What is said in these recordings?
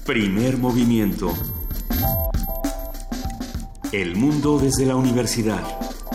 Primer movimiento. El mundo desde la universidad.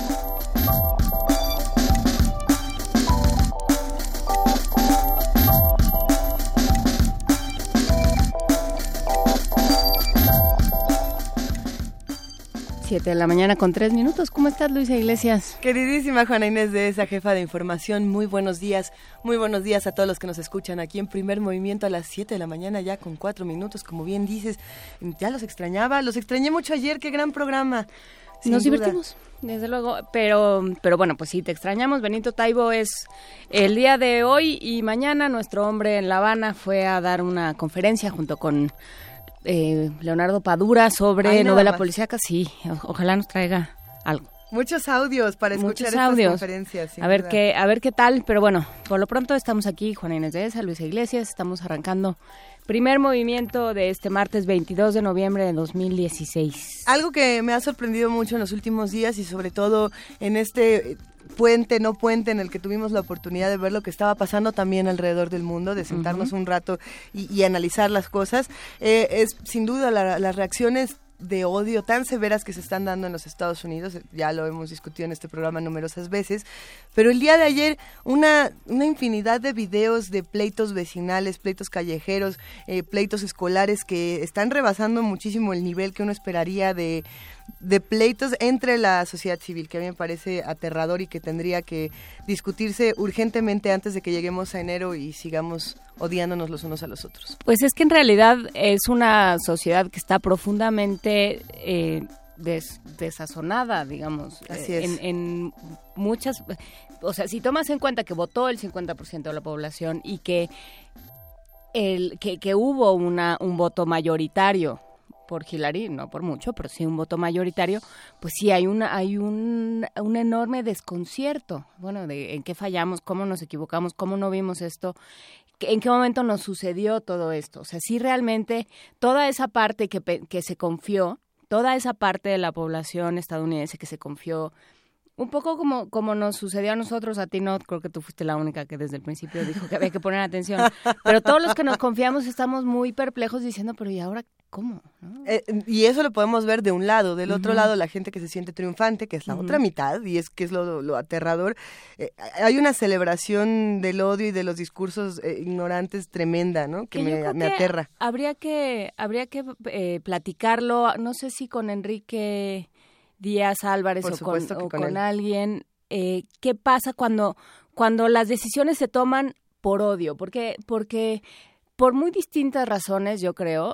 Siete de la mañana con 3 minutos. ¿Cómo estás, Luisa Iglesias? Queridísima Juana Inés de esa, jefa de información, muy buenos días a todos los que nos escuchan aquí en Primer Movimiento a las 7 de la mañana ya con 4 minutos, como bien dices. Ya los extrañé mucho ayer, qué gran programa. Nos divertimos, desde luego, pero bueno, pues sí, te extrañamos. Benito Taibo es el día de hoy y mañana. Nuestro hombre en La Habana fue a dar una conferencia junto con Leonardo Padura sobre novela policíaca. Sí, ojalá nos traiga algo. Muchos audios para escuchar estas conferencias. A ver qué tal, pero bueno, por lo pronto estamos aquí, Juana Inés de esa, Luisa Iglesias, estamos arrancando Primer Movimiento de este martes 22 de noviembre de 2016. Algo que me ha sorprendido mucho en los últimos días y sobre todo en este puente en el que tuvimos la oportunidad de ver lo que estaba pasando también alrededor del mundo, de sentarnos un rato y analizar las cosas, es sin duda las reacciones de odio tan severas que se están dando en los Estados Unidos. Ya lo hemos discutido en este programa numerosas veces, pero el día de ayer una infinidad de videos de pleitos vecinales, pleitos callejeros, pleitos escolares que están rebasando muchísimo el nivel que uno esperaría de pleitos entre la sociedad civil, que a mí me parece aterrador y que tendría que discutirse urgentemente antes de que lleguemos a enero y sigamos odiándonos los unos a los otros. Pues es que en realidad es una sociedad que está profundamente desazonada, digamos. Así es. En muchas, o sea, si tomas en cuenta que votó el 50% de la población y que hubo un voto mayoritario por Hillary, no por mucho, pero sí un voto mayoritario, pues sí hay un enorme desconcierto. Bueno, de en qué fallamos, cómo nos equivocamos, cómo no vimos esto, en qué momento nos sucedió todo esto. O sea, sí realmente toda esa parte que se confió, toda esa parte de la población estadounidense que se confió, un poco como nos sucedió a nosotros, a ti no, creo que tú fuiste la única que desde el principio dijo que había que poner atención, pero todos los que nos confiamos estamos muy perplejos diciendo, pero ¿y ahora cómo? ¿No? Y eso lo podemos ver de un lado, del otro lado la gente que se siente triunfante, que es la otra mitad, y es que es lo aterrador. Hay una celebración del odio y de los discursos ignorantes tremenda, ¿no? Que me aterra. Habría que platicarlo, no sé si con Enrique Díaz Álvarez o con alguien, ¿qué pasa cuando las decisiones se toman por odio? Porque por muy distintas razones, yo creo,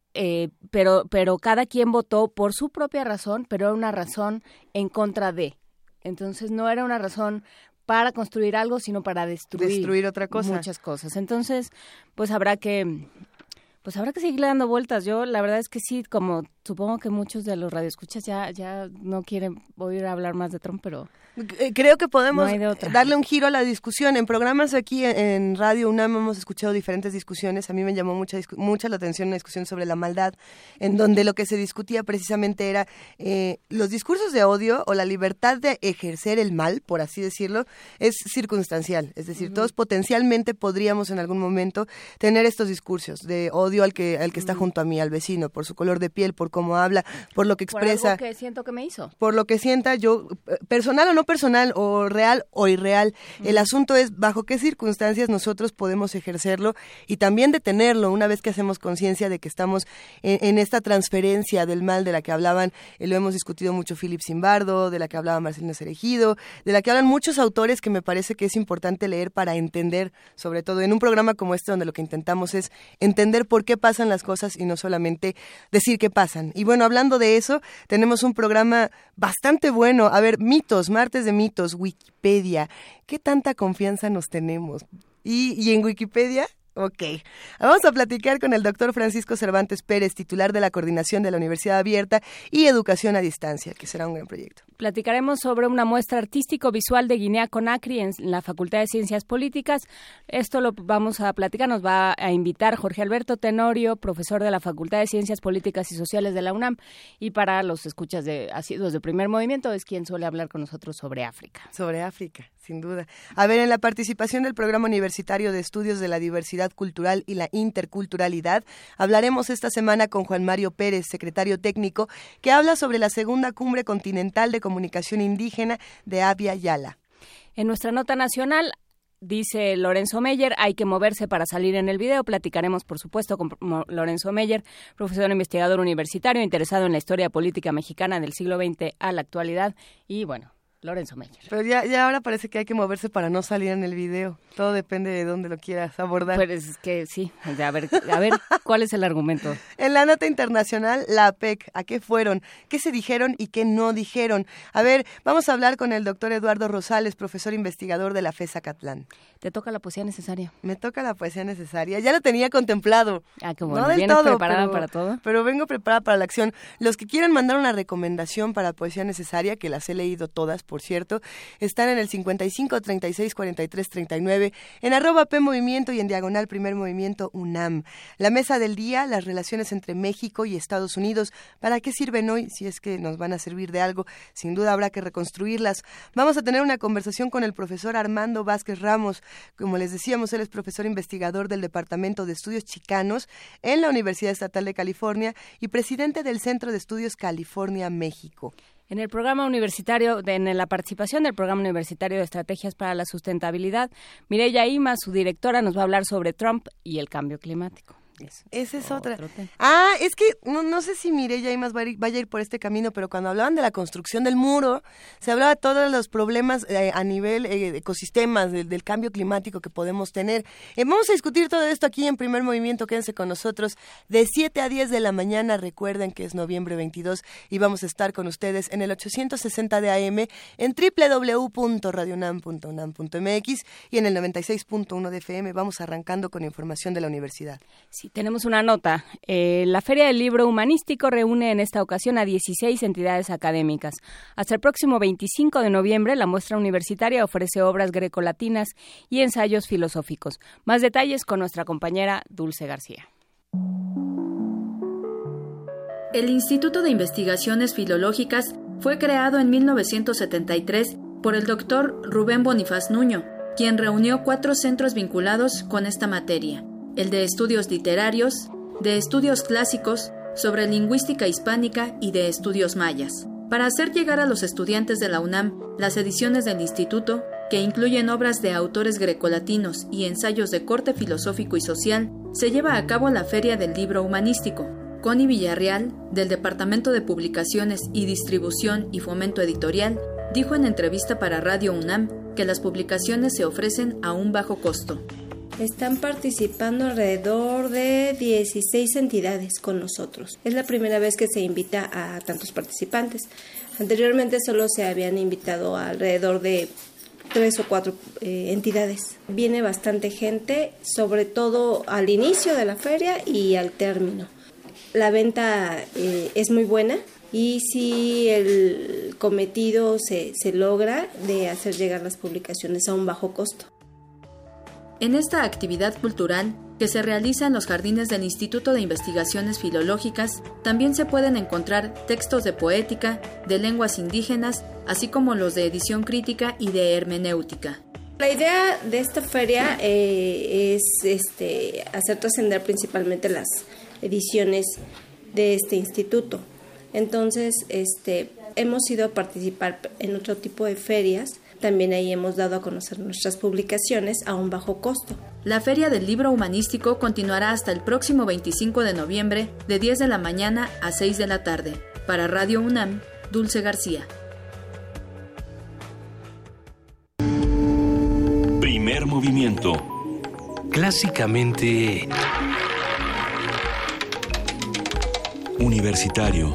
pero cada quien votó por su propia razón, pero era una razón en contra de. Entonces no era una razón para construir algo, sino para destruir otra cosa. Muchas cosas. Entonces, pues habrá que seguirle dando vueltas. Yo la verdad es que sí, como supongo que muchos de los radioescuchas ya no quieren oír hablar más de Trump, pero creo que podemos darle un giro a la discusión. En programas aquí en Radio UNAM hemos escuchado diferentes discusiones. A mí me llamó mucha la atención una discusión sobre la maldad, en donde lo que se discutía precisamente era los discursos de odio o la libertad de ejercer el mal, por así decirlo, es circunstancial. Es decir, todos potencialmente podríamos en algún momento tener estos discursos de odio al que está junto a mí, al vecino, por su color de piel, por cómo habla, por lo que expresa. Por algo que siento que me hizo. Por lo que sienta yo, personal o no personal, o real o irreal. El asunto es bajo qué circunstancias nosotros podemos ejercerlo y también detenerlo una vez que hacemos conciencia de que estamos en esta transferencia del mal de la que hablaban, lo hemos discutido mucho Philip Zimbardo, de la que hablaba Marcelino Cereijido, de la que hablan muchos autores que me parece que es importante leer para entender, sobre todo en un programa como este donde lo que intentamos es entender por qué pasan las cosas y no solamente decir qué pasan. Y bueno, hablando de eso, tenemos un programa bastante bueno. A ver, mitos, martes de mitos, Wikipedia. ¿Qué tanta confianza nos tenemos? ¿Y en Wikipedia? Ok. Vamos a platicar con el doctor Francisco Cervantes Pérez, titular de la Coordinación de la Universidad Abierta y Educación a Distancia, que será un gran proyecto. Platicaremos sobre una muestra artístico-visual de Guinea-Conakry en la Facultad de Ciencias Políticas. Esto lo vamos a platicar, nos va a invitar Jorge Alberto Tenorio, profesor de la Facultad de Ciencias Políticas y Sociales de la UNAM, y para los escuchas asiduos de Primer Movimiento es quien suele hablar con nosotros sobre África. Sobre África, sin duda. A ver, en la participación del Programa Universitario de Estudios de la Diversidad Cultural y la Interculturalidad, hablaremos esta semana con Juan Mario Pérez, secretario técnico, que habla sobre la segunda cumbre continental de comunicación indígena de Abya Yala. En nuestra nota nacional, dice Lorenzo Meyer, hay que moverse para salir en el video. Platicaremos, por supuesto, con Lorenzo Meyer, profesor investigador universitario interesado en la historia política mexicana del siglo XX a la actualidad. Y bueno, Lorenzo Meyer. Pero ya ahora parece que hay que moverse para no salir en el video. Todo depende de dónde lo quieras abordar. Pues es que sí, a ver, ¿cuál es el argumento? En la nota internacional, la APEC, ¿a qué fueron? ¿Qué se dijeron y qué no dijeron? A ver, vamos a hablar con el doctor Eduardo Rosales, profesor investigador de la FES Acatlán. ¿Te toca la poesía necesaria? Me toca la poesía necesaria. Ya lo tenía contemplado. Ah, qué bueno. No del ¿Vienes todo, preparada para todo? Pero vengo preparada para la acción. Los que quieran mandar una recomendación para poesía necesaria, que las he leído todas, por cierto, están en el 55 36 43 39, en @PMovimiento y en diagonal Primer Movimiento UNAM. La mesa del día, las relaciones entre México y Estados Unidos. ¿Para qué sirven hoy? Si es que nos van a servir de algo, sin duda habrá que reconstruirlas. Vamos a tener una conversación con el profesor Armando Vázquez Ramos. Como les decíamos, él es profesor investigador del Departamento de Estudios Chicanos en la Universidad Estatal de California y presidente del Centro de Estudios California-México. En el programa universitario, en la participación del Programa Universitario de Estrategias para la Sustentabilidad, Mireya Ima, su directora, nos va a hablar sobre Trump y el cambio climático. Esa es otra. Es que no sé si Mireya Imas vaya a ir por este camino, pero cuando hablaban de la construcción del muro, se hablaba de todos los problemas a nivel ecosistemas, del cambio climático que podemos tener. Vamos a discutir todo esto aquí en Primer Movimiento. Quédense con nosotros de 7 a 10 de la mañana. Recuerden que es noviembre 22 y vamos a estar con ustedes en el 860 de AM, en www.radionam.unam.mx y en el 96.1 de FM. Vamos arrancando con información de la universidad. Sí, tenemos una nota. La Feria del Libro Humanístico reúne en esta ocasión a 16 entidades académicas. Hasta el próximo 25 de noviembre, la muestra universitaria ofrece obras grecolatinas y ensayos filosóficos. Más detalles con nuestra compañera Dulce García. El Instituto de Investigaciones Filológicas fue creado en 1973 por el doctor Rubén Bonifaz Nuño, quien reunió 4 centros vinculados con esta materia: el de estudios literarios, de estudios clásicos, sobre lingüística hispánica y de estudios mayas, para hacer llegar a los estudiantes de la UNAM las ediciones del instituto, que incluyen obras de autores grecolatinos y ensayos de corte filosófico y social. Se lleva a cabo la Feria del Libro Humanístico. Connie Villarreal, del Departamento de Publicaciones y Distribución y Fomento Editorial, dijo en entrevista para Radio UNAM que las publicaciones se ofrecen a un bajo costo. Están participando alrededor de 16 entidades con nosotros. Es la primera vez que se invita a tantos participantes. Anteriormente solo se habían invitado a alrededor de 3 o 4 entidades. Viene bastante gente, sobre todo al inicio de la feria y al término. La venta es muy buena y si el cometido se logra de hacer llegar las publicaciones a un bajo costo. En esta actividad cultural, que se realiza en los jardines del Instituto de Investigaciones Filológicas, también se pueden encontrar textos de poética, de lenguas indígenas, así como los de edición crítica y de hermenéutica. La idea de esta feria es hacer trascender principalmente las ediciones de este instituto. Entonces, hemos ido a participar en otro tipo de ferias. También ahí hemos dado a conocer nuestras publicaciones a un bajo costo. La Feria del Libro Humanístico continuará hasta el próximo 25 de noviembre, de 10 de la mañana a 6 de la tarde. Para Radio UNAM, Dulce García. Primer movimiento. Clásicamente universitario.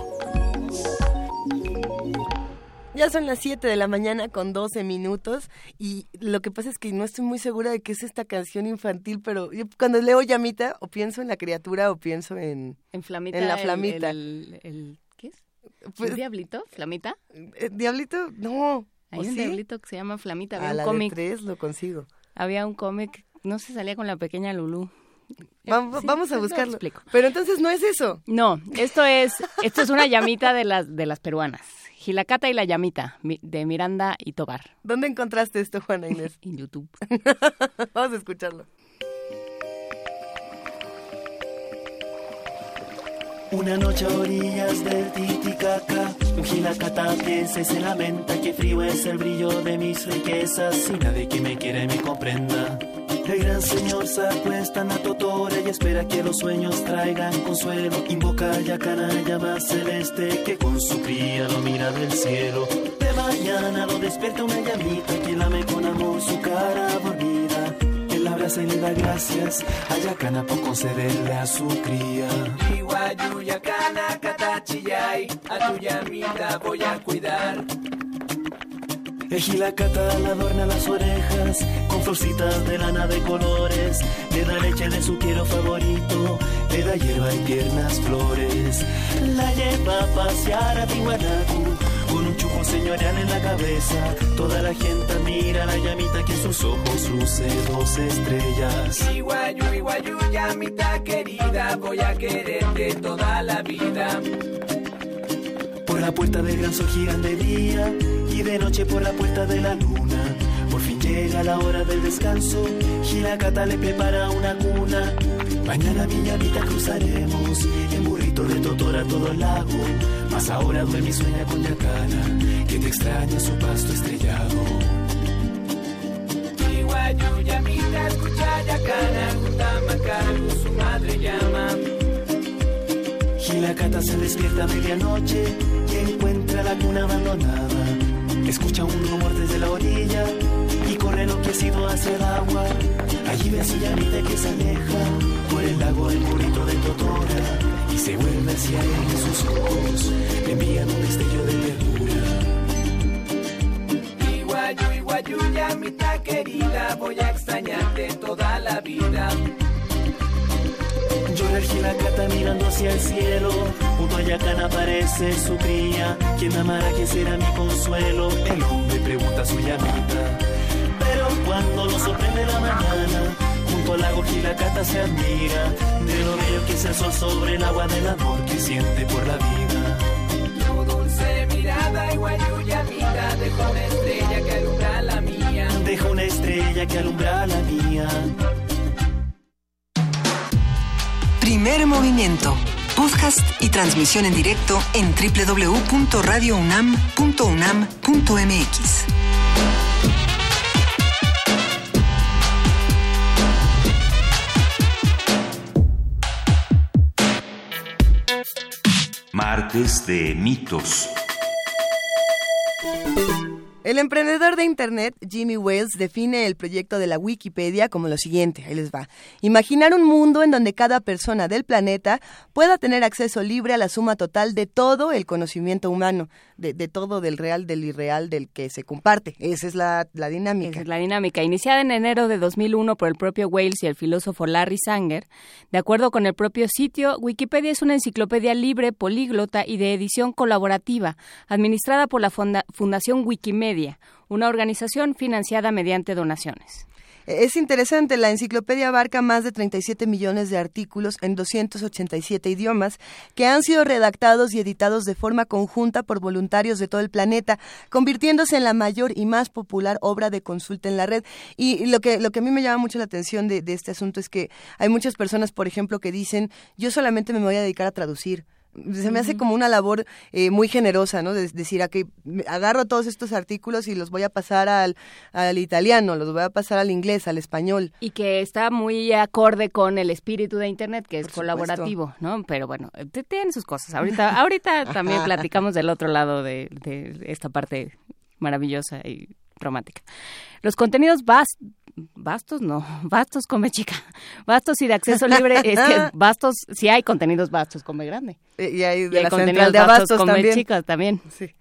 Ya son las 7 de la mañana con 12 minutos y lo que pasa es que no estoy muy segura de qué es esta canción infantil, pero yo cuando leo Llamita o pienso en la criatura o pienso en Flamita. En la Flamita. ¿Qué es? Pues, ¿Un diablito? ¿Flamita? ¿Diablito? No. Hay un diablito que se llama Flamita. Había A un la cómic. de 3 lo consigo. Había un cómic, no se salía con la pequeña Lulú. Vamos a buscarlo. Explico. Pero entonces no es eso. No, esto es una llamita de las peruanas. Gilacata y la llamita, de Miranda y Tobar. ¿Dónde encontraste esto, Juana Inés? En YouTube. Vamos a escucharlo. Una noche a orillas del Titicaca, un gilacata piensa y se lamenta que frío es el brillo de mis riquezas y nadie que me quiera y me comprenda. El gran señor se acuesta en la totora y espera que los sueños traigan consuelo. Invoca a Yacana, llama celeste, que con su cría lo mira del cielo. De mañana lo despierta una llamita que lame con amor su cara dormida. Él la abraza y le da gracias a Yacana por concederle a su cría. Iguayu Yacana catachillay, a tu llamita voy a cuidar. El gilacata le adorna las orejas con florcitas de lana de colores, le da leche de su quiero favorito, le da hierba y tiernas flores. La lleva a pasear a Tiwanaku con un chupo señorial en la cabeza. Toda la gente mira a la llamita que en sus ojos luce 2 estrellas. Iguayu, llamita querida, voy a quererte toda la vida. Por la puerta del gran sol giran de día y de noche por la puerta de la luna. Por fin llega la hora del descanso, Gilacata le prepara una cuna. Mañana mi llamita cruzaremos en burrito de Totora todo el lago. Mas ahora duerme y sueña con Yacana, que te extraña su pasto estrellado. Iguayu, llamita, escucha Yacana, Jutamacaru, su madre llama. Gilacata se despierta a medianoche y encuentra la cuna abandonada. Escucha un rumor desde la orilla y corre enloquecido hacia el agua. Allí ve a su llamita que se aleja por el lago del burrito de Totora y se vuelve hacia él y sus ojos le envían un destello de ternura. Iguayu, llamita querida, voy a extrañarte toda la vida. Llora el Gilacata mirando hacia el cielo, junto a Yacana aparece su cría. ¿Quién me amará? ¿Quién será mi consuelo? El hombre pregunta a su llamita. Pero cuando lo sorprende la mañana, junto al lago Gilacata se admira de lo bello que es el sol sobre el agua del amor que siente por la vida. Tu dulce mirada, Iguayu, llamita, deja una estrella que alumbra la mía. Deja una estrella que alumbra la mía. Primer movimiento. Podcast y transmisión en directo en www.radiounam.unam.mx. Martes de mitos. El emprendedor de Internet, Jimmy Wales, define el proyecto de la Wikipedia como lo siguiente, ahí les va. Imaginar un mundo en donde cada persona del planeta pueda tener acceso libre a la suma total de todo el conocimiento humano, de todo, del real, del irreal, del que se comparte. Esa es la dinámica. Esa es la dinámica. Iniciada en enero de 2001 por el propio Wales y el filósofo Larry Sanger, de acuerdo con el propio sitio, Wikipedia es una enciclopedia libre, políglota y de edición colaborativa, administrada por la Fundación Wikimedia, una organización financiada mediante donaciones. Es interesante, la enciclopedia abarca más de 37 millones de artículos en 287 idiomas que han sido redactados y editados de forma conjunta por voluntarios de todo el planeta, convirtiéndose en la mayor y más popular obra de consulta en la red. Y lo que a mí me llama mucho la atención de este asunto es que hay muchas personas, por ejemplo, que dicen, yo solamente me voy a dedicar a traducir. Se me hace como una labor muy generosa, ¿no? De decir, aquí agarro todos estos artículos y los voy a pasar al italiano, los voy a pasar al inglés, al español. Y que está muy acorde con el espíritu de Internet, que es Por colaborativo, supuesto, ¿no? Pero bueno, tienen sus cosas. Ahorita también platicamos del otro lado de esta parte maravillosa y romántica. Los contenidos vastos come chica. Vastos y de acceso libre, es que vastos, sí hay contenidos vastos come grande. Y hay de y la hay central de abastos come también. chicas también. Sí.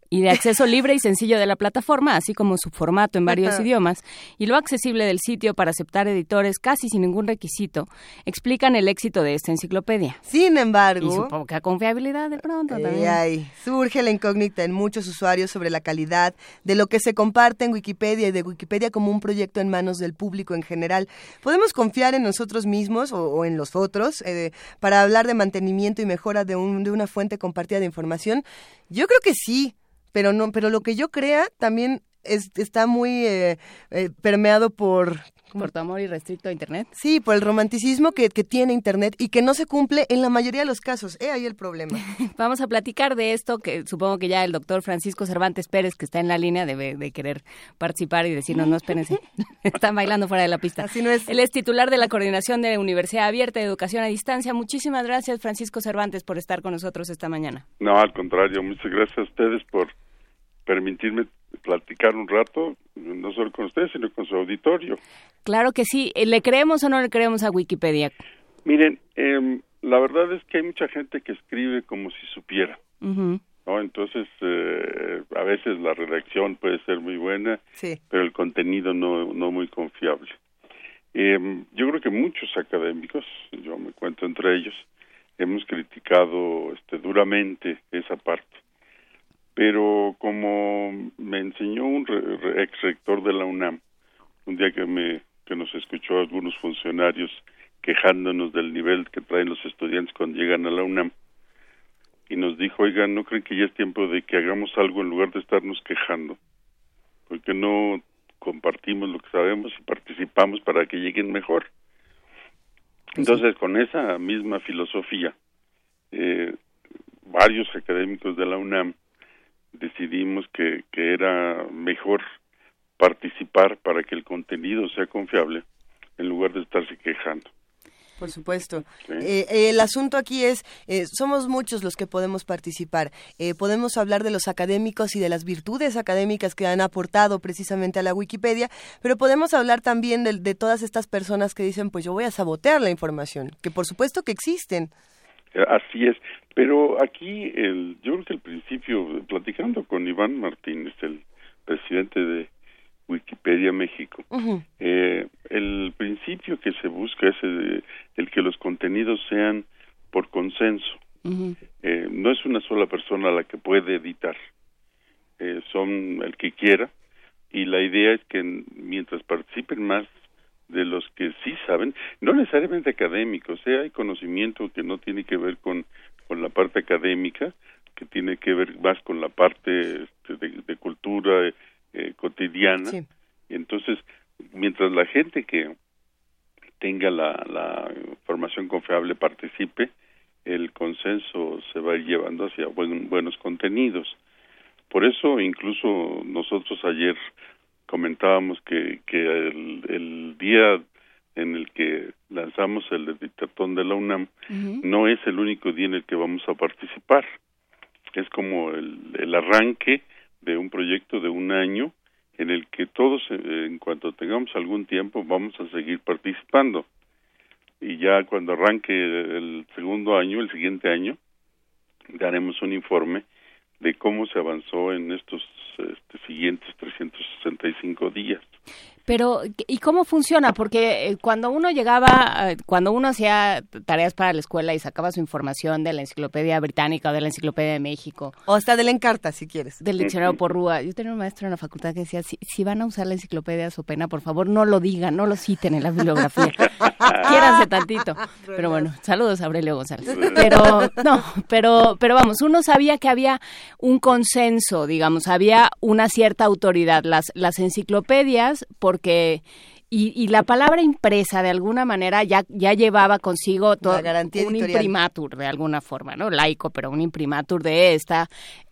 y de acceso libre y sencillo de la plataforma, así como su formato en varios idiomas, y lo accesible del sitio para aceptar editores casi sin ningún requisito, explican el éxito de esta enciclopedia. Sin embargo, Y su poca confiabilidad de pronto también. Surge la incógnita en muchos usuarios sobre la calidad de lo que se comparte en Wikipedia y de Wikipedia como un proyecto en manos del público en general. ¿Podemos confiar en nosotros mismos o en los otros para hablar de mantenimiento y mejora de una fuente compartida de información? Yo creo que sí. Pero lo que yo crea también está muy permeado por tu amor irrestricto a Internet. Sí, por el romanticismo que tiene Internet y que no se cumple en la mayoría de los casos. Ahí el problema. Vamos a platicar de esto, que supongo que ya el doctor Francisco Cervantes Pérez, que está en la línea, debe de querer participar y decirnos, no, espérense, están bailando fuera de la pista. Así no es. Él es titular de la Coordinación de Universidad Abierta de Educación a Distancia. Muchísimas gracias, Francisco Cervantes, por estar con nosotros esta mañana. No, al contrario, muchas gracias a ustedes por permitirme platicar un rato, no solo con ustedes, sino con su auditorio. Claro que sí. ¿Le creemos o no le creemos a Wikipedia? Miren, la verdad es que hay mucha gente que escribe como si supiera, Uh-huh. ¿no? Entonces, a veces la redacción puede ser muy buena, sí, pero el contenido no muy confiable. Yo creo que muchos académicos, yo me cuento entre ellos, hemos criticado duramente esa parte. Pero como me enseñó un ex rector de la UNAM, un día que nos escuchó a algunos funcionarios quejándonos del nivel que traen los estudiantes cuando llegan a la UNAM, y nos dijo, oigan, ¿no creen que ya es tiempo de que hagamos algo en lugar de estarnos quejando? Porque no compartimos lo que sabemos y participamos para que lleguen mejor. Entonces, con esa misma filosofía, varios académicos de la UNAM decidimos que era mejor participar para que el contenido sea confiable en lugar de estarse quejando. Por supuesto. Sí. El asunto aquí es, somos muchos los que podemos participar. Podemos hablar de los académicos y de las virtudes académicas que han aportado precisamente a la Wikipedia, pero podemos hablar también de todas estas personas que dicen, pues yo voy a sabotear la información, que por supuesto que existen. Así es, pero aquí yo creo que el principio, platicando con Iván Martínez, el presidente de Wikipedia México, Uh-huh. El principio que se busca es el que los contenidos sean por consenso. Uh-huh. No es una sola persona la que puede editar, son el que quiera, y la idea es que mientras participen más de los que sí saben, no necesariamente académicos, hay conocimiento que no tiene que ver con la parte académica, que tiene que ver más con la parte de cultura cotidiana. Sí. Y entonces, mientras la gente que tenga la información confiable participe, el consenso se va a ir llevando hacia buenos contenidos. Por eso, incluso nosotros ayer comentábamos que el día en el que lanzamos el Editatón de la UNAM, uh-huh, no es el único día en el que vamos a participar. Es como el arranque de un proyecto de un año en el que todos, en cuanto tengamos algún tiempo, vamos a seguir participando. Y ya cuando arranque el segundo año, el siguiente año, daremos un informe de cómo se avanzó en estos siguientes 365 días. Pero, ¿y cómo funciona? Porque cuando uno hacía tareas para la escuela y sacaba su información de la Enciclopedia Británica o de la Enciclopedia de México, o hasta de la Encarta, si quieres, del diccionario Porrúa, yo tenía un maestro en la facultad que decía, si van a usar la Enciclopedia so pena, por favor, no lo digan, no lo citen en la bibliografía. Quiéranse tantito. Pero bueno, saludos a Aurelio González. Pero vamos, uno sabía que había un consenso, digamos, había una cierta autoridad. Las enciclopedias, porque y la palabra impresa de alguna manera ya llevaba consigo todo un imprimatur de alguna forma, ¿no? Laico, pero un imprimatur de esta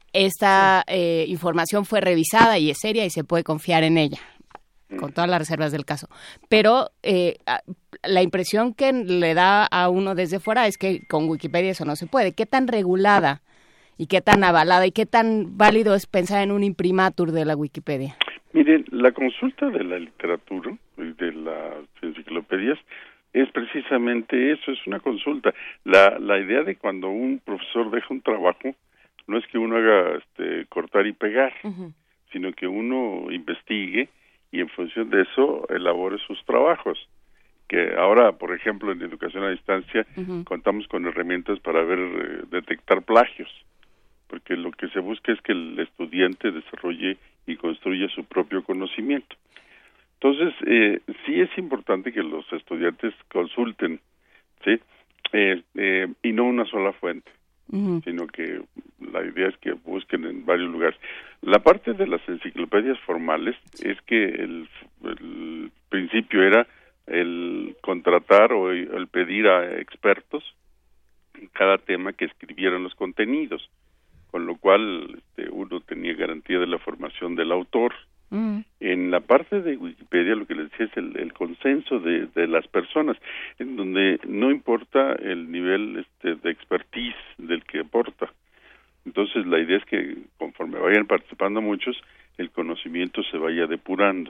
información fue revisada y es seria y se puede confiar en ella, con todas las reservas del caso. Pero la impresión que le da a uno desde fuera es que con Wikipedia eso no se puede. ¿Qué tan regulada y qué tan avalada y qué tan válido es pensar en un imprimatur de la Wikipedia? Miren, la consulta de la literatura y de las enciclopedias es precisamente eso, es una consulta. La idea de cuando un profesor deja un trabajo, no es que uno haga cortar y pegar, sino que uno investigue y en función de eso elabore sus trabajos. Que ahora, por ejemplo, en educación a distancia contamos con herramientas para detectar plagios, porque lo que se busca es que el estudiante desarrolle y construya su propio conocimiento. Entonces, sí es importante que los estudiantes consulten, ¿sí? Y no una sola fuente, sino que la idea es que busquen en varios lugares. La parte de las enciclopedias formales es que el principio era el contratar o el pedir a expertos en cada tema que escribieran los contenidos, con lo cual uno tenía garantía de la formación del autor. En la parte de Wikipedia lo que les decía es el consenso de las personas, en donde no importa el nivel de expertise del que aporta. Entonces la idea es que conforme vayan participando muchos, el conocimiento se vaya depurando.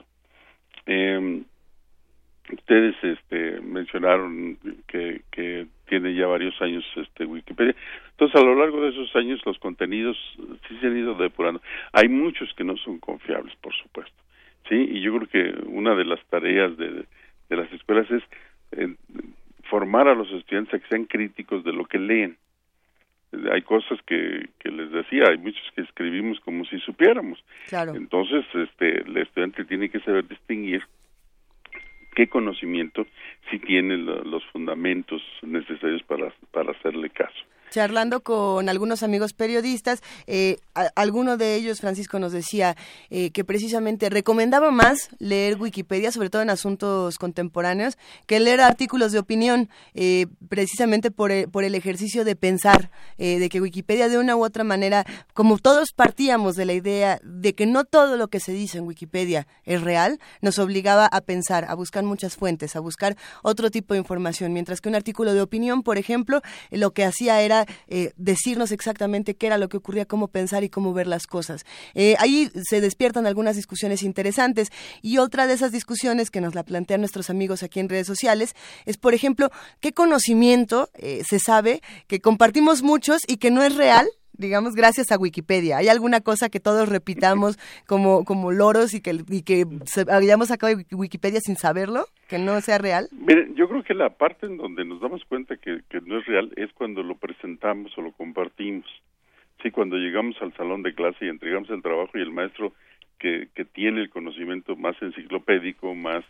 Ustedes mencionaron que tiene ya varios años Wikipedia. Entonces, a lo largo de esos años los contenidos sí se han ido depurando. Hay muchos que no son confiables, por supuesto. Sí, y yo creo que una de las tareas de las escuelas es formar a los estudiantes a que sean críticos de lo que leen. Hay cosas que les decía, hay muchos que escribimos como si supiéramos. Claro. Entonces, el estudiante tiene que saber distinguir qué conocimiento sí tiene los fundamentos necesarios para hacerle caso. Charlando con algunos amigos periodistas, alguno de ellos, Francisco, nos decía que precisamente recomendaba más leer Wikipedia, sobre todo en asuntos contemporáneos, que leer artículos de opinión, precisamente por el ejercicio de pensar, de que Wikipedia de una u otra manera, como todos partíamos de la idea de que no todo lo que se dice en Wikipedia es real, nos obligaba a pensar, a buscar muchas fuentes, a buscar otro tipo de información, mientras que un artículo de opinión, por ejemplo, lo que hacía era decirnos exactamente qué era lo que ocurría, cómo pensar y cómo ver las cosas. Ahí se despiertan algunas discusiones interesantes, y otra de esas discusiones que nos la plantean nuestros amigos aquí en redes sociales es, por ejemplo, qué conocimiento se sabe que compartimos muchos y que no es real, digamos, gracias a Wikipedia. ¿Hay alguna cosa que todos repitamos como loros y que hayamos sacado de Wikipedia sin saberlo, que no sea real? Miren, yo creo que la parte en donde nos damos cuenta que no es real es cuando lo presentamos o lo compartimos. Sí, cuando llegamos al salón de clase y entregamos el trabajo y el maestro que tiene el conocimiento más enciclopédico, más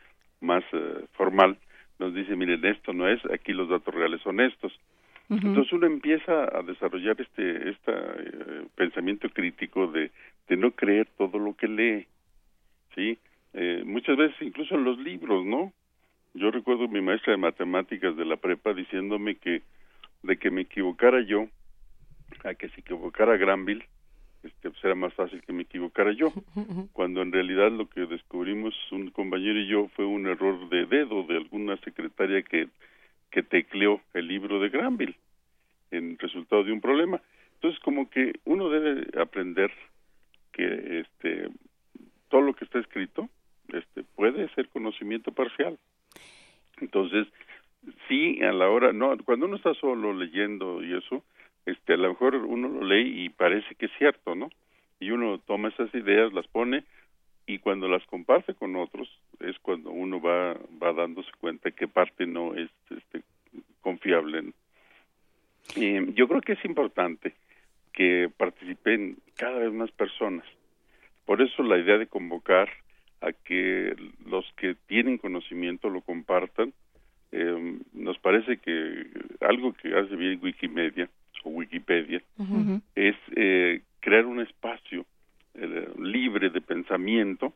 formal, nos dice, miren, esto no es, aquí los datos reales son estos. Entonces uno empieza a desarrollar este pensamiento crítico de no creer todo lo que lee, ¿sí? Muchas veces incluso en los libros, ¿no? Yo recuerdo a mi maestra de matemáticas de la prepa diciéndome que de que me equivocara yo a que se equivocara Granville, pues era más fácil que me equivocara yo, cuando en realidad lo que descubrimos un compañero y yo fue un error de dedo de alguna secretaria que tecleó el libro de Granville en resultado de un problema. Entonces, como que uno debe aprender que todo lo que está escrito puede ser conocimiento parcial. Entonces, sí, a la hora, no, cuando uno está solo leyendo y eso, a lo mejor uno lo lee y parece que es cierto, ¿no? Y uno toma esas ideas, las pone, y cuando las comparte con otros es cuando uno va dándose cuenta que parte no es confiable, ¿no? Yo creo que es importante que participen cada vez más personas. Por eso la idea de convocar a que los que tienen conocimiento lo compartan, nos parece que algo que hace bien Wikimedia o Wikipedia es crear un espacio libre de pensamiento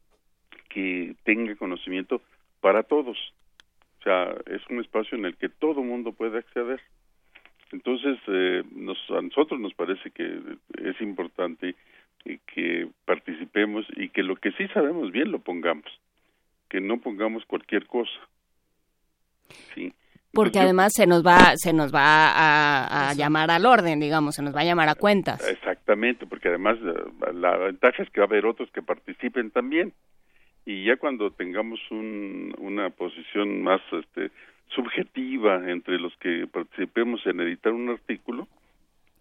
que tenga conocimiento para todos. O sea, es un espacio en el que todo mundo puede acceder. Entonces, a nosotros nos parece que es importante que participemos y que lo que sí sabemos bien lo pongamos, que no pongamos cualquier cosa. Sí. Porque además se nos va a llamar al orden, digamos, se nos va a llamar a cuentas. Exactamente, porque además la ventaja es que va a haber otros que participen también. Y ya cuando tengamos una posición más subjetiva entre los que participemos en editar un artículo,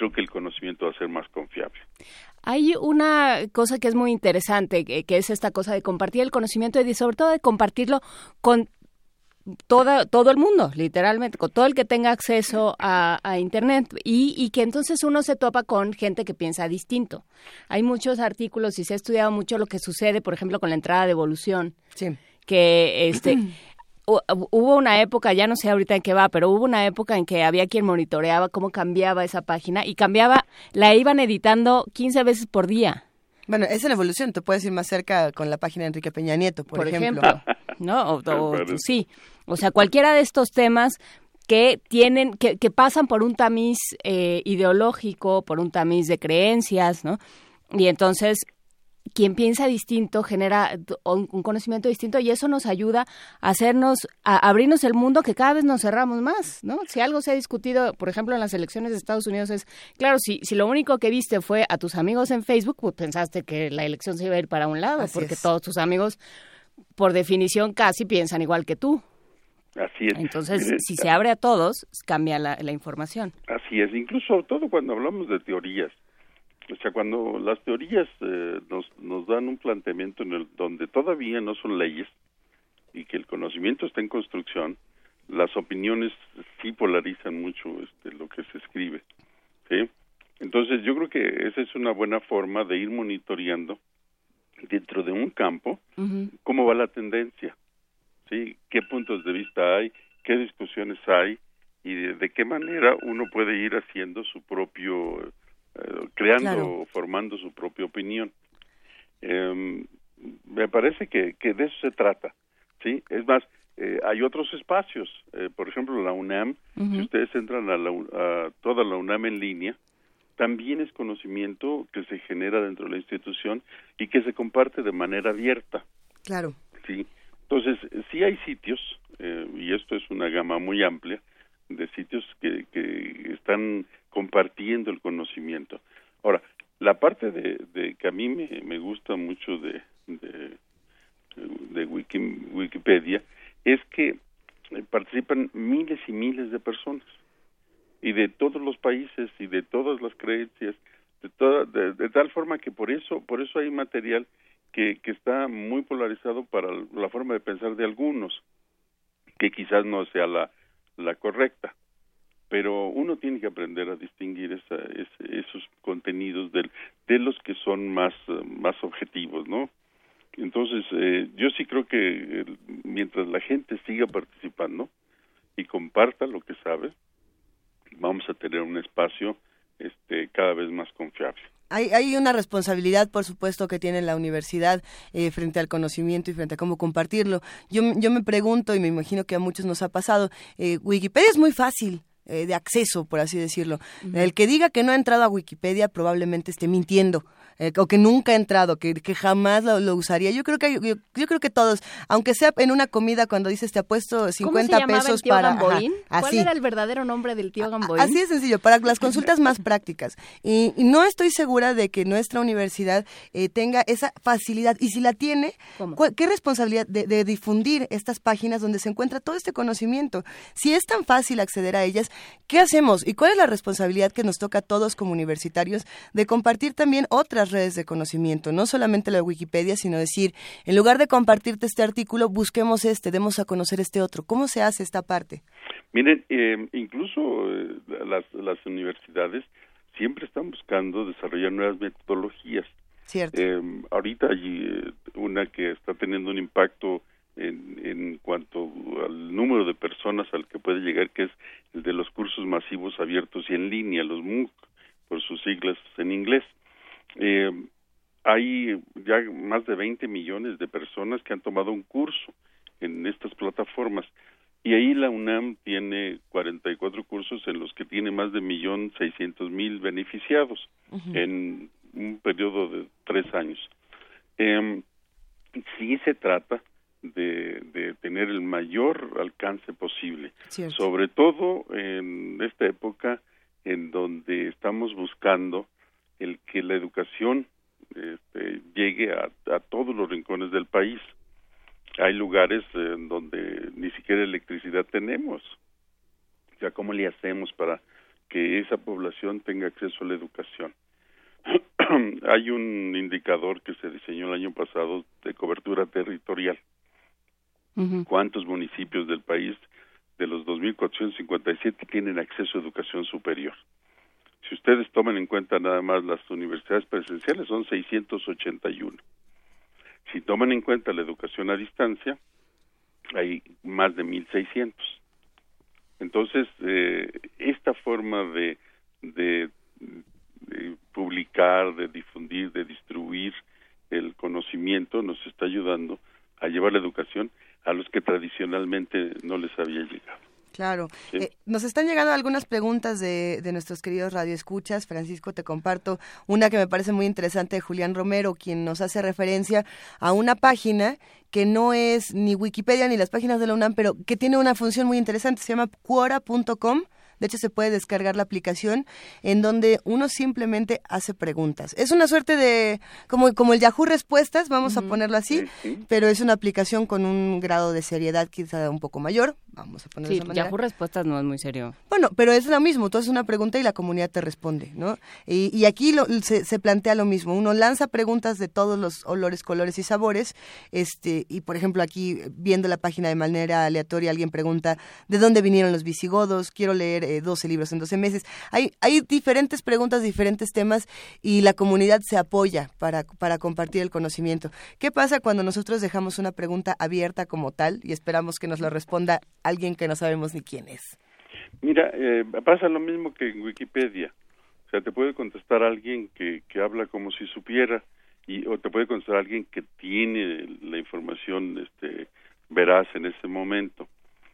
creo que el conocimiento va a ser más confiable. Hay una cosa que es muy interesante, que es esta cosa de compartir el conocimiento y sobre todo de compartirlo con todo el mundo, literalmente, con todo el que tenga acceso a Internet y que entonces uno se topa con gente que piensa distinto. Hay muchos artículos y se ha estudiado mucho lo que sucede, por ejemplo, con la entrada de Evolución, sí. Que hubo una época, ya no sé ahorita en qué va, pero hubo una época en que había quien monitoreaba cómo cambiaba esa página y la iban editando 15 veces por día. Bueno, es en Evolución, te puedes ir más cerca con la página de Enrique Peña Nieto, por ejemplo. ¿No? Sí, o sea, cualquiera de estos temas que pasan por un tamiz ideológico, por un tamiz de creencias, ¿no? Y entonces quien piensa distinto genera un conocimiento distinto y eso nos ayuda a abrirnos el mundo que cada vez nos cerramos más, ¿no? Si algo se ha discutido, por ejemplo, en las elecciones de Estados Unidos es, claro, si lo único que viste fue a tus amigos en Facebook, pues pensaste que la elección se iba a ir para un lado, porque todos tus amigos, por definición, casi piensan igual que tú. Así es. Entonces, si se abre a todos, cambia la información. Así es, incluso todo cuando hablamos de teorías. O sea, cuando las teorías nos dan un planteamiento donde todavía no son leyes y que el conocimiento está en construcción, las opiniones sí polarizan mucho lo que se escribe, ¿sí? Entonces, yo creo que esa es una buena forma de ir monitoreando dentro de un campo cómo va la tendencia, ¿sí? Qué puntos de vista hay, qué discusiones hay y de qué manera uno puede ir haciendo su propio creando o formando su propia opinión. Me parece que de eso se trata, ¿sí? Es más, hay otros espacios, por ejemplo la UNAM, si ustedes entran a toda la UNAM en línea, también es conocimiento que se genera dentro de la institución y que se comparte de manera abierta. Claro. Sí. Entonces, sí hay sitios, y esto es una gama muy amplia, de sitios que están compartiendo el conocimiento. Ahora, la parte de que a mí me gusta mucho de Wikipedia es que participan miles y miles de personas y de todos los países y de todas las creencias, de tal forma que por eso hay material que está muy polarizado para la forma de pensar de algunos, que quizás no sea la correcta, pero uno tiene que aprender a distinguir esos contenidos de los que son más objetivos, ¿no? Entonces, yo sí creo que mientras la gente siga participando y comparta lo que sabe, vamos a tener un espacio cada vez más confiable. Hay una responsabilidad, por supuesto, que tiene la universidad frente al conocimiento y frente a cómo compartirlo. Yo me pregunto, y me imagino que a muchos nos ha pasado, Wikipedia es muy fácil de acceso, por así decirlo. El que diga que no ha entrado a Wikipedia probablemente esté mintiendo, o que nunca ha entrado, que jamás lo usaría. Yo creo que todos, aunque sea en una comida, cuando dices te apuesto 50 pesos el tío para... Gamboín? Ajá, ¿Cuál era el verdadero nombre del tío Gamboín? Así de sencillo, para las consultas más prácticas. Y no estoy segura de que nuestra universidad tenga esa facilidad. Y si la tiene, ¿qué responsabilidad de difundir estas páginas donde se encuentra todo este conocimiento? Si es tan fácil acceder a ellas, ¿qué hacemos? ¿Y cuál es la responsabilidad que nos toca a todos como universitarios de compartir también otras redes de conocimiento? No solamente la Wikipedia, sino decir, en lugar de compartirte este artículo, busquemos demos a conocer este otro. ¿Cómo se hace esta parte? Miren, incluso las universidades siempre están buscando desarrollar nuevas metodologías. Cierto. Ahorita hay una que está teniendo un impacto en cuanto al número de personas al que puede llegar, que es el de los cursos masivos abiertos y en línea, los MOOC, por sus siglas en inglés. Hay ya más de 20 millones de personas que han tomado un curso en estas plataformas, y ahí la UNAM tiene 44 cursos en los que tiene más de 1.600.000 beneficiados en un periodo de 3 años. Sí se trata de tener el mayor alcance posible, sobre todo en esta época en donde estamos buscando el que la educación llegue a todos los rincones del país. Hay lugares en donde ni siquiera electricidad tenemos. O sea, ¿cómo le hacemos para que esa población tenga acceso a la educación. Hay un indicador que se diseñó el año pasado de cobertura territorial. ¿Cuántos municipios del país de los 2.457 tienen acceso a educación superior? Si ustedes toman en cuenta nada más las universidades presenciales, son 681. Si toman en cuenta la educación a distancia, hay más de 1.600. Entonces, esta forma de publicar, de difundir, de distribuir el conocimiento nos está ayudando a llevar la educación a los que tradicionalmente no les había llegado. Claro. ¿Sí? Nos están llegando algunas preguntas de nuestros queridos radioescuchas. Francisco, te comparto una que me parece muy interesante de Julián Romero, quien nos hace referencia a una página que no es ni Wikipedia ni las páginas de la UNAM, pero que tiene una función muy interesante. Se llama Quora.com. De hecho, se puede descargar la aplicación en donde uno simplemente hace preguntas. Es una suerte de, como el Yahoo Respuestas, vamos a ponerlo así, pero es una aplicación con un grado de seriedad quizá un poco mayor, vamos a ponerlo de esa manera. Yahoo Respuestas no es muy serio. Bueno, pero es lo mismo, tú haces una pregunta y la comunidad te responde, ¿no? Y aquí se plantea lo mismo, uno lanza preguntas de todos los olores, colores y sabores, y por ejemplo aquí, viendo la página de manera aleatoria, alguien pregunta, ¿de dónde vinieron los visigodos? Quiero leer 12 libros en 12 meses. Hay diferentes preguntas, diferentes temas y la comunidad se apoya para compartir el conocimiento. ¿Qué pasa cuando nosotros dejamos una pregunta abierta como tal y esperamos que nos lo responda alguien que no sabemos ni quién es? Mira, pasa lo mismo que en Wikipedia. O sea, te puede contestar alguien que habla como si supiera o te puede contestar alguien que tiene la información veraz en ese momento.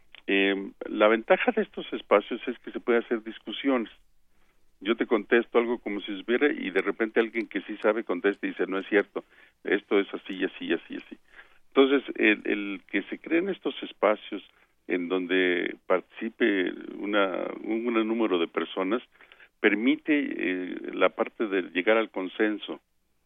La ventaja de estos espacios es que se puede hacer discusiones. Yo te contesto algo como si supiera y de repente alguien que sí sabe contesta y dice, no es cierto, esto es así y así y así y así. Entonces, el que se creen estos espacios en donde participe un gran número de personas permite la parte de llegar al consenso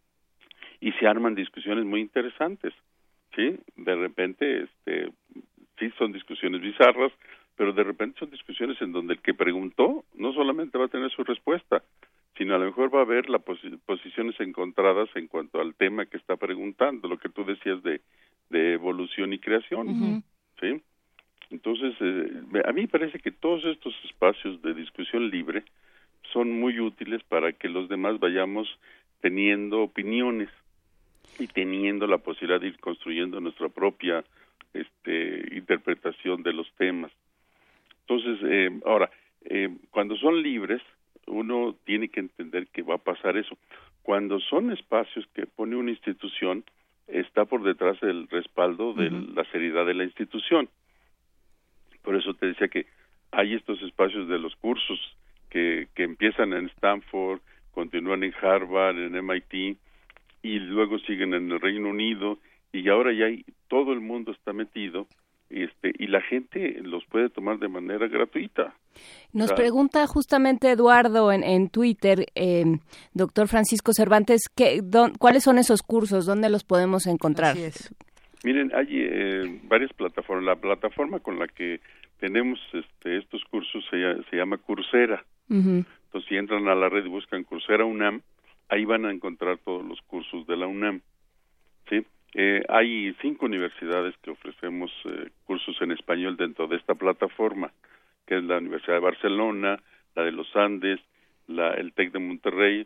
y se arman discusiones muy interesantes, ¿sí? De repente, sí son discusiones bizarras, pero de repente son discusiones en donde el que preguntó no solamente va a tener su respuesta, sino a lo mejor va a haber las posiciones encontradas en cuanto al tema que está preguntando, lo que tú decías de evolución y creación, ¿sí? Entonces, a mí me parece que todos estos espacios de discusión libre son muy útiles para que los demás vayamos teniendo opiniones y teniendo la posibilidad de ir construyendo nuestra propia interpretación de los temas. Entonces, ahora, cuando son libres, uno tiene que entender que va a pasar eso. Cuando son espacios que pone una institución, está por detrás del respaldo de la seriedad de la institución. Por eso te decía que hay estos espacios de los cursos que empiezan en Stanford, continúan en Harvard, en MIT, y luego siguen en el Reino Unido, y ahora ya todo el mundo está metido, y la gente los puede tomar de manera gratuita. Nos pregunta justamente Eduardo en Twitter, doctor Francisco Cervantes, ¿cuáles son esos cursos? ¿Dónde los podemos encontrar? Así es. Miren, hay varias plataformas. La plataforma con la que tenemos estos cursos se llama Coursera. Entonces, si entran a la red y buscan Coursera UNAM, ahí van a encontrar todos los cursos de la UNAM, ¿sí? Hay 5 universidades que ofrecemos cursos en español dentro de esta plataforma, que es la Universidad de Barcelona, la de los Andes, el TEC de Monterrey,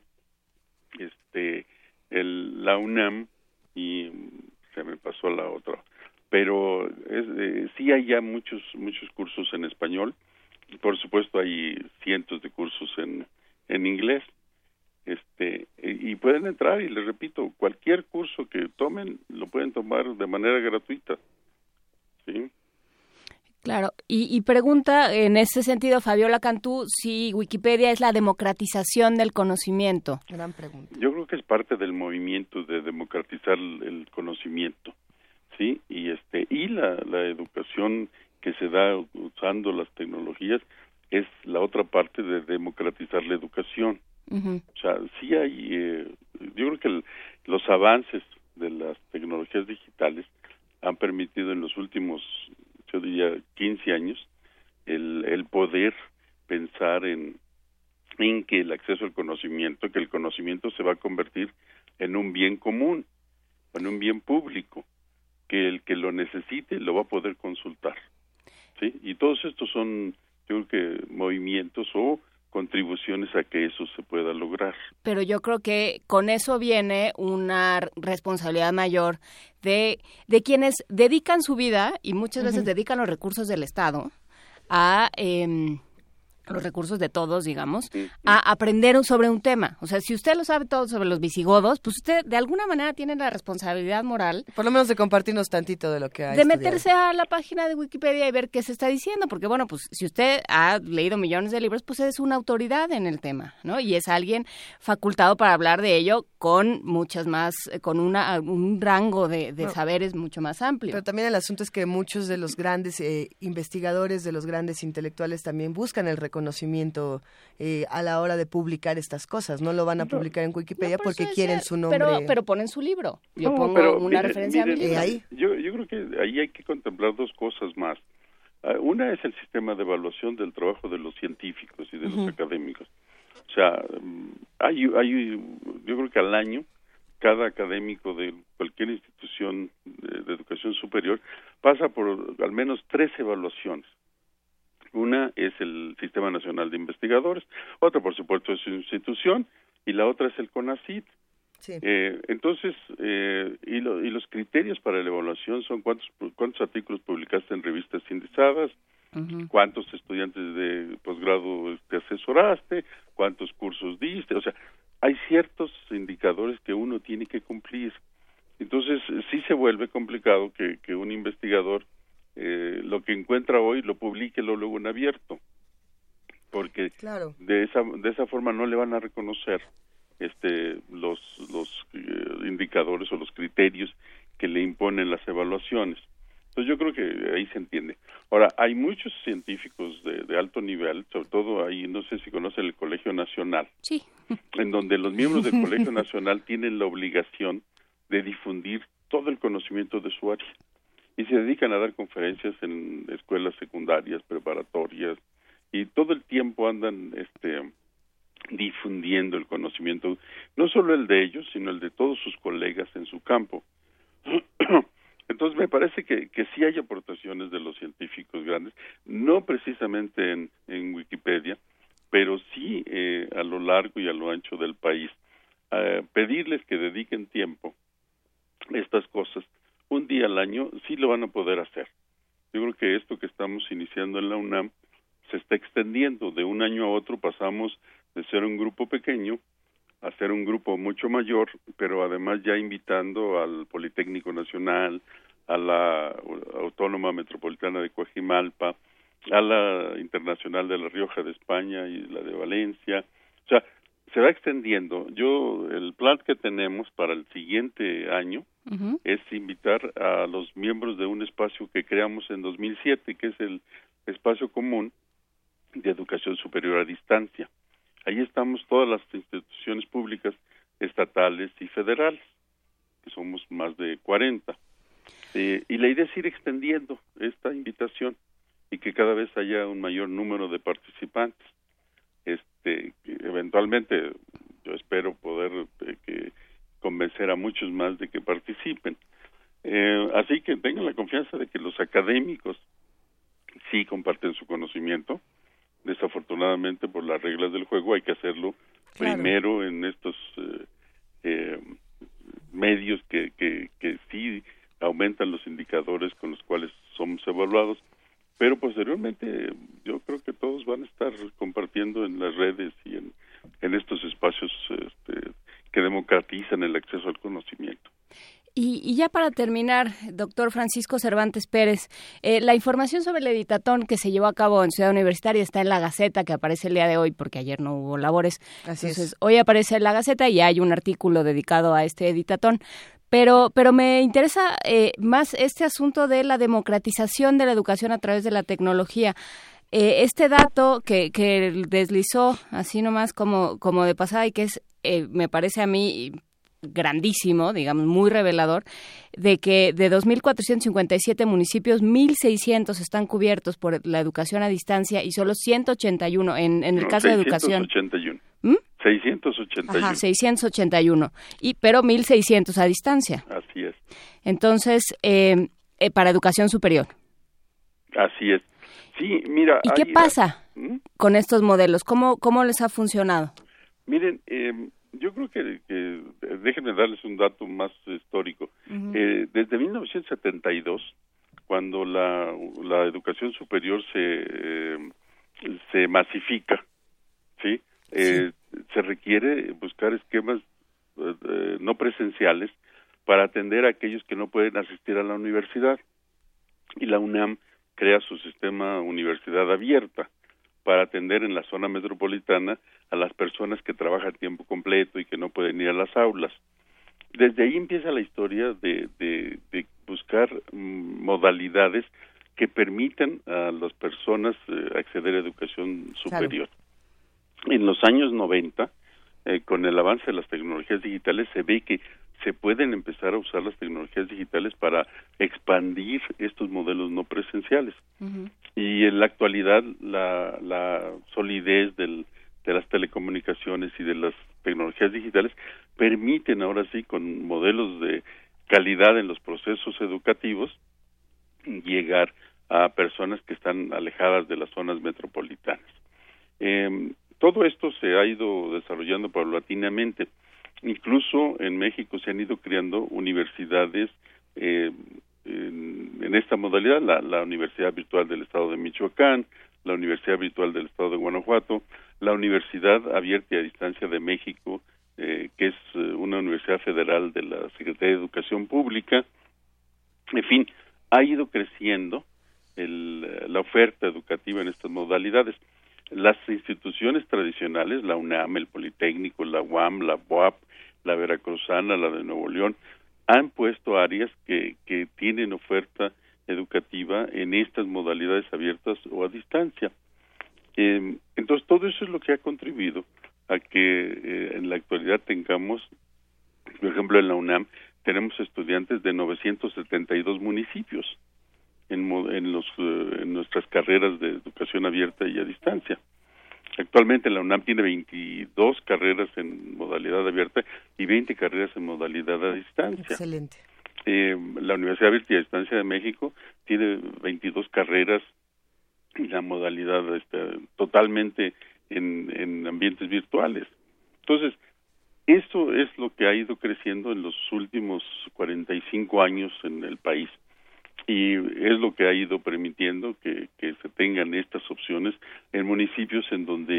la UNAM, y se me pasó la otra. Pero sí hay ya muchos cursos en español, y por supuesto hay cientos de cursos en inglés. Y pueden entrar, y les repito, cualquier curso que tomen lo pueden tomar de manera gratuita, ¿sí? Claro, y pregunta en ese sentido Fabiola Cantú si Wikipedia es la democratización del conocimiento. Gran pregunta. Yo creo que es parte del movimiento de democratizar el conocimiento, ¿sí? Y la educación que se da usando las tecnologías es la otra parte de democratizar la educación. O sea, sí hay, yo creo que los avances de las tecnologías digitales han permitido en los últimos, yo diría, 15 años, el poder pensar en en que el acceso al conocimiento, que el conocimiento se va a convertir en un bien común, en un bien público, que el que lo necesite lo va a poder consultar, ¿sí? Y todos estos son, yo creo que movimientos o contribuciones a que eso se pueda lograr. Pero yo creo que con eso viene una responsabilidad mayor de quienes dedican su vida y muchas veces dedican los recursos del Estado a los recursos de todos, digamos, a aprender sobre un tema. O sea, si usted lo sabe todo sobre los visigodos, pues usted de alguna manera tiene la responsabilidad moral, por lo menos de compartirnos tantito de lo que hay. De meterse a la página de Wikipedia y ver qué se está diciendo, porque bueno, pues si usted ha leído millones de libros, pues es una autoridad en el tema, ¿no? Y es alguien facultado para hablar de ello con muchas más, con un rango de saberes mucho más amplio. Pero también el asunto es que muchos de los grandes investigadores, de los grandes intelectuales también buscan el reconocimiento a la hora de publicar estas cosas. No lo van a publicar en Wikipedia porque quieren su nombre. Pero ponen su libro. Yo pongo una referencia a mi libro. Yo creo que ahí hay que contemplar dos cosas más. Una es el sistema de evaluación del trabajo de los científicos y de los académicos. O sea, yo creo que al año cada académico de cualquier institución de educación superior pasa por al menos 3 evaluaciones. Una es el Sistema Nacional de Investigadores, otra por supuesto es su institución y la otra es el CONACYT. Sí. Entonces, y los criterios para la evaluación son cuántos artículos publicaste en revistas indizadas, cuántos estudiantes de posgrado te asesoraste, cuántos cursos diste, o sea, hay ciertos indicadores que uno tiene que cumplir. Entonces, sí se vuelve complicado que un investigador lo que encuentra hoy lo publique luego en abierto, porque claro, de esa forma no le van a reconocer los indicadores o los criterios que le imponen las evaluaciones. Entonces yo creo que ahí se entiende. Ahora, hay muchos científicos de alto nivel, sobre todo ahí, no sé si conocen el Colegio Nacional, sí, en donde los miembros del Colegio Nacional tienen la obligación de difundir todo el conocimiento de su área y se dedican a dar conferencias en escuelas secundarias, preparatorias, y todo el tiempo andan difundiendo el conocimiento, no solo el de ellos, sino el de todos sus colegas en su campo. Entonces me parece que sí hay aportaciones de los científicos grandes, no precisamente en Wikipedia, pero sí a lo largo y a lo ancho del país. Pedirles que dediquen tiempo a estas cosas un día al año, sí lo van a poder hacer. Yo creo que esto que estamos iniciando en la UNAM se está extendiendo. De un año a otro pasamos de ser un grupo pequeño a ser un grupo mucho mayor, pero además ya invitando al Politécnico Nacional, a la Autónoma Metropolitana de Coajimalpa, a la Internacional de La Rioja de España y la de Valencia. O sea, se va extendiendo. El plan que tenemos para el siguiente año es invitar a los miembros de un espacio que creamos en 2007, que es el Espacio Común de Educación Superior a Distancia. Ahí estamos todas las instituciones públicas, estatales y federales, que somos más de 40. Y la idea es ir extendiendo esta invitación y que cada vez haya un mayor número de participantes. Eventualmente yo espero poder convencer a muchos más de que participen. Así que tengan la confianza de que los académicos sí comparten su conocimiento. Desafortunadamente, por las reglas del juego, hay que hacerlo primero en estos medios que sí aumentan los indicadores con los cuales somos evaluados, pero posteriormente yo creo que todos van a estar compartiendo en las redes y en estos espacios que democratizan el acceso al conocimiento. Y ya para terminar, doctor Francisco Cervantes Pérez, la información sobre el editatón que se llevó a cabo en Ciudad Universitaria está en la Gaceta, que aparece el día de hoy porque ayer no hubo labores. Entonces, hoy aparece en la Gaceta y hay un artículo dedicado a este editatón. Pero me interesa más este asunto de la democratización de la educación a través de la tecnología. Este dato que deslizó así nomás como de pasada y que es, me parece a mí, grandísimo, digamos, muy revelador, de que de 2.457 municipios, 1.600 están cubiertos por la educación a distancia y solo 181 en el caso de educación. 681. ¿Mm? 681. Ajá, 681, pero 1.600 a distancia. Así es. Entonces, para educación superior. Así es. Sí, mira. ¿Y qué pasa con estos modelos? ¿Cómo les ha funcionado? Miren, yo creo que déjenme darles un dato más histórico. Uh-huh. Desde 1972, cuando la educación superior se masifica, ¿sí? Se requiere buscar esquemas no presenciales para atender a aquellos que no pueden asistir a la universidad. Y la UNAM crea su sistema universidad abierta para atender en la zona metropolitana a las personas que trabajan a tiempo completo y que no pueden ir a las aulas. Desde ahí empieza la historia de buscar modalidades que permitan a las personas acceder a educación superior. Claro. En los años 90, con el avance de las tecnologías digitales, se ve que se pueden empezar a usar las tecnologías digitales para expandir estos modelos no presenciales. Uh-huh. Y en la actualidad la solidez de las telecomunicaciones y de las tecnologías digitales permiten ahora sí, con modelos de calidad en los procesos educativos, llegar a personas que están alejadas de las zonas metropolitanas. Todo esto se ha ido desarrollando paulatinamente. Incluso en México se han ido creando universidades en esta modalidad, la Universidad Virtual del Estado de Michoacán, la Universidad Virtual del Estado de Guanajuato, la Universidad Abierta y a Distancia de México, que es una universidad federal de la Secretaría de Educación Pública. En fin, ha ido creciendo la oferta educativa en estas modalidades. Las instituciones tradicionales, la UNAM, el Politécnico, la UAM, la UAP, la Veracruzana, la de Nuevo León, han puesto áreas que tienen oferta educativa en estas modalidades abiertas o a distancia. Entonces, todo eso es lo que ha contribuido a que en la actualidad tengamos, por ejemplo, en la UNAM, tenemos estudiantes de 972 municipios en nuestras carreras de educación abierta y a distancia. Actualmente la UNAM tiene 22 carreras en modalidad abierta y 20 carreras en modalidad a distancia. Excelente. La Universidad Abierta y a Distancia de México tiene 22 carreras en la modalidad totalmente en ambientes virtuales. Entonces, eso es lo que ha ido creciendo en los últimos 45 años en el país. Y es lo que ha ido permitiendo que se tengan estas opciones en municipios en donde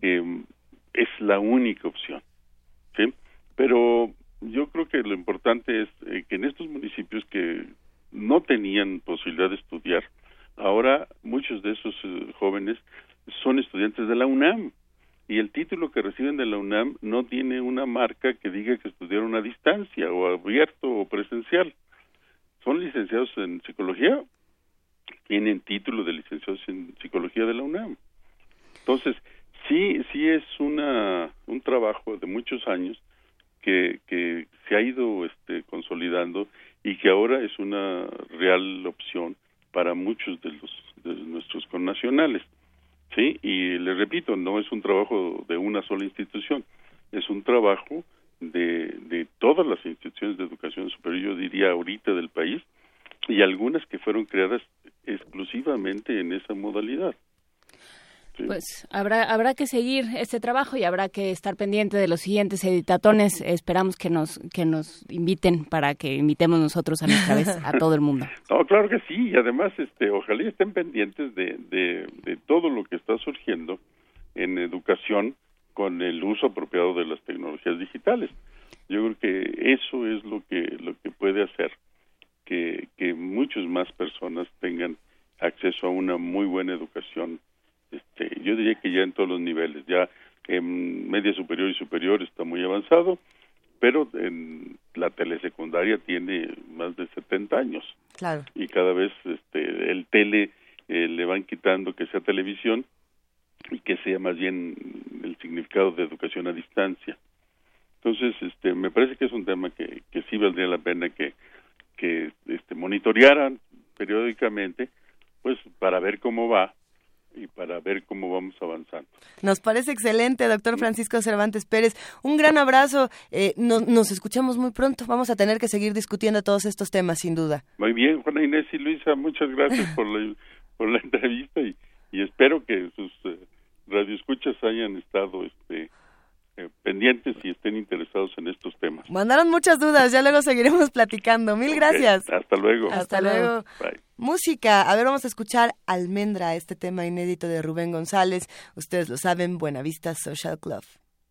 es la única opción, ¿sí? Pero yo creo que lo importante es que en estos municipios que no tenían posibilidad de estudiar, ahora muchos de esos jóvenes son estudiantes de la UNAM y el título que reciben de la UNAM no tiene una marca que diga que estudiaron a distancia o abierto o presencial. Son licenciados en psicología, tienen título de licenciados en psicología de la UNAM. Entonces, sí es un trabajo de muchos años que se ha ido consolidando y que ahora es una real opción para muchos de nuestros connacionales, ¿sí? Y les repito, no es un trabajo de una sola institución, es un trabajo de todas las instituciones de educación superior, yo diría ahorita del país, y algunas que fueron creadas exclusivamente en esa modalidad. Sí. Pues habrá que seguir este trabajo y habrá que estar pendiente de los siguientes editatones. Esperamos que nos inviten para que invitemos nosotros a nuestra vez a todo el mundo. No, claro que sí, y además ojalá estén pendientes de todo lo que está surgiendo en educación con el uso apropiado de las tecnologías digitales. Yo creo que eso es lo que puede hacer que muchas más personas tengan acceso a una muy buena educación. Yo diría que ya en todos los niveles, ya en media superior y superior está muy avanzado, pero en la telesecundaria tiene más de 70 años. Claro. Y cada vez el tele le van quitando que sea televisión y que sea más bien el significado de educación a distancia. Entonces, me parece que es un tema que sí valdría la pena que monitorearan periódicamente, pues para ver cómo va y para ver cómo vamos avanzando. Nos parece excelente, doctor Francisco Cervantes Pérez. Un gran abrazo. Nos escuchamos muy pronto. Vamos a tener que seguir discutiendo todos estos temas, sin duda. Muy bien, Juana Inés y Luisa, muchas gracias por la entrevista y espero que sus radioescuchas hayan estado pendientes y estén interesados en estos temas. Mandaron muchas dudas, ya luego seguiremos platicando. Mil gracias. Hasta luego. Hasta luego. Bye. Música, a ver, vamos a escuchar Almendra, este tema inédito de Rubén González. Ustedes lo saben, Buenavista Social Club.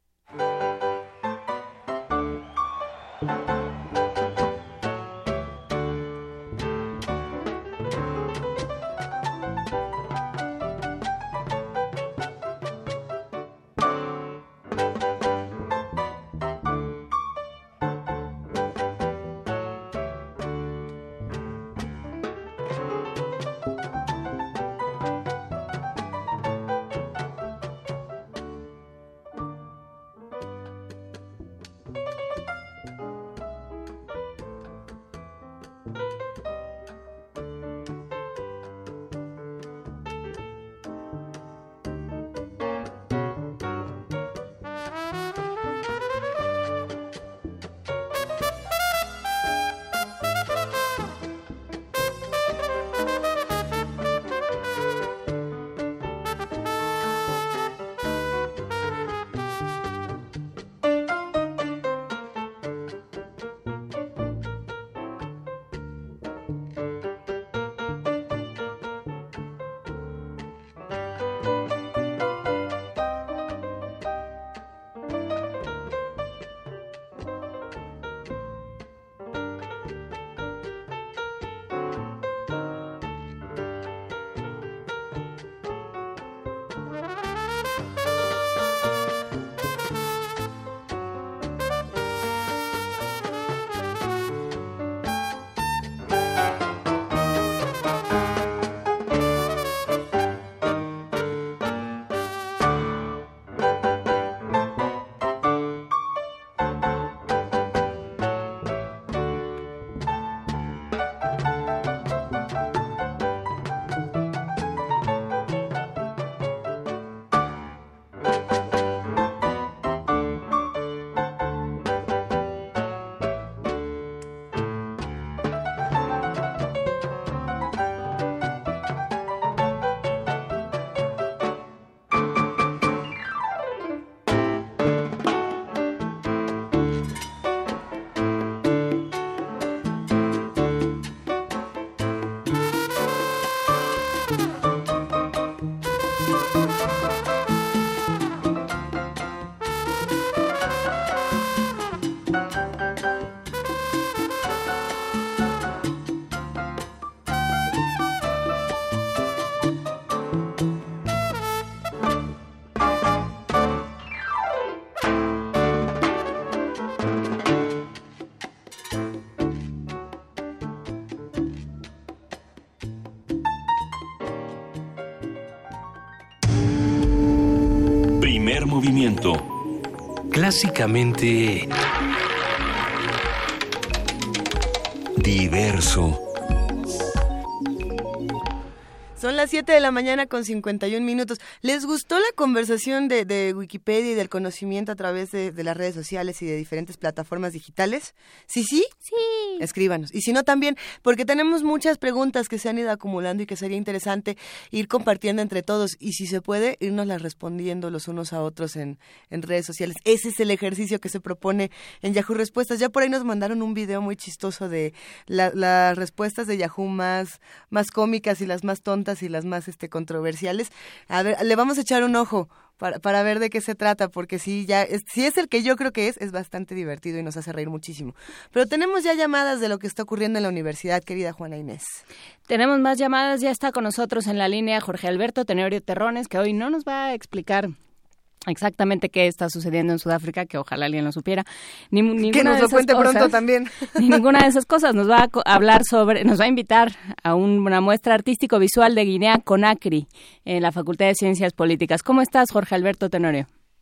Primer movimiento. Clásicamente diverso. Son las 7 de la mañana con 51 minutos. ¿Les gustó la conversación de Wikipedia y del conocimiento a través de las redes sociales y de diferentes plataformas digitales? ¿Sí? Sí. Escríbanos. Y si no, también, porque tenemos muchas preguntas que se han ido acumulando y que sería interesante ir compartiendo entre todos. Y si se puede, irnos las respondiendo los unos a otros en redes sociales. Ese es el ejercicio que se propone en Yahoo Respuestas. Ya por ahí nos mandaron un video muy chistoso de las respuestas de Yahoo más cómicas y las más tontas y las más controversiales. A ver, le vamos a echar un ojo para ver de qué se trata, porque si es el que yo creo que es bastante divertido y nos hace reír muchísimo. Pero tenemos ya llamadas de lo que está ocurriendo en la universidad, querida Juana Inés. Tenemos más llamadas, ya está con nosotros en la línea Jorge Alberto Tenorio Terrones, que hoy no nos va a explicar exactamente qué está sucediendo en Sudáfrica, que ojalá alguien lo supiera. Que nos lo cuente pronto también. Ni ninguna de esas cosas. Nos va a hablar nos va a invitar a una muestra artístico-visual de Guinea Conakry en la Facultad de Ciencias Políticas. ¿Cómo estás, Jorge Alberto Tenorio?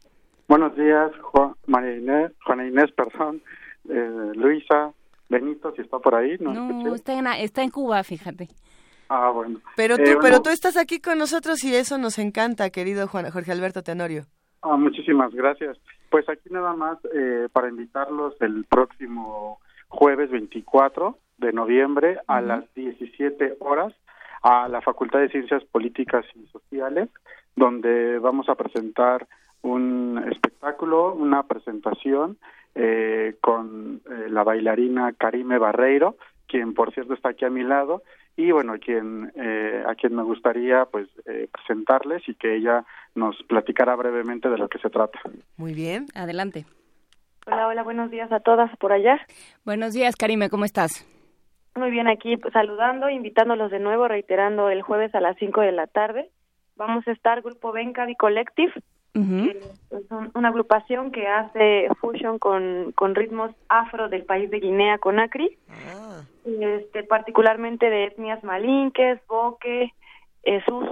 Buenos días, Juana Inés, Luisa, Benito, si está por ahí. No, está en Cuba, fíjate. Ah, bueno. Pero tú estás aquí con nosotros y eso nos encanta, querido Jorge Alberto Tenorio. Muchísimas gracias. Pues aquí nada más para invitarlos el próximo jueves 24 de noviembre a las 17 horas a la Facultad de Ciencias Políticas y Sociales, donde vamos a presentar un espectáculo, una presentación con la bailarina Karime Barreiro, quien por cierto está aquí a mi lado, y bueno, a quien me gustaría pues presentarles y que ella nos platicara brevemente de lo que se trata. Muy bien, adelante. Hola, buenos días a todas por allá. Buenos días, Karime, ¿cómo estás? Muy bien, aquí pues, saludando, invitándolos de nuevo, reiterando el jueves a las 5 de la tarde. Vamos a estar Grupo Bencavi Collective, que es una agrupación que hace fusion con ritmos afro del país de Guinea Conakry, particularmente de etnias malinques, boque, susus,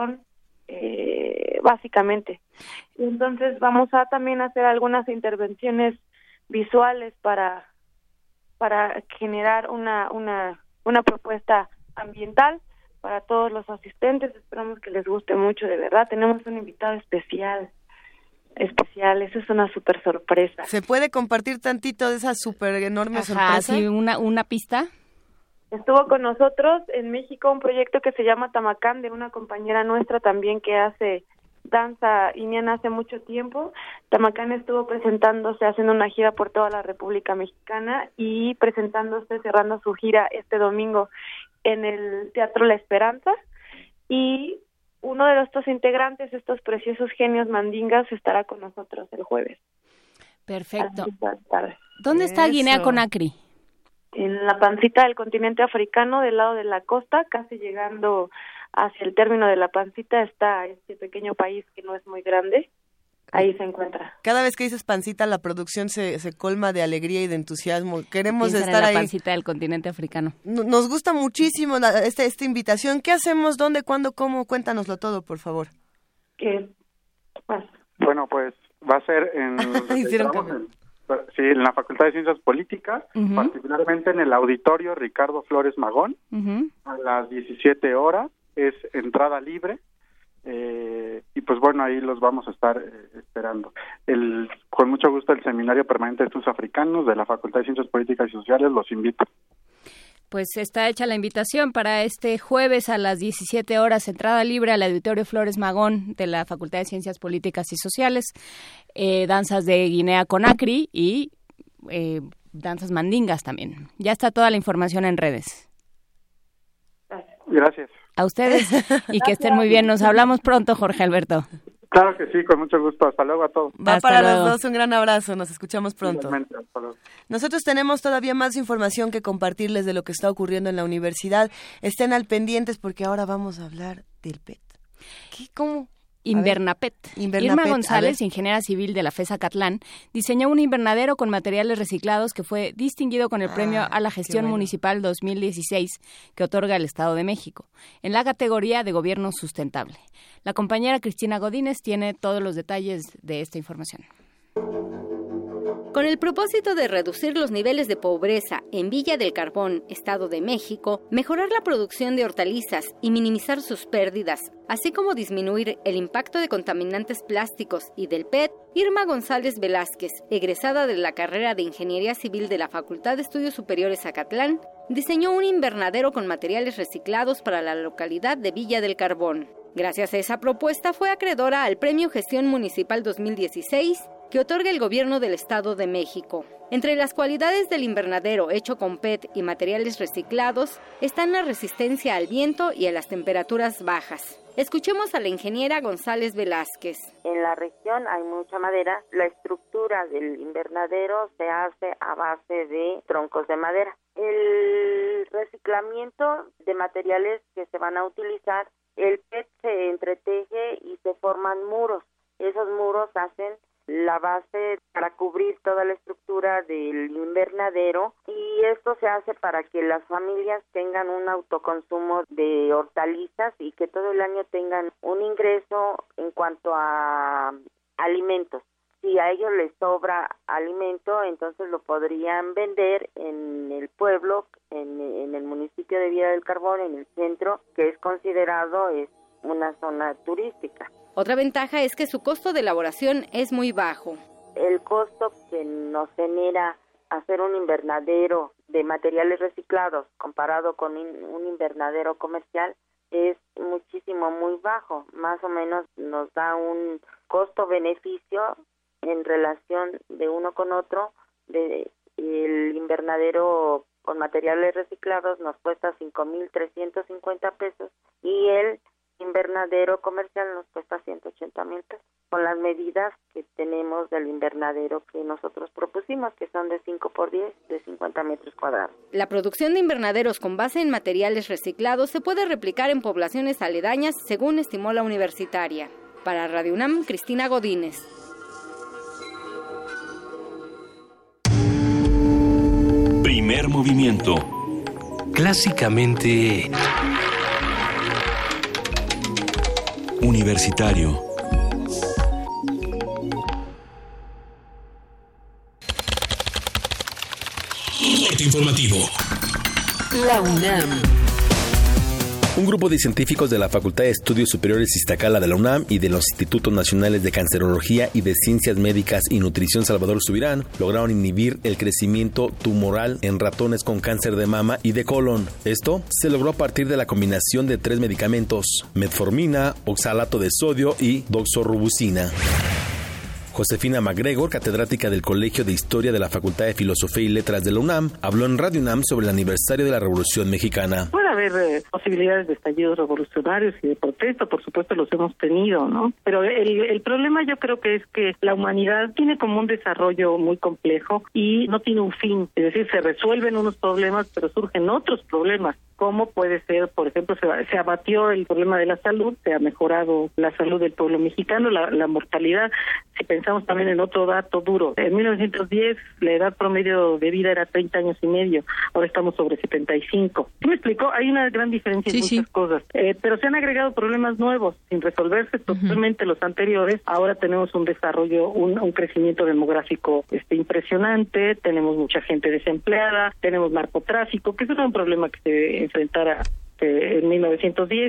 básicamente. Y entonces vamos a también hacer algunas intervenciones visuales para generar una propuesta ambiental para todos los asistentes. Esperamos que les guste mucho, de verdad. Tenemos un invitado especial, eso es una súper sorpresa. ¿Se puede compartir tantito de esa súper enorme sorpresa? Sí, una pista. Estuvo con nosotros en México un proyecto que se llama Tamacán, de una compañera nuestra también que hace danza guineana hace mucho tiempo. Tamacán estuvo presentándose, haciendo una gira por toda la República Mexicana y presentándose, cerrando su gira este domingo en el Teatro La Esperanza, y uno de nuestros integrantes, estos preciosos genios mandingas, estará con nosotros el jueves. Perfecto. ¿Dónde está Guinea Conakry? En la pancita del continente africano, del lado de la costa, casi llegando hacia el término de la pancita, está este pequeño país que no es muy grande. Ahí se encuentra. Cada vez que dices pancita, la producción se colma de alegría y de entusiasmo. Queremos Piensan estar en ahí. La pancita del continente africano. Nos gusta muchísimo esta invitación. ¿Qué hacemos? ¿Dónde? ¿Cuándo? ¿Cómo? Cuéntanoslo todo, por favor. Bueno, pues va a ser en la Facultad de Ciencias Políticas, particularmente en el Auditorio Ricardo Flores Magón, a las 17 horas. Es entrada libre. Y pues bueno, ahí los vamos a estar esperando. Con mucho gusto el Seminario Permanente de Estudios Africanos de la Facultad de Ciencias Políticas y Sociales los invita. Pues está hecha la invitación para este jueves a las 17 horas, entrada libre al Auditorio Flores Magón de la Facultad de Ciencias Políticas y Sociales, danzas de Guinea Conakry y danzas mandingas también. Ya está toda la información en redes. Gracias. A ustedes y que estén muy bien. Nos hablamos pronto, Jorge Alberto. Claro que sí, con mucho gusto. Hasta luego a todos. Para los dos, un gran abrazo. Nos escuchamos pronto. Nosotros tenemos todavía más información que compartirles de lo que está ocurriendo en la universidad. Estén al pendientes porque ahora vamos a hablar del PET. ¿Cómo? Invernapet. Irma González, ingeniera civil de la FES Acatlán, diseñó un invernadero con materiales reciclados que fue distinguido con el premio a la gestión municipal 2016 que otorga el Estado de México, en la categoría de gobierno sustentable. La compañera Cristina Godínez tiene todos los detalles de esta información. Con el propósito de reducir los niveles de pobreza en Villa del Carbón, Estado de México, mejorar la producción de hortalizas y minimizar sus pérdidas, así como disminuir el impacto de contaminantes plásticos y del PET, Irma González Velázquez, egresada de la carrera de Ingeniería Civil de la Facultad de Estudios Superiores Acatlán, diseñó un invernadero con materiales reciclados para la localidad de Villa del Carbón. Gracias a esa propuesta fue acreedora al Premio Gestión Municipal 2016 que otorga el Gobierno del Estado de México. Entre las cualidades del invernadero hecho con PET y materiales reciclados están la resistencia al viento y a las temperaturas bajas. Escuchemos a la ingeniera González Velázquez. En la región hay mucha madera. La estructura del invernadero se hace a base de troncos de madera. El reciclamiento de materiales que se van a utilizar, el PET se entreteje y se forman muros. Esos muros hacen la base para cubrir toda la estructura del invernadero, y esto se hace para que las familias tengan un autoconsumo de hortalizas y que todo el año tengan un ingreso en cuanto a alimentos. si a ellos les sobra alimento, entonces lo podrían vender en el pueblo, en el municipio de Villa del Carbón, en el centro, que es considerado una zona turística. Otra ventaja es que su costo de elaboración es muy bajo. El costo que nos genera hacer un invernadero de materiales reciclados comparado con un invernadero comercial es muchísimo, muy bajo. Más o menos nos da un costo-beneficio en relación de uno con otro. El invernadero con materiales reciclados nos cuesta 5,350 pesos y el invernadero comercial nos cuesta 180,000 pesos, con las medidas que tenemos del invernadero que nosotros propusimos, que son de 5x10, de 50 metros cuadrados. La producción de invernaderos con base en materiales reciclados se puede replicar en poblaciones aledañas, según estimó la universitaria. Para Radio UNAM, Cristina Godínez. Primer movimiento. Clásicamente universitario. Corte informativo. La UNAM. Un grupo de científicos de la Facultad de Estudios Superiores Iztacala de la UNAM y de los Institutos Nacionales de Cancerología y de Ciencias Médicas y Nutrición Salvador Subirán lograron inhibir el crecimiento tumoral en ratones con cáncer de mama y de colon. Esto se logró a partir de la combinación de 3 medicamentos: metformina, oxalato de sodio y doxorubicina. Josefina MacGregor, catedrática del Colegio de Historia de la Facultad de Filosofía y Letras de la UNAM, habló en Radio UNAM sobre el aniversario de la Revolución Mexicana. Puede haber posibilidades de estallidos revolucionarios y de protesta, por supuesto los hemos tenido, ¿no? Pero el problema yo creo que es que la humanidad tiene como un desarrollo muy complejo y no tiene un fin. Es decir, se resuelven unos problemas, pero surgen otros problemas. ¿Cómo puede ser? Por ejemplo, se abatió el problema de la salud, se ha mejorado la salud del pueblo mexicano, la mortalidad. Si pensamos también en otro dato duro, en 1910 la edad promedio de vida era 30 años y medio, ahora estamos sobre 75. ¿Sí me explicó? Hay una gran diferencia en muchas cosas, pero se han agregado problemas nuevos sin resolverse totalmente los anteriores. Ahora tenemos un desarrollo, un crecimiento demográfico impresionante, tenemos mucha gente desempleada, tenemos narcotráfico, que eso era un problema que se enfrentara en 1910.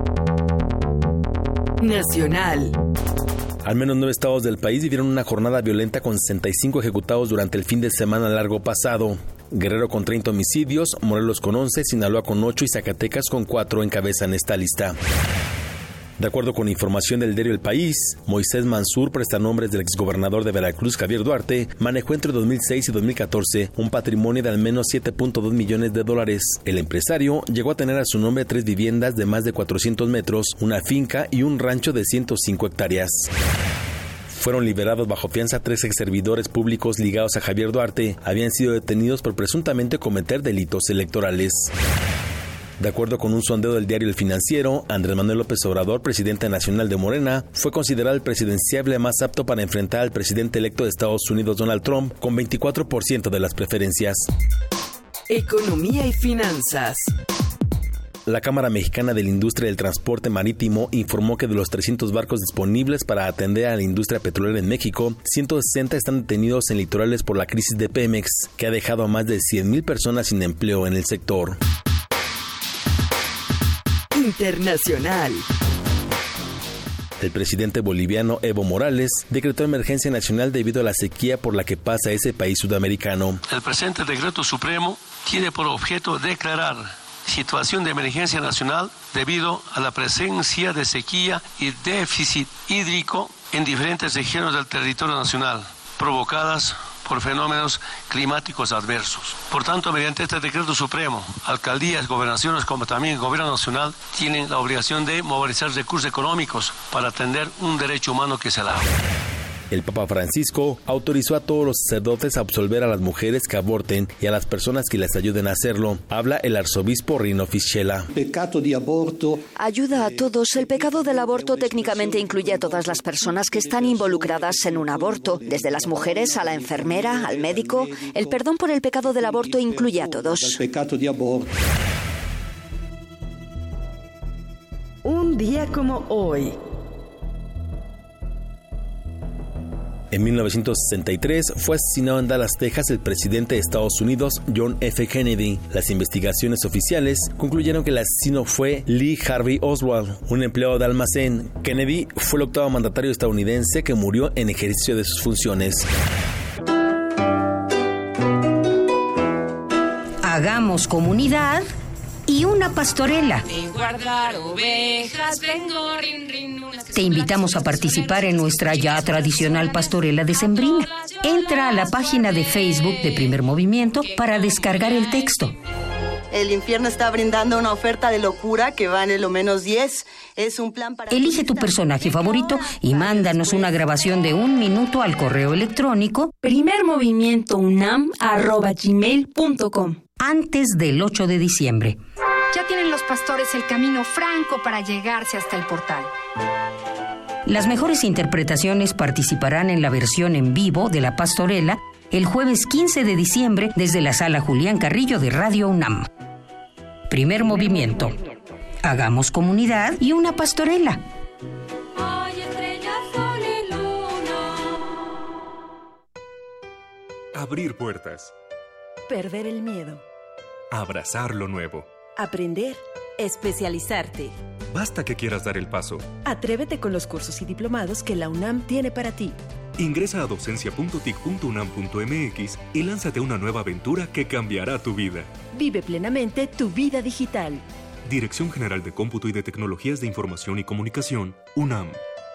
Nacional. Al menos 9 estados del país vivieron una jornada violenta con 65 ejecutados durante el fin de semana largo pasado. Guerrero con 30 homicidios, Morelos con 11, Sinaloa con 8 y Zacatecas con 4 encabezan esta lista. De acuerdo con información del diario El País, Moisés Mansur, prestanombres del exgobernador de Veracruz, Javier Duarte, manejó entre 2006 y 2014 un patrimonio de al menos $7.2 millones. El empresario llegó a tener a su nombre 3 viviendas de más de 400 metros, una finca y un rancho de 105 hectáreas. Fueron liberados bajo fianza 3 exservidores públicos ligados a Javier Duarte. Habían sido detenidos por presuntamente cometer delitos electorales. De acuerdo con un sondeo del diario El Financiero, Andrés Manuel López Obrador, presidente nacional de Morena, fue considerado el presidenciable más apto para enfrentar al presidente electo de Estados Unidos, Donald Trump, con 24% de las preferencias. Economía y finanzas. La Cámara Mexicana de la Industria del Transporte Marítimo informó que de los 300 barcos disponibles para atender a la industria petrolera en México, 160 están detenidos en litorales por la crisis de Pemex, que ha dejado a más de 100,000 personas sin empleo en el sector. Internacional. El presidente boliviano Evo Morales decretó emergencia nacional debido a la sequía por la que pasa ese país sudamericano. El presente decreto supremo tiene por objeto declarar situación de emergencia nacional debido a la presencia de sequía y déficit hídrico en diferentes regiones del territorio nacional, provocadas por fenómenos climáticos adversos. Por tanto, mediante este decreto supremo, alcaldías, gobernaciones, como también el gobierno nacional, tienen la obligación de movilizar recursos económicos para atender un derecho humano que es el agua. El Papa Francisco autorizó a todos los sacerdotes a absolver a las mujeres que aborten y a las personas que les ayuden a hacerlo. Habla el arzobispo Rino Fischella. Ayuda a todos. El pecado del aborto técnicamente incluye a todas las personas que están involucradas en un aborto, desde las mujeres a la enfermera, al médico. El perdón por el pecado del aborto incluye a todos. Un día como hoy. En 1963 fue asesinado en Dallas, Texas, el presidente de Estados Unidos, John F. Kennedy. Las investigaciones oficiales concluyeron que el asesino fue Lee Harvey Oswald, un empleado de almacén. Kennedy fue el octavo mandatario estadounidense que murió en ejercicio de sus funciones. Hagamos comunidad y una pastorela. Te invitamos a participar en nuestra ya tradicional pastorela decembrina. Entra a la página de Facebook de Primer Movimiento para descargar el texto. El infierno está brindando una oferta de locura que vale lo menos 10. Es un plan para... Elige tu personaje favorito y mándanos una grabación de 1 minuto al correo electrónico primermovimientounam@gmail.com antes del 8 de diciembre. Ya tienen los pastores el camino franco para llegarse hasta el portal. Las mejores interpretaciones participarán en la versión en vivo de la pastorela el jueves 15 de diciembre desde la Sala Julián Carrillo de Radio UNAM. Primer Movimiento. Hagamos comunidad y una pastorela. Hay estrellas, sol y luna. Abrir puertas. Perder el miedo. Abrazar lo nuevo. Aprender. Especializarte. Basta que quieras dar el paso. Atrévete con los cursos y diplomados que la UNAM tiene para ti. Ingresa a docencia.tic.unam.mx y lánzate a una nueva aventura que cambiará tu vida. Vive plenamente tu vida digital. Dirección General de Cómputo y de Tecnologías de Información y Comunicación, UNAM.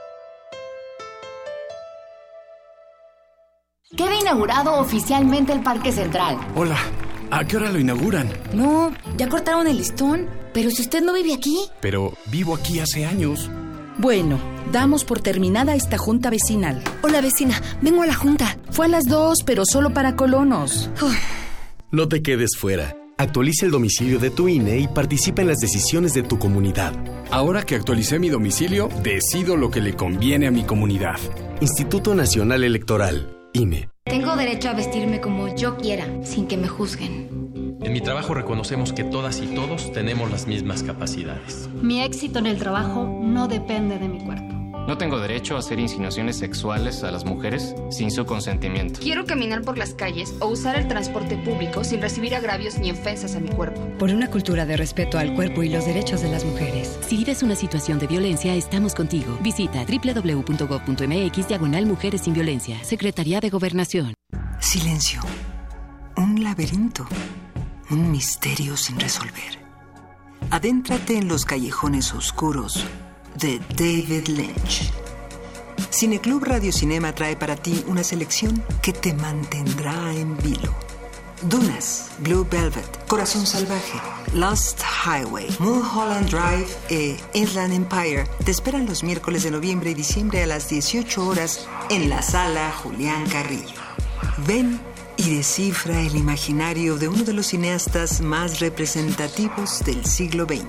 Queda inaugurado oficialmente el Parque Central. Hola, ¿a qué hora lo inauguran? No, ya cortaron el listón, pero si usted no vive aquí. Pero vivo aquí hace años. Bueno, damos por terminada esta junta vecinal. Hola vecina, vengo a la junta. Fue a las 2, pero solo para colonos. No te quedes fuera. Actualiza el domicilio de tu INE y participa en las decisiones de tu comunidad. Ahora que actualicé mi domicilio, decido lo que le conviene a mi comunidad. Instituto Nacional Electoral, INE. Tengo derecho a vestirme como yo quiera, sin que me juzguen. En mi trabajo reconocemos que todas y todos tenemos las mismas capacidades. Mi éxito en el trabajo no depende de mi cuerpo. No tengo derecho a hacer insinuaciones sexuales a las mujeres sin su consentimiento. Quiero caminar por las calles o usar el transporte público sin recibir agravios ni ofensas a mi cuerpo. Por una cultura de respeto al cuerpo y los derechos de las mujeres. Si vives una situación de violencia, estamos contigo. Visita www.gov.mx/Mujeres sin Violencia. Secretaría de Gobernación. Silencio. Un laberinto. Un misterio sin resolver. Adéntrate en los callejones oscuros de David Lynch. Cineclub Radio Cinema trae para ti una selección que te mantendrá en vilo. Dunas, Blue Velvet, Corazón Salvaje, Lost Highway, Mulholland Drive e Inland Empire te esperan los miércoles de noviembre y diciembre a las 18 horas en la Sala Julián Carrillo. Ven y descifra el imaginario de uno de los cineastas más representativos del siglo XX.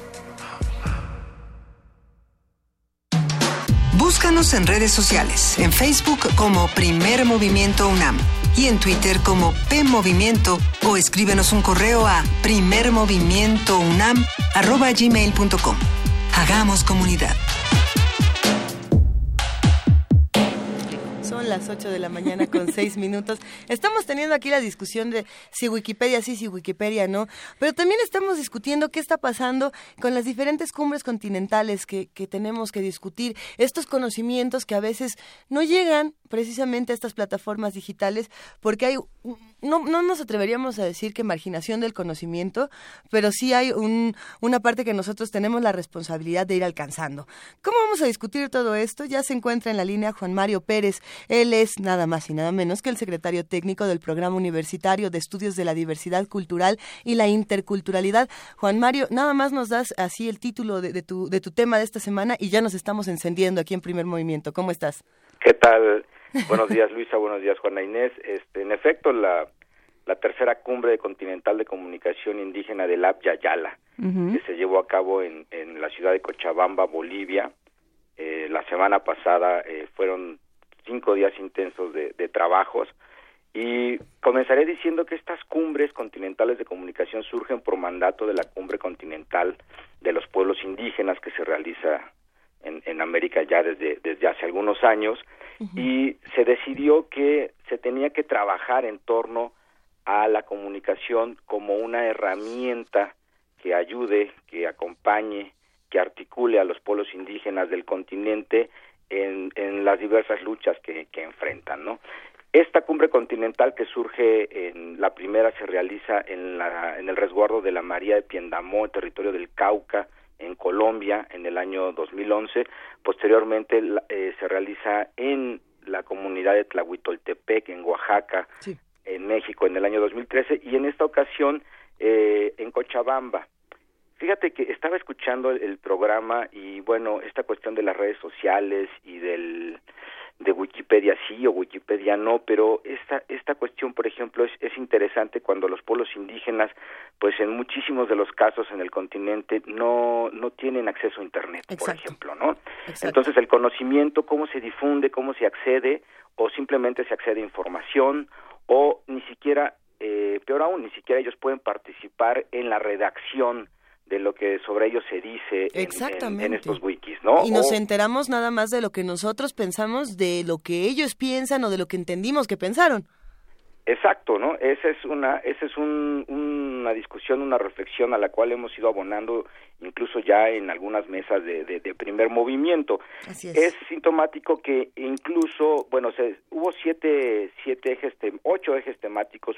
Búscanos en redes sociales, en Facebook como Primer Movimiento UNAM y en Twitter como PMovimiento o escríbenos un correo a primermovimientounam@gmail.com. Hagamos comunidad. Son las 8 de la mañana con 6 minutos. Estamos teniendo aquí la discusión de si Wikipedia sí, si Wikipedia no, pero también estamos discutiendo qué está pasando con las diferentes cumbres continentales que tenemos que discutir, estos conocimientos que a veces no llegan precisamente a estas plataformas digitales, porque hay, no nos atreveríamos a decir que marginación del conocimiento, pero sí hay una parte que nosotros tenemos la responsabilidad de ir alcanzando. ¿Cómo vamos a discutir todo esto? Ya se encuentra en la línea Juan Mario Pérez. Él es nada más y nada menos que el secretario técnico del Programa Universitario de Estudios de la Diversidad Cultural y la Interculturalidad. Juan Mario, nada más nos das así el título de tu tema de esta semana y ya nos estamos encendiendo aquí en Primer Movimiento. ¿Cómo estás? ¿Qué tal? Buenos días, Luisa. Buenos días, Juana Inés. En efecto, la tercera cumbre continental de comunicación indígena del Abya Yala, que se llevó a cabo en la ciudad de Cochabamba, Bolivia. La semana pasada fueron 5 días intensos de trabajos, y comenzaré diciendo que estas cumbres continentales de comunicación surgen por mandato de la Cumbre Continental de los Pueblos Indígenas que se realiza en América ya desde hace algunos años, y se decidió que se tenía que trabajar en torno a la comunicación como una herramienta que ayude, que acompañe, que articule a los pueblos indígenas del continente en las diversas luchas que enfrentan, ¿no? Esta cumbre continental que surge, la primera se realiza en el resguardo de la María de Piendamó, en territorio del Cauca, en Colombia, en el año 2011. Posteriormente se realiza en la comunidad de Tlahuitoltepec, en Oaxaca, sí, en México, en el año 2013, y en esta ocasión en Cochabamba. Fíjate que estaba escuchando el programa y, bueno, esta cuestión de las redes sociales y de Wikipedia sí o Wikipedia no, pero esta cuestión, por ejemplo, es interesante cuando los pueblos indígenas, pues en muchísimos de los casos en el continente no tienen acceso a Internet, exacto, por ejemplo, ¿no? Exacto. Entonces el conocimiento, cómo se difunde, cómo se accede, o simplemente se accede a información, o ni siquiera, peor aún, ni siquiera ellos pueden participar en la redacción de lo que sobre ellos se dice en estos wikis, ¿no? Y nos enteramos nada más de lo que nosotros pensamos, de lo que ellos piensan o de lo que entendimos que pensaron. Exacto, ¿no? Esa es una discusión, una reflexión a la cual hemos ido abonando incluso ya en algunas mesas de primer movimiento. Así es. Es sintomático que incluso, bueno, hubo 8 ejes temáticos,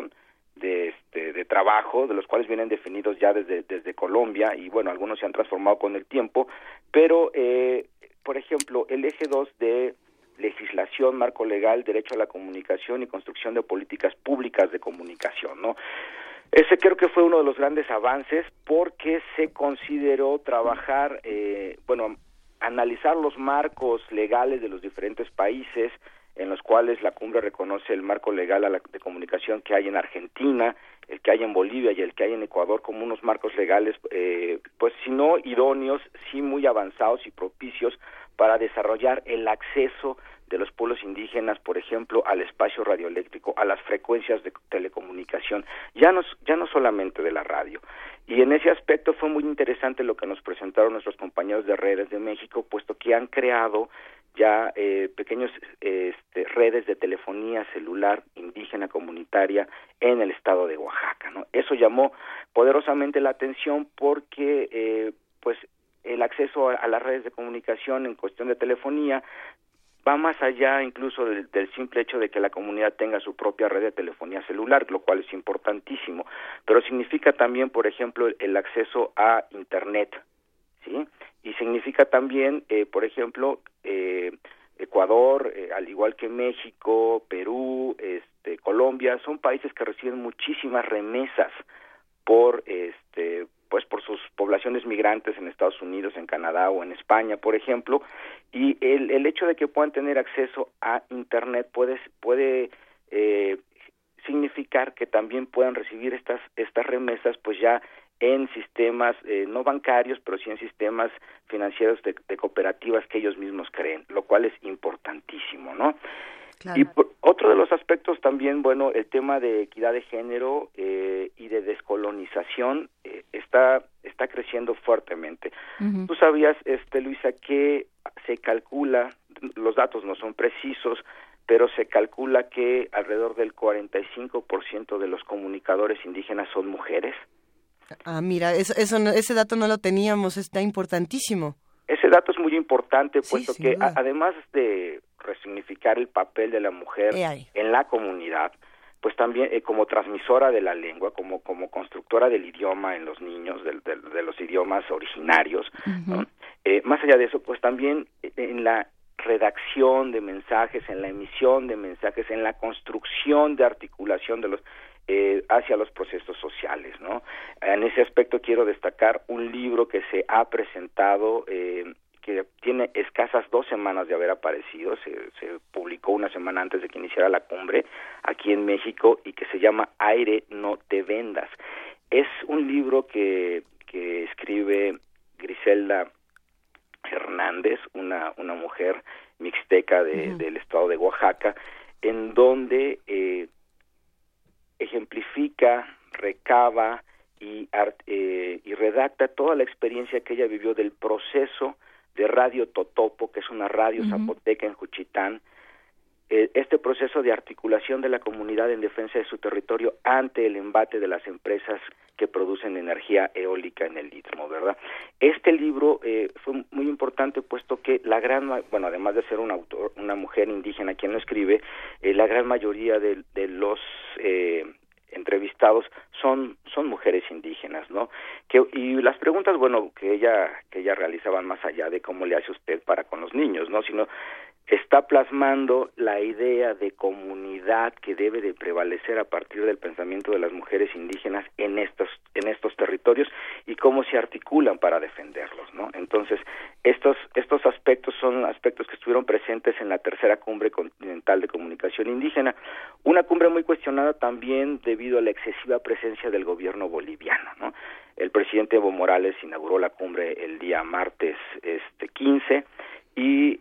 de trabajo, de los cuales vienen definidos ya desde Colombia, y bueno, algunos se han transformado con el tiempo, pero por ejemplo, el eje 2 de legislación, marco legal, derecho a la comunicación y construcción de políticas públicas de comunicación, ¿no? Ese creo que fue uno de los grandes avances, porque se consideró trabajar, analizar los marcos legales de los diferentes países, en los cuales la cumbre reconoce el marco legal de comunicación que hay en Argentina, el que hay en Bolivia y el que hay en Ecuador como unos marcos legales, pues si no idóneos, sí muy avanzados y propicios para desarrollar el acceso de los pueblos indígenas, por ejemplo, al espacio radioeléctrico, a las frecuencias de telecomunicación, ya no solamente de la radio. Y en ese aspecto fue muy interesante lo que nos presentaron nuestros compañeros de Redes de México, puesto que han creado ya pequeños redes de telefonía celular indígena comunitaria en el estado de Oaxaca, ¿no? Eso llamó poderosamente la atención porque pues el acceso a las redes de comunicación en cuestión de telefonía va más allá incluso del simple hecho de que la comunidad tenga su propia red de telefonía celular, lo cual es importantísimo, pero significa también, por ejemplo, el acceso a Internet, ¿sí? Y significa también, por ejemplo, Ecuador, al igual que México, Perú, Colombia, son países que reciben muchísimas remesas por sus poblaciones migrantes en Estados Unidos, en Canadá o en España, por ejemplo, y el hecho de que puedan tener acceso a Internet puede significar que también puedan recibir estas remesas, pues ya en sistemas no bancarios, pero sí en sistemas financieros de cooperativas que ellos mismos creen, lo cual es importantísimo, ¿no? Claro. Y otro de los aspectos también, bueno, el tema de equidad de género y de descolonización está creciendo fuertemente. Uh-huh. Tú sabías, Luisa, que se calcula, los datos no son precisos, pero se calcula que alrededor del 45% de los comunicadores indígenas son mujeres. Ah, mira, ese dato no lo teníamos, está importantísimo. Ese dato es muy importante, puesto que además de resignificar el papel de la mujer en la comunidad, pues también como transmisora de la lengua, como constructora del idioma en los niños, de los idiomas originarios, uh-huh, ¿no? Más allá de eso, pues también en la redacción de mensajes, en la emisión de mensajes, en la construcción de articulación de los hacia los procesos sociales, ¿no? En ese aspecto quiero destacar un libro que se ha presentado, que tiene escasas 2 semanas de haber aparecido, se publicó una semana antes de que iniciara la cumbre aquí en México, y que se llama Aire, no te vendas. Es un libro que escribe Griselda Hernández, una mujer mixteca del estado de Oaxaca, en donde ejemplifica, recaba y redacta toda la experiencia que ella vivió del proceso de Radio Totopo, que es una radio zapoteca en Juchitán, este proceso de articulación de la comunidad en defensa de su territorio ante el embate de las empresas que producen energía eólica en el Istmo, ¿verdad? Este libro fue muy importante puesto que además de ser una mujer indígena quien lo escribe, la gran mayoría de los entrevistados son mujeres indígenas, ¿no? Y las preguntas, que ella realizaban más allá de cómo le hace usted para con los niños, ¿no? Sino está plasmando la idea de comunidad que debe de prevalecer a partir del pensamiento de las mujeres indígenas en estos territorios y cómo se articulan para defenderlos, ¿no? Entonces, estos aspectos son aspectos que estuvieron presentes en la tercera cumbre continental de comunicación indígena, una cumbre muy cuestionada también debido a la excesiva presencia del gobierno boliviano, ¿no? El presidente Evo Morales inauguró la cumbre el día martes 15 y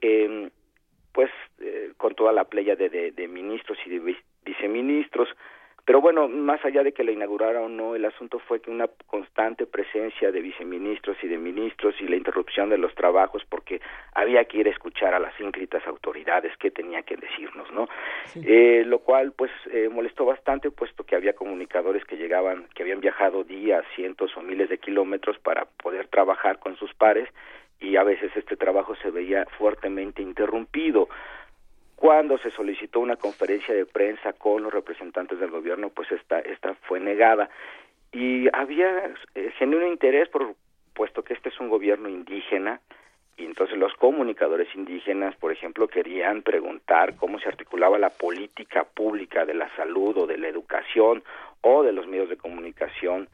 con toda la playa de ministros y de viceministros, pero bueno, más allá de que la inaugurara o no, el asunto fue que una constante presencia de viceministros y de ministros y la interrupción de los trabajos porque había que ir a escuchar a las ínclitas autoridades qué tenía que decirnos, ¿no? Sí. Lo cual molestó bastante puesto que había comunicadores que habían viajado días, cientos o miles de kilómetros para poder trabajar con sus pares y a veces este trabajo se veía fuertemente interrumpido. Cuando se solicitó una conferencia de prensa con los representantes del gobierno, pues esta fue negada y había genuino interés puesto que este es un gobierno indígena y entonces los comunicadores indígenas, por ejemplo, querían preguntar cómo se articulaba la política pública de la salud o de la educación o de los medios de comunicación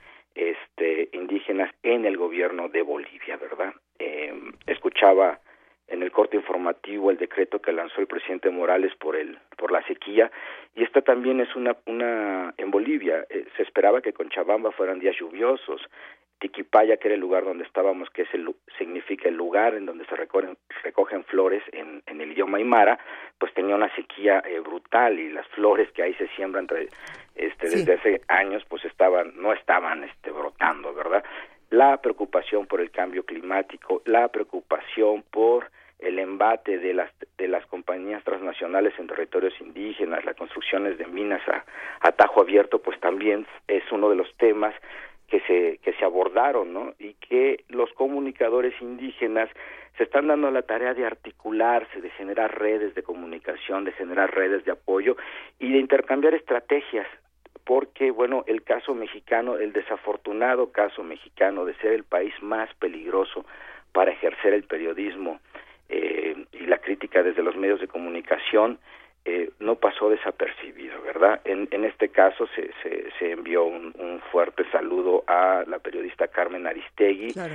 indígenas en el gobierno de Bolivia, ¿verdad? Escuchaba en el corte informativo el decreto que lanzó el presidente Morales por la sequía, y esta también es una en Bolivia. Se esperaba que Cochabamba fueran días lluviosos. Tiquipaya, que era el lugar donde estábamos, que significa el lugar en donde se recogen flores en el idioma aymara, pues tenía una sequía brutal y las flores que ahí se siembran desde hace años pues no estaban brotando, ¿verdad? La preocupación por el cambio climático, la preocupación por el embate de las compañías transnacionales en territorios indígenas, las construcciones de minas a tajo abierto, pues también es uno de los temas que se abordaron, ¿no? Y que los comunicadores indígenas se están dando la tarea de articularse, de generar redes de comunicación, de generar redes de apoyo y de intercambiar estrategias, porque, bueno, el caso mexicano, el desafortunado caso mexicano de ser el país más peligroso para ejercer el periodismo y la crítica desde los medios de comunicación, no pasó desapercibido, ¿verdad? En este caso se envió un fuerte saludo a la periodista Carmen Aristegui, claro.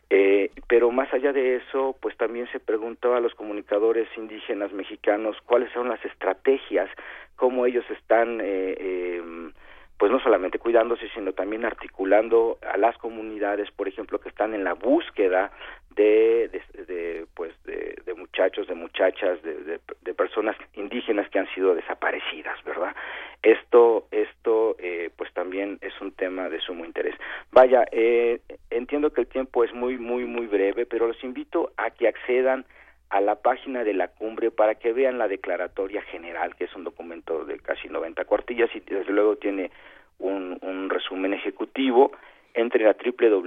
Pero más allá de eso, pues también se preguntó a los comunicadores indígenas mexicanos cuáles son las estrategias, cómo ellos están pues no solamente cuidándose, sino también articulando a las comunidades, por ejemplo, que están en la búsqueda de muchachos, de muchachas, de personas indígenas que han sido desaparecidas, ¿verdad? Esto pues también es un tema de sumo interés. Vaya, entiendo que el tiempo es muy, muy, muy breve, pero los invito a que accedan a la página de la cumbre para que vean la declaratoria general, que es un documento de casi 90 cuartillas y desde luego tiene un resumen ejecutivo. Entre a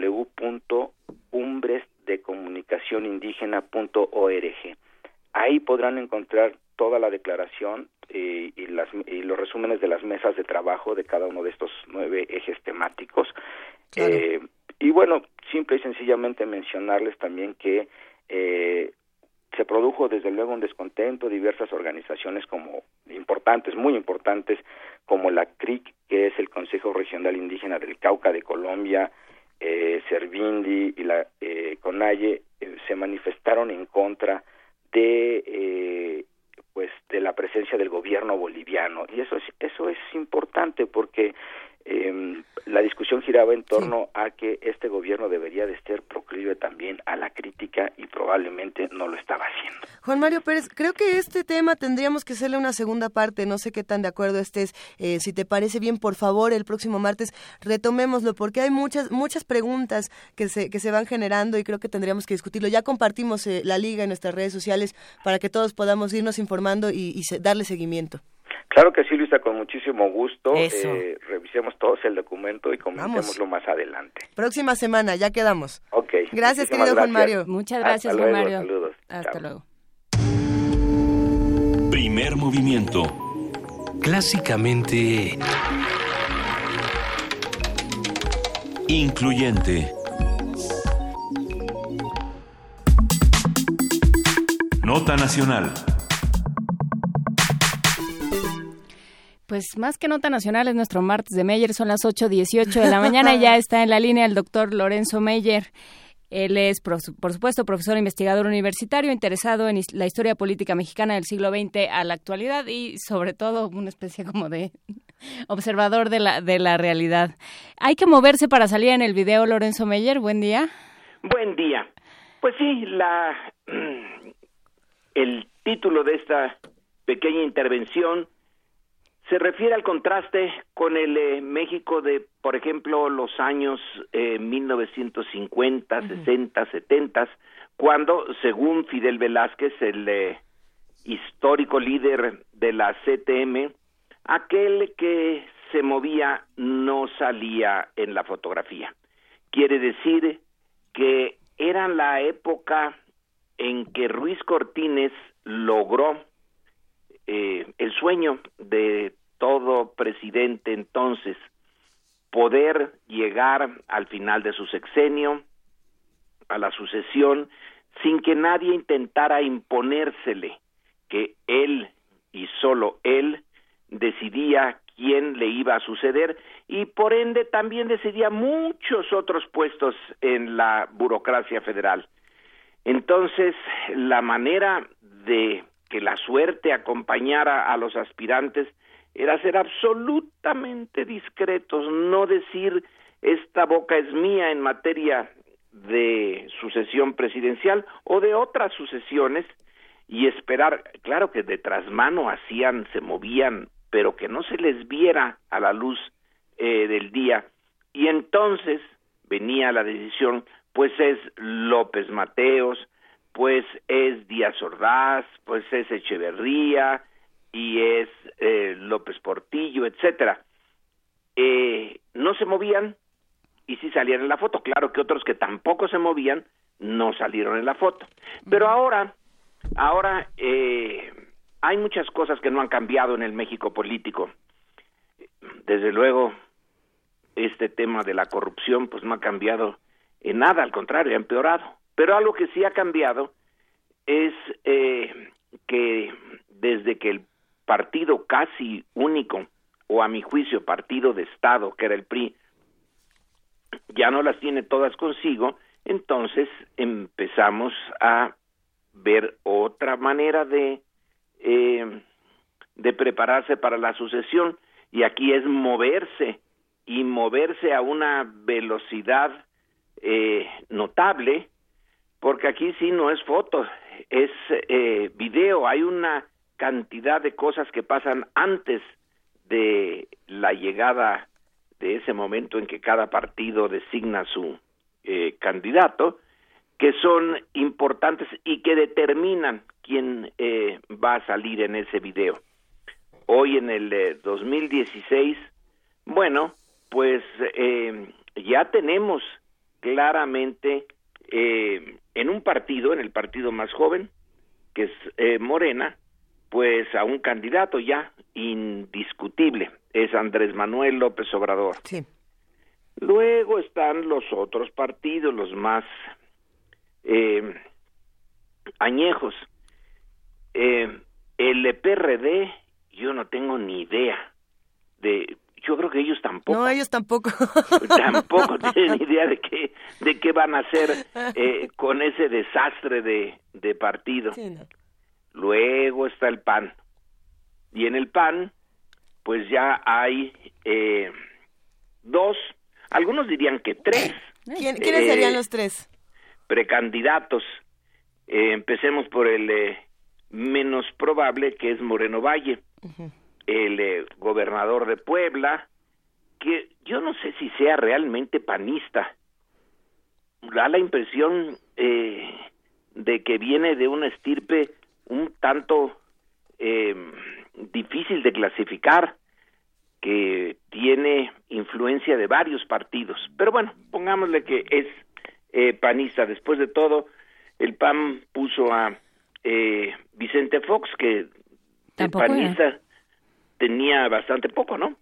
www.cumbresdecomunicacionindígena.org. Ahí podrán encontrar toda la declaración y los resúmenes de las mesas de trabajo de cada uno de estos 9 ejes temáticos. Claro. Y bueno, simple y sencillamente mencionarles también que se produjo desde luego un descontento, diversas organizaciones muy importantes, como la CRIC, que es el Consejo Regional Indígena del Cauca de Colombia, Servindi y la CONAIE, se manifestaron en contra de la presencia del gobierno boliviano, y eso es importante porque la discusión giraba giraba en torno a que este gobierno debería de ser proclive también a la crítica y probablemente no lo estaba haciendo. Juan Mario Pérez, creo que este tema tendríamos que hacerle una segunda parte, no sé qué tan de acuerdo estés, si te parece bien, por favor, el próximo martes retomémoslo, porque hay muchas preguntas que se van generando y creo que tendríamos que discutirlo. Ya compartimos la liga en nuestras redes sociales para que todos podamos irnos informando y darle seguimiento. Claro que sí, Luisa, con muchísimo gusto. Revisemos todos el documento y comentémoslo más adelante. Próxima semana, ya quedamos. Ok. Gracias, querido Juan Mario. Muchas gracias, Juan Mario. Saludos. Hasta luego. Primer movimiento. Clásicamente incluyente. Nota nacional. Pues más que nota nacional es nuestro martes de Meyer, son las 8:18 de la mañana y ya está en la línea el doctor Lorenzo Meyer. Él es, por supuesto, profesor investigador universitario, interesado en la historia política mexicana del siglo XX a la actualidad y, sobre todo, una especie como de observador de la realidad. Hay que moverse para salir en el video, Lorenzo Meyer. Buen día. Buen día. Pues sí, el título de esta pequeña intervención se refiere al contraste con el México de, por ejemplo, los años 1950, 60, 70, cuando, según Fidel Velázquez, el histórico líder de la CTM, aquel que se movía no salía en la fotografía. Quiere decir que era la época en que Ruiz Cortines logró el sueño de todo presidente entonces, poder llegar al final de su sexenio, a la sucesión, sin que nadie intentara imponérsele, que él y solo él decidía quién le iba a suceder y por ende también decidía muchos otros puestos en la burocracia federal. Entonces, la manera de que la suerte acompañara a los aspirantes era ser absolutamente discretos, no decir esta boca es mía en materia de sucesión presidencial o de otras sucesiones y esperar, claro que de trasmano hacían, se movían, pero que no se les viera a la luz del día. Y entonces venía la decisión, pues es López Mateos, pues es Díaz Ordaz, pues es Echeverría y es López Portillo, etcétera. No se movían y sí salían en la foto. Claro que otros que tampoco se movían no salieron en la foto. Pero ahora hay muchas cosas que no han cambiado en el México político. Desde luego, este tema de la corrupción pues no ha cambiado en nada, al contrario, ha empeorado. Pero algo que sí ha cambiado es que desde que el partido casi único, o a mi juicio partido de Estado, que era el PRI, ya no las tiene todas consigo, entonces empezamos a ver otra manera de prepararse para la sucesión, y aquí es moverse a una velocidad notable, porque aquí sí no es foto, es video. Hay una cantidad de cosas que pasan antes de la llegada de ese momento en que cada partido designa su candidato, que son importantes y que determinan quién va a salir en ese video. Hoy en el 2016, bueno, pues ya tenemos claramente en un partido, en el partido más joven, que es Morena, pues a un candidato ya indiscutible, es Andrés Manuel López Obrador. Sí. Luego están los otros partidos, los más añejos. El PRD, yo no tengo ni idea yo creo que ellos tampoco. No, ellos tampoco. Tampoco tienen idea de qué van a hacer con ese desastre de partido. Sí, no. Luego está el PAN. Y en el PAN, pues ya hay dos, algunos dirían que 3. ¿Quiénes serían los 3? Precandidatos. Empecemos por el menos probable, que es Moreno Valle, el gobernador de Puebla, que yo no sé si sea realmente panista. Da la impresión de que viene de una estirpe un tanto difícil de clasificar, que tiene influencia de varios partidos. Pero bueno, pongámosle que es panista. Después de todo, el PAN puso a Vicente Fox, que de panista tenía bastante poco, ¿no?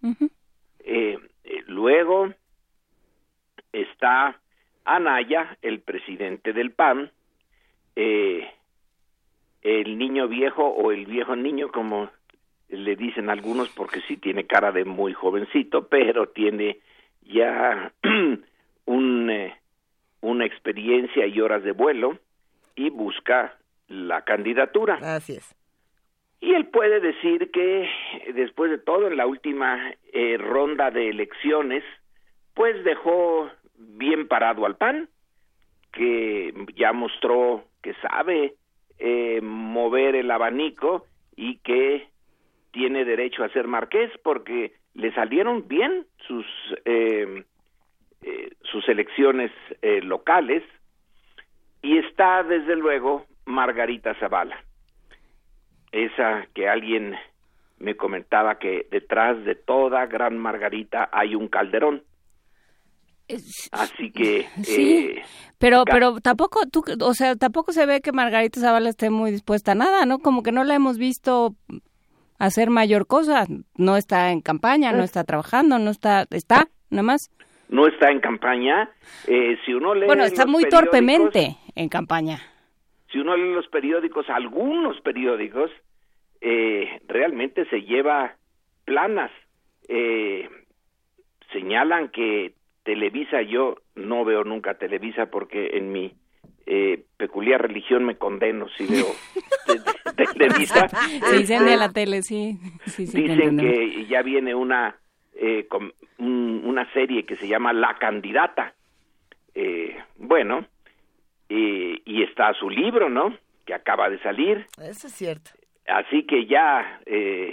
Luego está Anaya, el presidente del PAN, el niño viejo o el viejo niño, como le dicen algunos, porque sí tiene cara de muy jovencito, pero tiene ya una experiencia y horas de vuelo y busca la candidatura. Así es. Y él puede decir que después de todo, en la última ronda de elecciones, pues dejó bien parado al PAN, que ya mostró que sabe mover el abanico y que tiene derecho a ser marqués, porque le salieron bien sus elecciones locales. Y está, desde luego, Margarita Zavala, esa que alguien me comentaba que detrás de toda gran Margarita hay un Calderón. Así que sí, pero tampoco tampoco se ve que Margarita Zavala esté muy dispuesta a nada, ¿no? Como que no la hemos visto hacer mayor cosa. No está en campaña, no está trabajando, está nada más. No está en campaña. Si uno lee, bueno, está muy torpemente en campaña. Si uno lee los periódicos, algunos periódicos, realmente se lleva planas. Señalan que Televisa, yo no veo nunca Televisa porque en mi peculiar religión me condeno si veo Televisa. Se incendia la tele, sí. Dicen que ya viene una serie que se llama La Candidata. Bueno, y está su libro, ¿no? Que acaba de salir. Eso es cierto. Así que ya,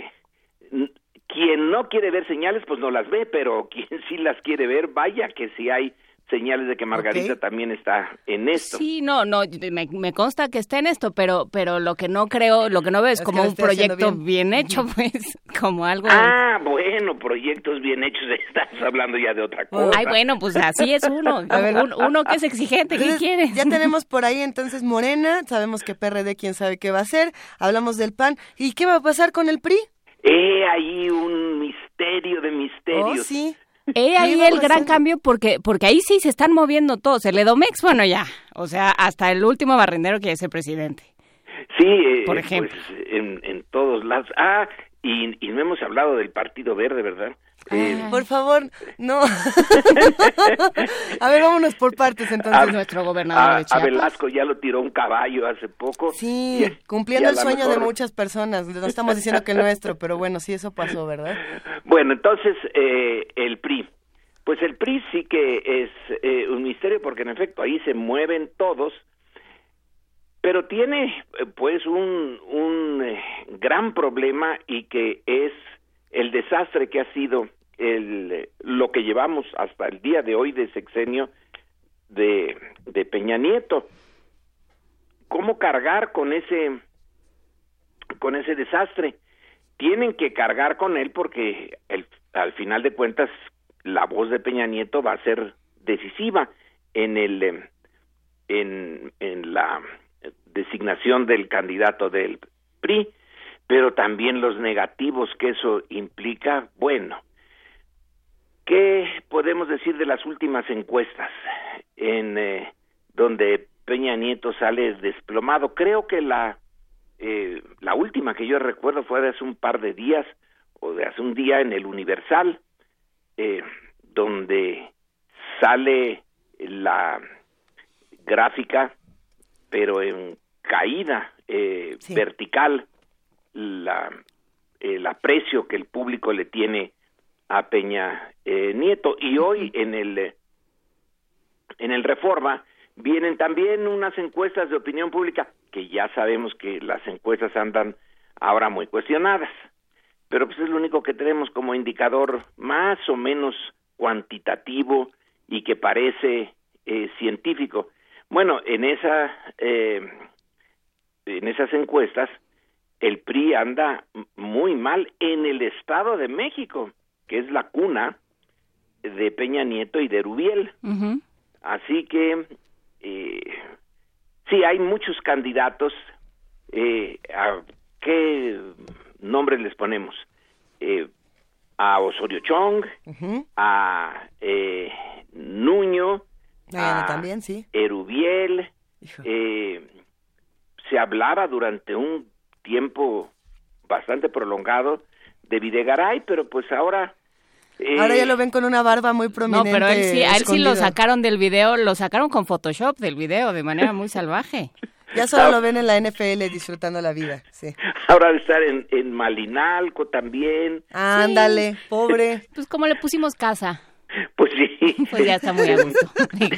quien no quiere ver señales, pues no las ve, pero quien sí las quiere ver, vaya que sí hay señales de que Margarita también está en esto. Sí, no, me consta que está en esto, pero lo que no veo es como un proyecto bien hecho, pues, como algo... Ah, bueno, proyectos bien hechos, estás hablando ya de otra cosa. Ay, bueno, pues así es uno, uno que es exigente, entonces, ¿qué quiere? Ya tenemos por ahí entonces Morena, sabemos que PRD, quién sabe qué va a hacer, hablamos del PAN, ¿y qué va a pasar con el PRI? Ahí un misterio de misterios. Oh, sí. Ahí el gran cambio, porque ahí sí se están moviendo todos. El Edomex, bueno, ya, o sea, hasta el último barrendero que es el presidente. Sí, por ejemplo. Pues, en todos lados. Y no hemos hablado del Partido Verde, ¿verdad? Por favor, no. A ver, vámonos por partes entonces. Nuestro gobernador de Chiapas. A Velasco ya lo tiró un caballo hace poco. Sí, cumpliendo el sueño de muchas personas. No estamos diciendo que el nuestro, pero bueno, sí, eso pasó, ¿verdad? Bueno, entonces, el PRI. Pues el PRI sí que es un misterio, porque en efecto ahí se mueven todos, pero tiene pues un gran problema, y que es el desastre que ha sido lo que llevamos hasta el día de hoy de sexenio de Peña Nieto. ¿Cómo cargar con ese desastre? Tienen que cargar con él porque al final de cuentas la voz de Peña Nieto va a ser decisiva en la designación del candidato del PRI, pero también los negativos que eso implica. Bueno, ¿qué podemos decir de las últimas encuestas donde Peña Nieto sale desplomado? Creo que la última que yo recuerdo fue de hace un par de días, o de hace un día, en el Universal, donde sale la gráfica, pero en caída vertical, el aprecio que el público le tiene a Peña Nieto. Y hoy en el Reforma vienen también unas encuestas de opinión pública, que ya sabemos que las encuestas andan ahora muy cuestionadas, pero pues es lo único que tenemos como indicador más o menos cuantitativo y que parece científico. Bueno, en esas encuestas el PRI anda muy mal en el Estado de México, que es la cuna de Peña Nieto y de Erubiel. Uh-huh. Así que sí, hay muchos candidatos. ¿A qué nombre les ponemos? A Osorio Chong, uh-huh, a Nuño, a también, sí, Erubiel. Se hablaba durante un tiempo bastante prolongado de Videgaray, pero pues ahora ya lo ven con una barba muy prominente. No, pero a él sí lo sacaron del video, lo sacaron con Photoshop del video de manera muy salvaje. Ya solo lo ven en la NFL disfrutando la vida, sí. Ahora de estar en Malinalco también. Ándale, sí. Pobre. Pues como le pusimos casa. Pues sí. Pues ya está muy a gusto.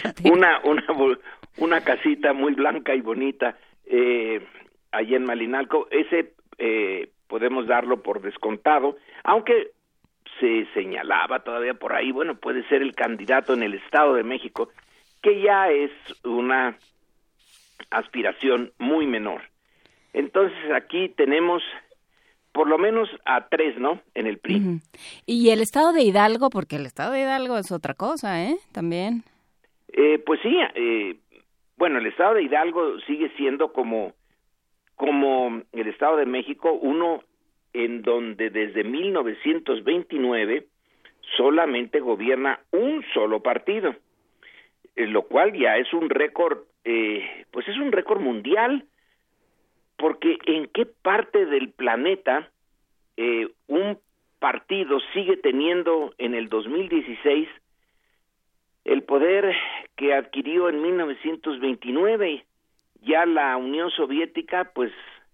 una casita muy blanca y bonita allí en Malinalco. Ese podemos darlo por descontado, aunque se señalaba todavía por ahí, bueno, puede ser el candidato en el Estado de México, que ya es una aspiración muy menor. Entonces aquí tenemos por lo menos a 3, ¿no?, en el PRI. Uh-huh. Y el Estado de Hidalgo, porque el Estado de Hidalgo es otra cosa, también. Pues sí, bueno, el Estado de Hidalgo sigue siendo como el Estado de México, uno en donde desde 1929 solamente gobierna un solo partido, lo cual ya es un récord, pues es un récord mundial, porque ¿en qué parte del planeta un partido sigue teniendo en el 2016 el poder que adquirió en 1929? Ya la Unión Soviética, pues,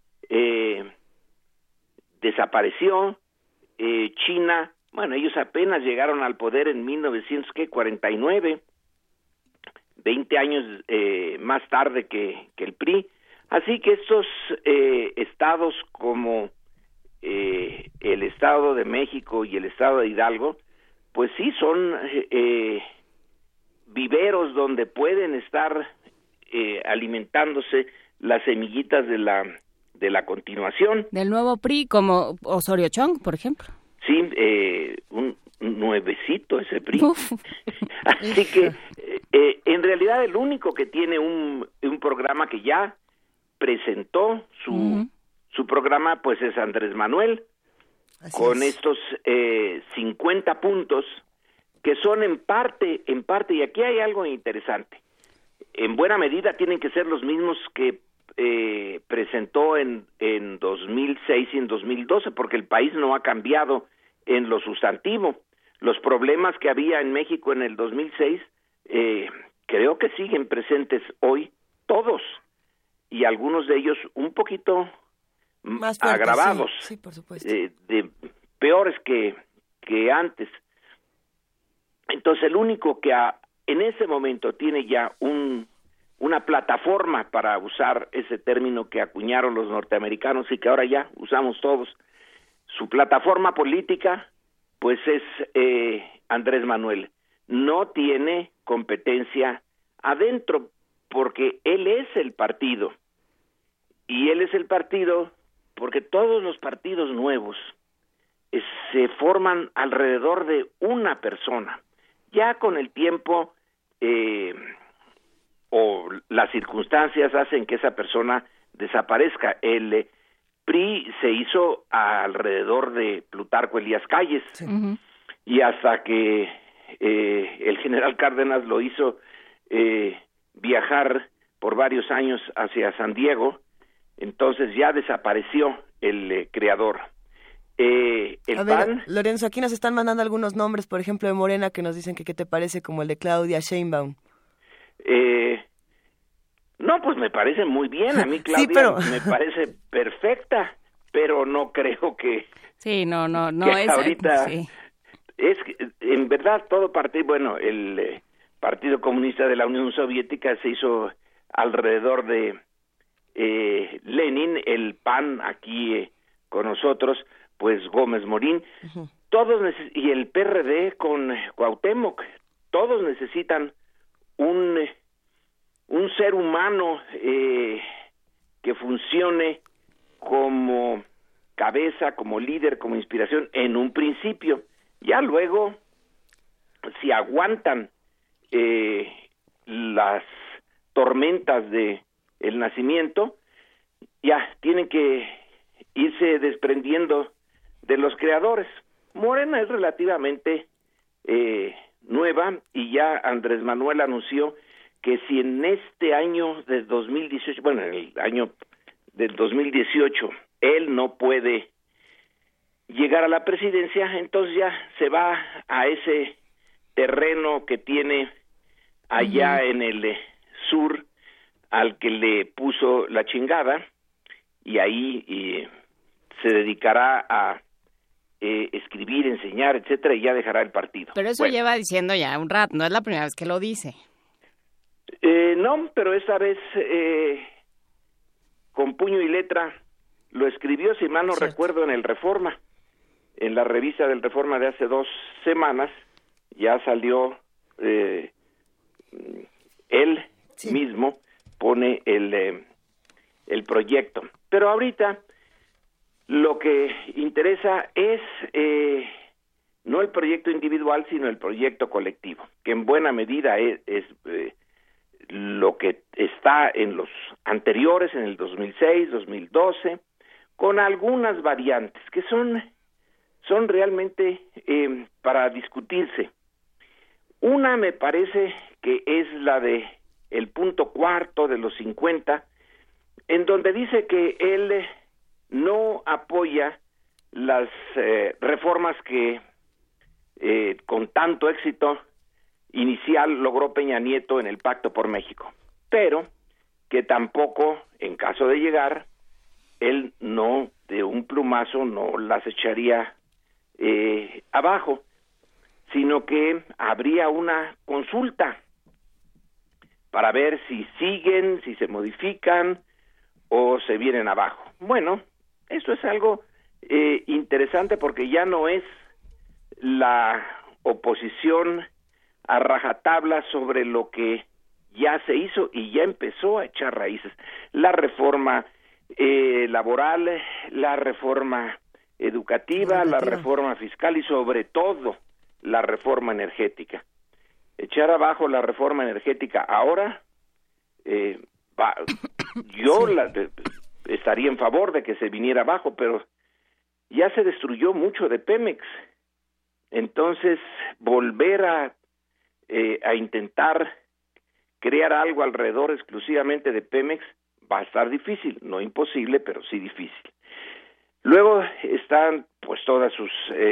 desapareció. China, bueno, ellos apenas llegaron al poder en 1949, 20 años más tarde que el PRI. Así que estos estados como el Estado de México y el Estado de Hidalgo, pues sí son viveros donde pueden estar alimentándose las semillitas de la continuación. Del nuevo PRI, como Osorio Chong, por ejemplo. Sí, un nuevecito ese PRI. Así que, en realidad, el único que tiene un programa que ya presentó su programa, pues es Andrés Manuel, así con es. Estos 50 puntos que son en parte, y aquí hay algo interesante, en buena medida tienen que ser los mismos que presentó en 2006 y en 2012, porque el país no ha cambiado en lo sustantivo. Los problemas que había en México en el 2006 creo que siguen presentes hoy todos, y algunos de ellos un poquito más fuertes, agravados, sí, por supuesto. De peores que antes. Entonces el único que en ese momento tiene ya una plataforma, para usar ese término que acuñaron los norteamericanos y que ahora ya usamos todos, su plataforma política, pues es Andrés Manuel. No tiene competencia adentro, porque él es el partido, y él es el partido porque todos los partidos nuevos se forman alrededor de una persona. Ya con el tiempo o las circunstancias hacen que esa persona desaparezca. El PRI se hizo alrededor de Plutarco Elías Calles, sí. Uh-huh. Y hasta que el general Cárdenas lo hizo viajar por varios años hacia San Diego, entonces ya desapareció el creador. El PAN... Lorenzo, aquí nos están mandando algunos nombres, por ejemplo, de Morena, que nos dicen que qué te parece, como el de Claudia Sheinbaum. No, pues me parece muy bien. A mí Claudia sí, me parece perfecta, pero no creo que... Sí, no. Que ahorita sí. es que, en verdad, todo partido, bueno, el Partido Comunista de la Unión Soviética se hizo alrededor de Lenin, el PAN aquí con nosotros, pues Gómez Morín, y el PRD con Cuauhtémoc, todos necesitan un ser humano que funcione como cabeza, como líder, como inspiración en un principio. Ya luego, si aguantan las tormentas de el nacimiento, ya tienen que irse desprendiendo de los creadores. Morena es relativamente nueva, y ya Andrés Manuel anunció que si en este año de 2018, bueno, en el año del 2018, él no puede llegar a la presidencia, entonces ya se va a ese terreno que tiene allá en el sur, al que le puso la chingada, y ahí se dedicará a escribir, enseñar, etcétera, y ya dejará el partido. Pero eso lleva diciendo ya un rato, no es la primera vez que lo dice. No, pero esta vez con puño y letra lo escribió, si mal no recuerdo, en el Reforma, en la revista del Reforma de hace 2 semanas, ya salió, él mismo pone el proyecto. Pero ahorita lo que interesa es no el proyecto individual, sino el proyecto colectivo, que en buena medida es lo que está en los anteriores, en el 2006, 2012, con algunas variantes que son realmente para discutirse. Una me parece que es la de el punto 4 de los 50, en donde dice que él no apoya las reformas que con tanto éxito inicial logró Peña Nieto en el Pacto por México, pero que tampoco, en caso de llegar, él no, de un plumazo, no las echaría abajo, sino que habría una consulta para ver si siguen, si se modifican o se vienen abajo. Bueno, esto es algo interesante, porque ya no es la oposición a rajatabla sobre lo que ya se hizo y ya empezó a echar raíces. La reforma laboral, la reforma educativa, la reforma fiscal y sobre todo la reforma energética. Echar abajo la reforma energética ahora, yo estaría en favor de que se viniera abajo, pero ya se destruyó mucho de Pemex. Entonces, volver a intentar crear algo alrededor exclusivamente de Pemex va a estar difícil, no imposible, pero sí difícil. Luego están pues todas sus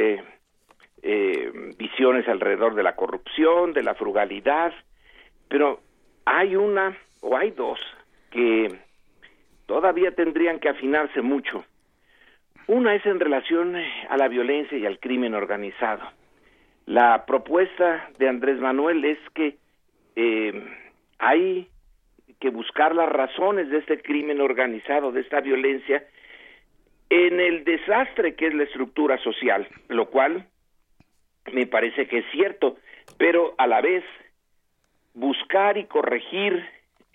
visiones alrededor de la corrupción, de la frugalidad, pero hay una o hay dos que todavía tendrían que afinarse mucho. Una es en relación a la violencia y al crimen organizado. La propuesta de Andrés Manuel es que hay que buscar las razones de este crimen organizado, de esta violencia, en el desastre que es la estructura social, lo cual me parece que es cierto, pero a la vez buscar y corregir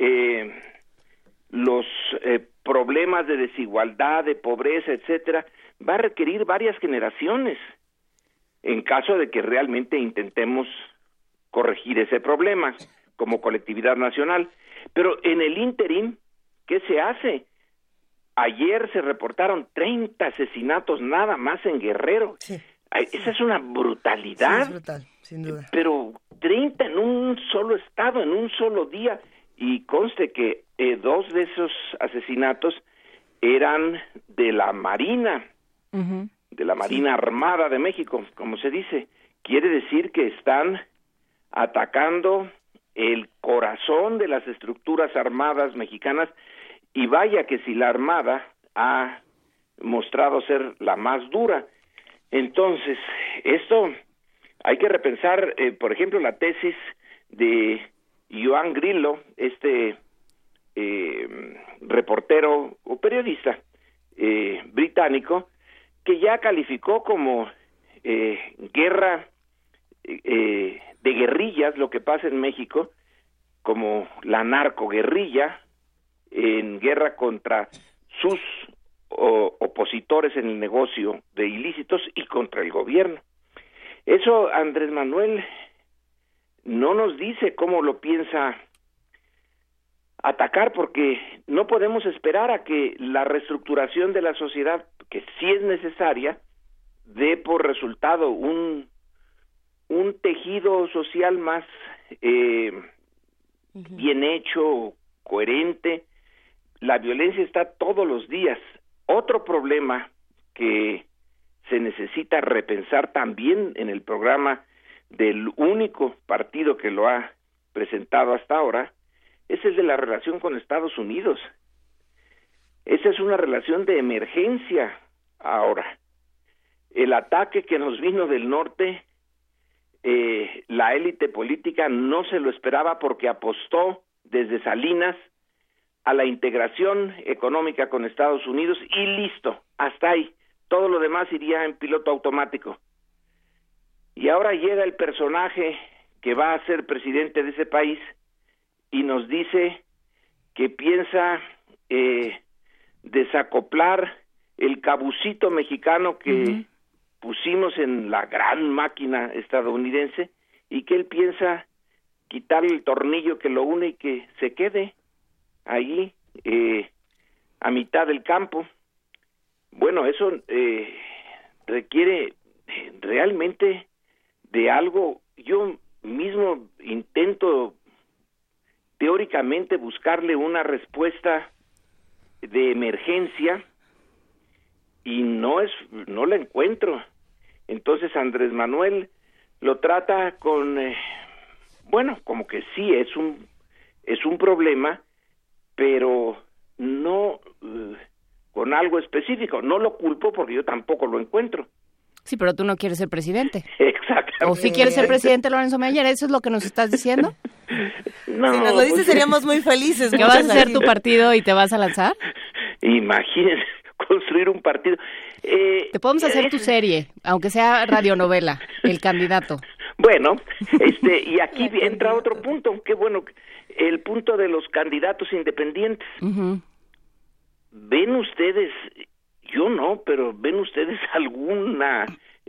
los problemas de desigualdad, de pobreza, etcétera, va a requerir varias generaciones en caso de que realmente intentemos corregir ese problema como colectividad nacional. Pero en el ínterim, ¿qué se hace? Ayer se reportaron 30 asesinatos nada más en Guerrero. Sí. Esa es una brutalidad. Sí, es brutal, sin duda. Pero 30 en un solo estado, en un solo día. Y conste que 2 de esos asesinatos eran de la Marina, de la Marina Armada de México, como se dice. Quiere decir que están atacando el corazón de las estructuras armadas mexicanas, y vaya que si la Armada ha mostrado ser la más dura. Entonces, esto Hay que repensar, por ejemplo, la tesis de Joan Grillo, reportero o periodista británico, que ya calificó como guerra de guerrillas lo que pasa en México, como la narcoguerrilla en guerra contra sus opositores en el negocio de ilícitos y contra el gobierno. Eso Andrés Manuel no nos dice cómo lo piensa atacar, porque no podemos esperar a que la reestructuración de la sociedad, que sí es necesaria, dé por resultado un tejido social más bien hecho, coherente. La violencia está todos los días. Otro problema que se necesita repensar también en el programa del único partido que lo ha presentado hasta ahora es el de la relación con Estados Unidos. Esa es una relación de emergencia ahora. El ataque que nos vino del norte, la élite política no se lo esperaba porque apostó desde Salinas a la integración económica con Estados Unidos y listo, hasta ahí. Todo lo demás iría en piloto automático. Y ahora llega el personaje que va a ser presidente de ese país y nos dice que piensa desacoplar el cabucito mexicano que pusimos en la gran máquina estadounidense y que él piensa quitarle el tornillo que lo une y que se quede ahí a mitad del campo. Bueno, eso requiere realmente de algo. Yo mismo intento teóricamente buscarle una respuesta de emergencia y no la encuentro. Entonces Andrés Manuel lo trata con como que sí es un problema, pero no con algo específico. No lo culpo porque yo tampoco lo encuentro. Sí, pero tú no quieres ser presidente. Exactamente. ¿O sí quieres ser presidente, Lorenzo Meyer? ¿Eso es lo que nos estás diciendo? No, si nos lo dices seríamos muy felices. ¿Que vas a hacer tu partido y te vas a lanzar? Imagínense, construir un partido. Te podemos hacer tu serie, aunque sea radionovela, El Candidato. Bueno, y aquí entra otro punto, qué bueno, el punto de los candidatos independientes. Uh-huh. ¿Ven ustedes, yo no, pero ven ustedes alguna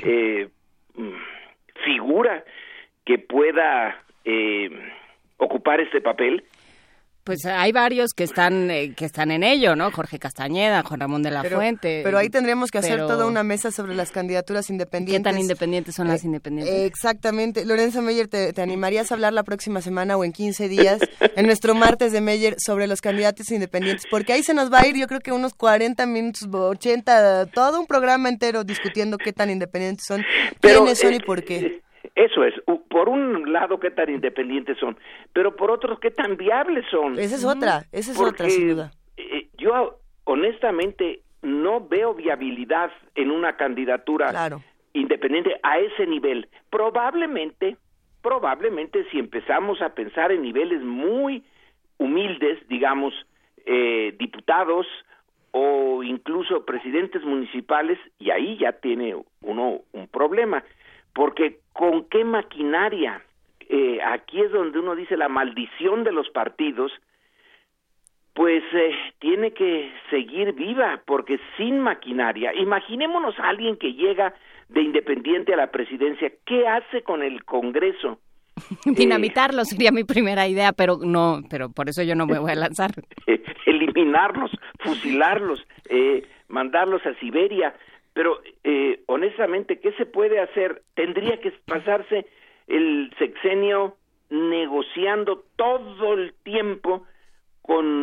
figura que pueda ocupar este papel? Pues hay varios que están en ello, ¿no? Jorge Castañeda, Juan Ramón de la Fuente. Pero ahí tendríamos que hacer toda una mesa sobre las candidaturas independientes. ¿Qué tan independientes son las independientes? Exactamente. Lorenzo Meyer, ¿te animarías a hablar la próxima semana o en 15 días, en nuestro martes de Meyer, sobre los candidatos independientes? Porque ahí se nos va a ir, yo creo que unos 40 minutos, 80, todo un programa entero discutiendo qué tan independientes son, quiénes son y por qué. Eso es, por un lado qué tan independientes son, pero por otro qué tan viables son. Esa es otra, sin duda. Yo honestamente no veo viabilidad en una candidatura independiente a ese nivel. Probablemente si empezamos a pensar en niveles muy humildes, digamos, diputados o incluso presidentes municipales, y ahí ya tiene uno un problema. Porque ¿con qué maquinaria? Aquí es donde uno dice la maldición de los partidos, pues tiene que seguir viva, porque sin maquinaria, imaginémonos a alguien que llega de independiente a la presidencia, ¿qué hace con el Congreso? Dinamitarlo sería mi primera idea, pero por eso yo no me voy a lanzar. Eliminarlos, fusilarlos, mandarlos a Siberia. Pero honestamente, ¿qué se puede hacer? Tendría que pasarse el sexenio negociando todo el tiempo con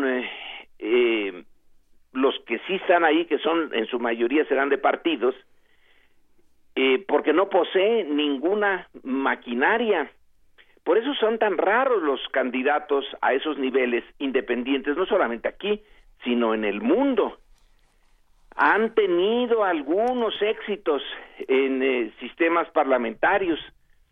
los que sí están ahí, que son en su mayoría serán de partidos, porque no posee ninguna maquinaria. Por eso son tan raros los candidatos a esos niveles independientes, no solamente aquí, sino en el mundo. Han tenido algunos éxitos en sistemas parlamentarios,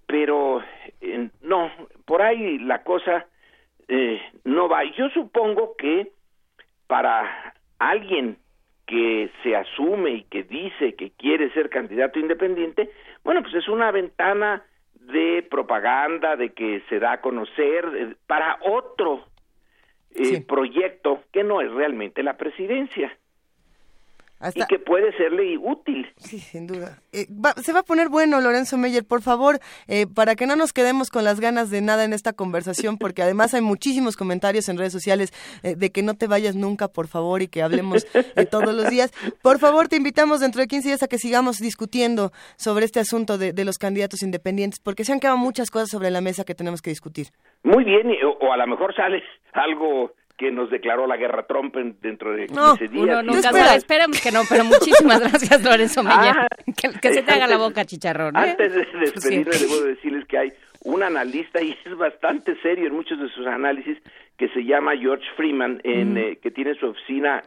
pero no, por ahí la cosa no va. Yo supongo que para alguien que se asume y que dice que quiere ser candidato independiente, bueno, pues es una ventana de propaganda, de que se da a conocer para otro proyecto que no es realmente la presidencia. Y que puede serle útil. Sí, sin duda. Se va a poner bueno, Lorenzo Meyer, por favor, para que no nos quedemos con las ganas de nada en esta conversación, porque además hay muchísimos comentarios en redes sociales de que no te vayas nunca, por favor, y que hablemos todos los días. Por favor, te invitamos dentro de 15 días a que sigamos discutiendo sobre este asunto de los candidatos independientes, porque se han quedado muchas cosas sobre la mesa que tenemos que discutir. Muy bien, o a lo mejor sale algo que nos declaró la guerra Trump dentro de 15 días. Uno nunca sabe, esperemos que no, pero muchísimas gracias, Lorenzo Meyer. Que se te haga la boca chicharrón. Antes de despedirme, debo decirles que hay un analista, y es bastante serio en muchos de sus análisis, que se llama George Freeman, que tiene su oficina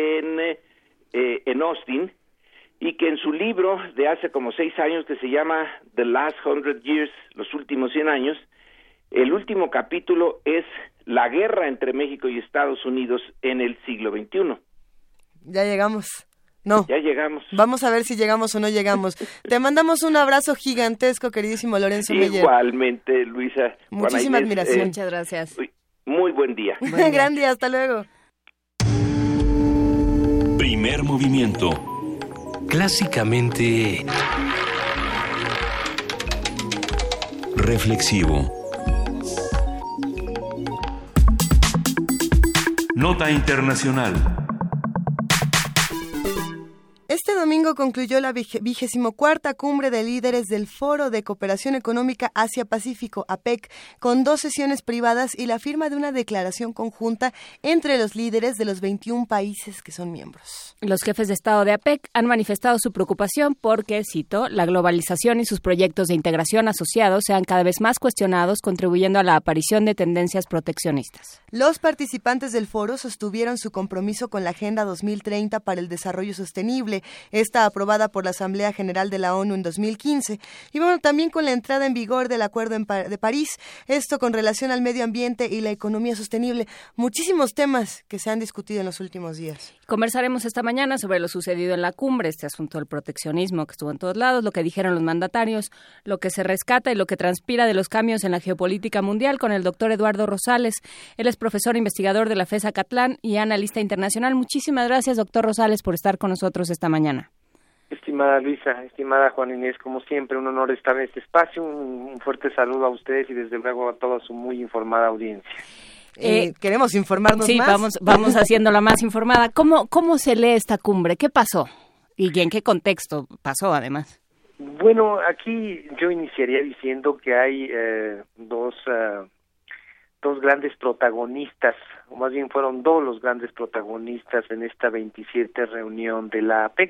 en Austin, y que en su libro de hace como 6 años, que se llama The Last 100 Years, los últimos 100 años, el último capítulo es la guerra entre México y Estados Unidos en el siglo XXI. Ya llegamos. No. Ya llegamos. Vamos a ver si llegamos o no llegamos. Te mandamos un abrazo gigantesco, queridísimo Lorenzo Meyer. Igualmente, Luisa. Muchísima admiración. Muchas gracias. Muy buen día. Gran día, hasta luego. Primer movimiento. Clásicamente reflexivo. Nota internacional. Este domingo concluyó la 24ª cumbre de líderes del Foro de Cooperación Económica Asia-Pacífico, APEC, con 2 sesiones privadas y la firma de una declaración conjunta entre los líderes de los 21 países que son miembros. Los jefes de Estado de APEC han manifestado su preocupación porque, cito, la globalización y sus proyectos de integración asociados sean cada vez más cuestionados, contribuyendo a la aparición de tendencias proteccionistas. Los participantes del foro sostuvieron su compromiso con la Agenda 2030 para el Desarrollo Sostenible, esta aprobada por la Asamblea General de la ONU en 2015, y bueno, también con la entrada en vigor del Acuerdo de París, esto con relación al medio ambiente y la economía sostenible. Muchísimos temas que se han discutido en los últimos días. Conversaremos esta mañana sobre lo sucedido en la cumbre, este asunto del proteccionismo que estuvo en todos lados, lo que dijeron los mandatarios, lo que se rescata y lo que transpira de los cambios en la geopolítica mundial con el doctor Eduardo Rosales. Él es profesor investigador de la FES Acatlán y analista internacional. Muchísimas gracias, doctor Rosales, por estar con nosotros esta mañana. Estimada Luisa, estimada Juana Inés, como siempre, un honor estar en este espacio. Un fuerte saludo a ustedes y desde luego a toda su muy informada audiencia. Queremos informarnos más. Sí, vamos haciéndola más informada. ¿Cómo se lee esta cumbre? ¿Qué pasó? ¿Y en qué contexto pasó, además? Bueno, aquí yo iniciaría diciendo que hay dos grandes protagonistas, o más bien fueron 2 los grandes protagonistas en esta 27 reunión de la APEC,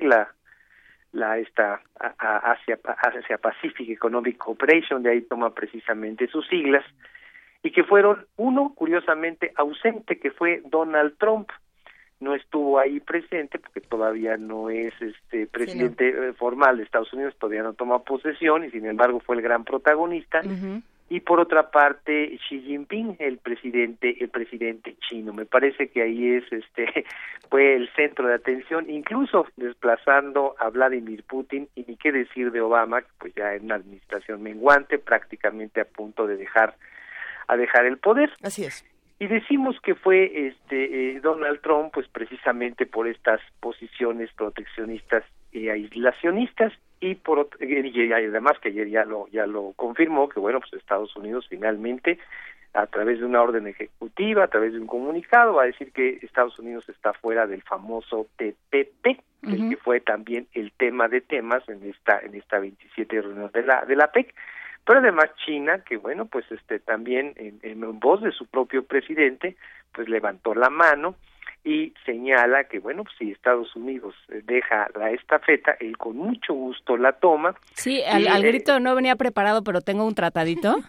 esta Asia Pacific Economic Cooperation, de ahí toma precisamente sus siglas, y que fueron uno, curiosamente, ausente, que fue Donald Trump. No estuvo ahí presente porque todavía no es presidente formal de Estados Unidos, todavía no toma posesión, y sin embargo fue el gran protagonista. Uh-huh. Y por otra parte, Xi Jinping, el presidente chino. Me parece que ahí fue el centro de atención, incluso desplazando a Vladimir Putin, y ni qué decir de Obama, que pues ya en una administración menguante, prácticamente a punto de dejar el poder. Así es. Y decimos que fue Donald Trump, pues precisamente por estas posiciones proteccionistas y aislacionistas, y además que ayer ya lo confirmó, que bueno, pues Estados Unidos finalmente, a través de una orden ejecutiva, a través de un comunicado, va a decir que Estados Unidos está fuera del famoso TPP, uh-huh, el que fue también el tema de temas en esta 27 reunión de la APEC. Pero además China, que bueno, pues también en voz de su propio presidente, pues levantó la mano y señala que bueno, pues si Estados Unidos deja la estafeta, él con mucho gusto la toma. Sí, al grito no venía preparado, pero tengo un tratadito.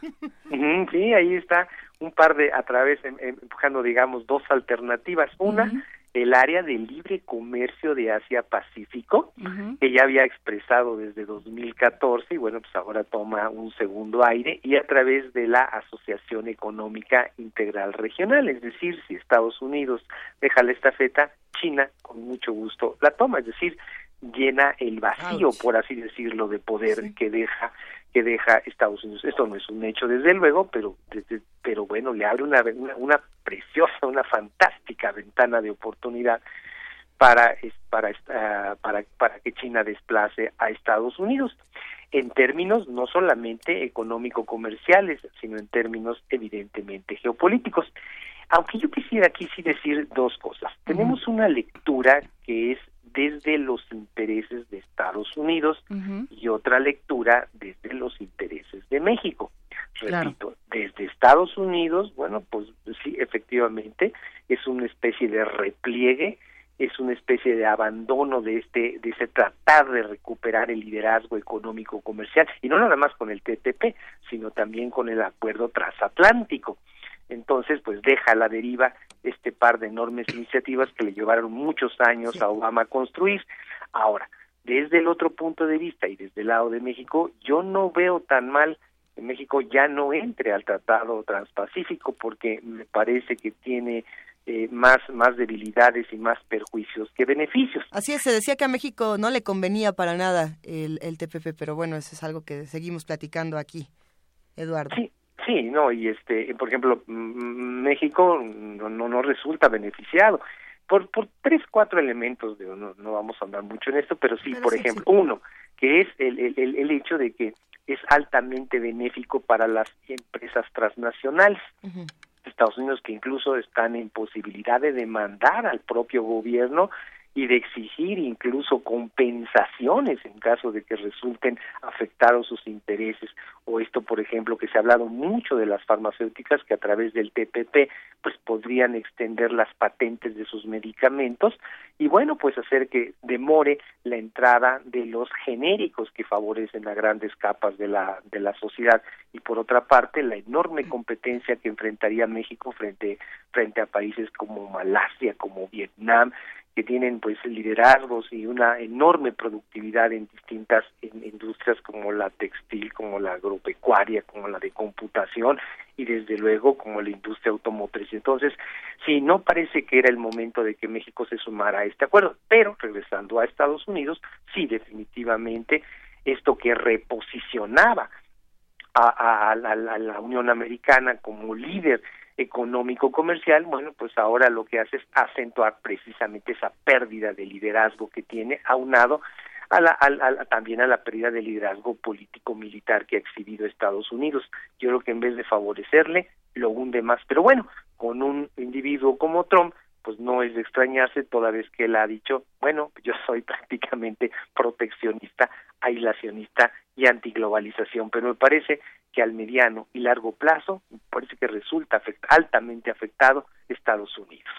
Sí, ahí está un par de, a través, empujando, digamos, 2 alternativas. Una, el área de libre comercio de Asia-Pacífico, que ya había expresado desde 2014, y bueno, pues ahora toma un segundo aire, y a través de la Asociación Económica Integral Regional, es decir, si Estados Unidos deja la estafeta, China con mucho gusto la toma, es decir, llena el vacío, por así decirlo, de poder que deja Estados Unidos. Esto no es un hecho, desde luego, pero bueno, le abre una preciosa, una fantástica ventana de oportunidad para que China desplace a Estados Unidos, en términos no solamente económico-comerciales, sino en términos evidentemente geopolíticos. Aunque yo quisiera aquí sí decir dos cosas. Tenemos una lectura que es desde los intereses de Estados Unidos y otra lectura desde los intereses de México. Repito, desde Estados Unidos, bueno, pues sí, efectivamente, es una especie de repliegue, es una especie de abandono de ese tratar de recuperar el liderazgo económico comercial, y no nada más con el TPP, sino también con el acuerdo transatlántico. Entonces, pues deja a la deriva este par de enormes iniciativas que le llevaron muchos años a Obama a construir. Ahora, desde el otro punto de vista y desde el lado de México, yo no veo tan mal que México ya no entre al Tratado Transpacífico, porque me parece que tiene más debilidades y más perjuicios que beneficios. Así es, se decía que a México no le convenía para nada el TPP, pero bueno, eso es algo que seguimos platicando aquí, Eduardo. Sí, no, y por ejemplo, México no resulta beneficiado por 3-4 elementos, no vamos a andar mucho en esto, pero sí, por ejemplo, uno, que es el hecho de que es altamente benéfico para las empresas transnacionales. Estados Unidos, que incluso están en posibilidad de demandar al propio gobierno y de exigir incluso compensaciones en caso de que resulten afectados sus intereses, o esto, por ejemplo, que se ha hablado mucho de las farmacéuticas, que a través del TPP pues podrían extender las patentes de sus medicamentos y bueno, pues hacer que demore la entrada de los genéricos que favorecen a grandes capas de la sociedad, y por otra parte la enorme competencia que enfrentaría México frente a países como Malasia, como Vietnam, que tienen pues liderazgos y una enorme productividad en distintas industrias como la textil, como la agropecuaria, como la de computación y desde luego como la industria automotriz. Entonces, sí, no parece que era el momento de que México se sumara a este acuerdo, pero regresando a Estados Unidos, sí, definitivamente esto que reposicionaba a la Unión Americana como líder económico comercial, bueno, pues ahora lo que hace es acentuar precisamente esa pérdida de liderazgo que tiene, aunado también a la pérdida de liderazgo político militar que ha exhibido Estados Unidos. Yo creo que en vez de favorecerle, lo hunde más. Pero bueno, con un individuo como Trump, pues no es de extrañarse, toda vez que él ha dicho, bueno, yo soy prácticamente proteccionista, aislacionista y antiglobalización, pero me parece que al mediano y largo plazo, me parece que resulta altamente afectado Estados Unidos.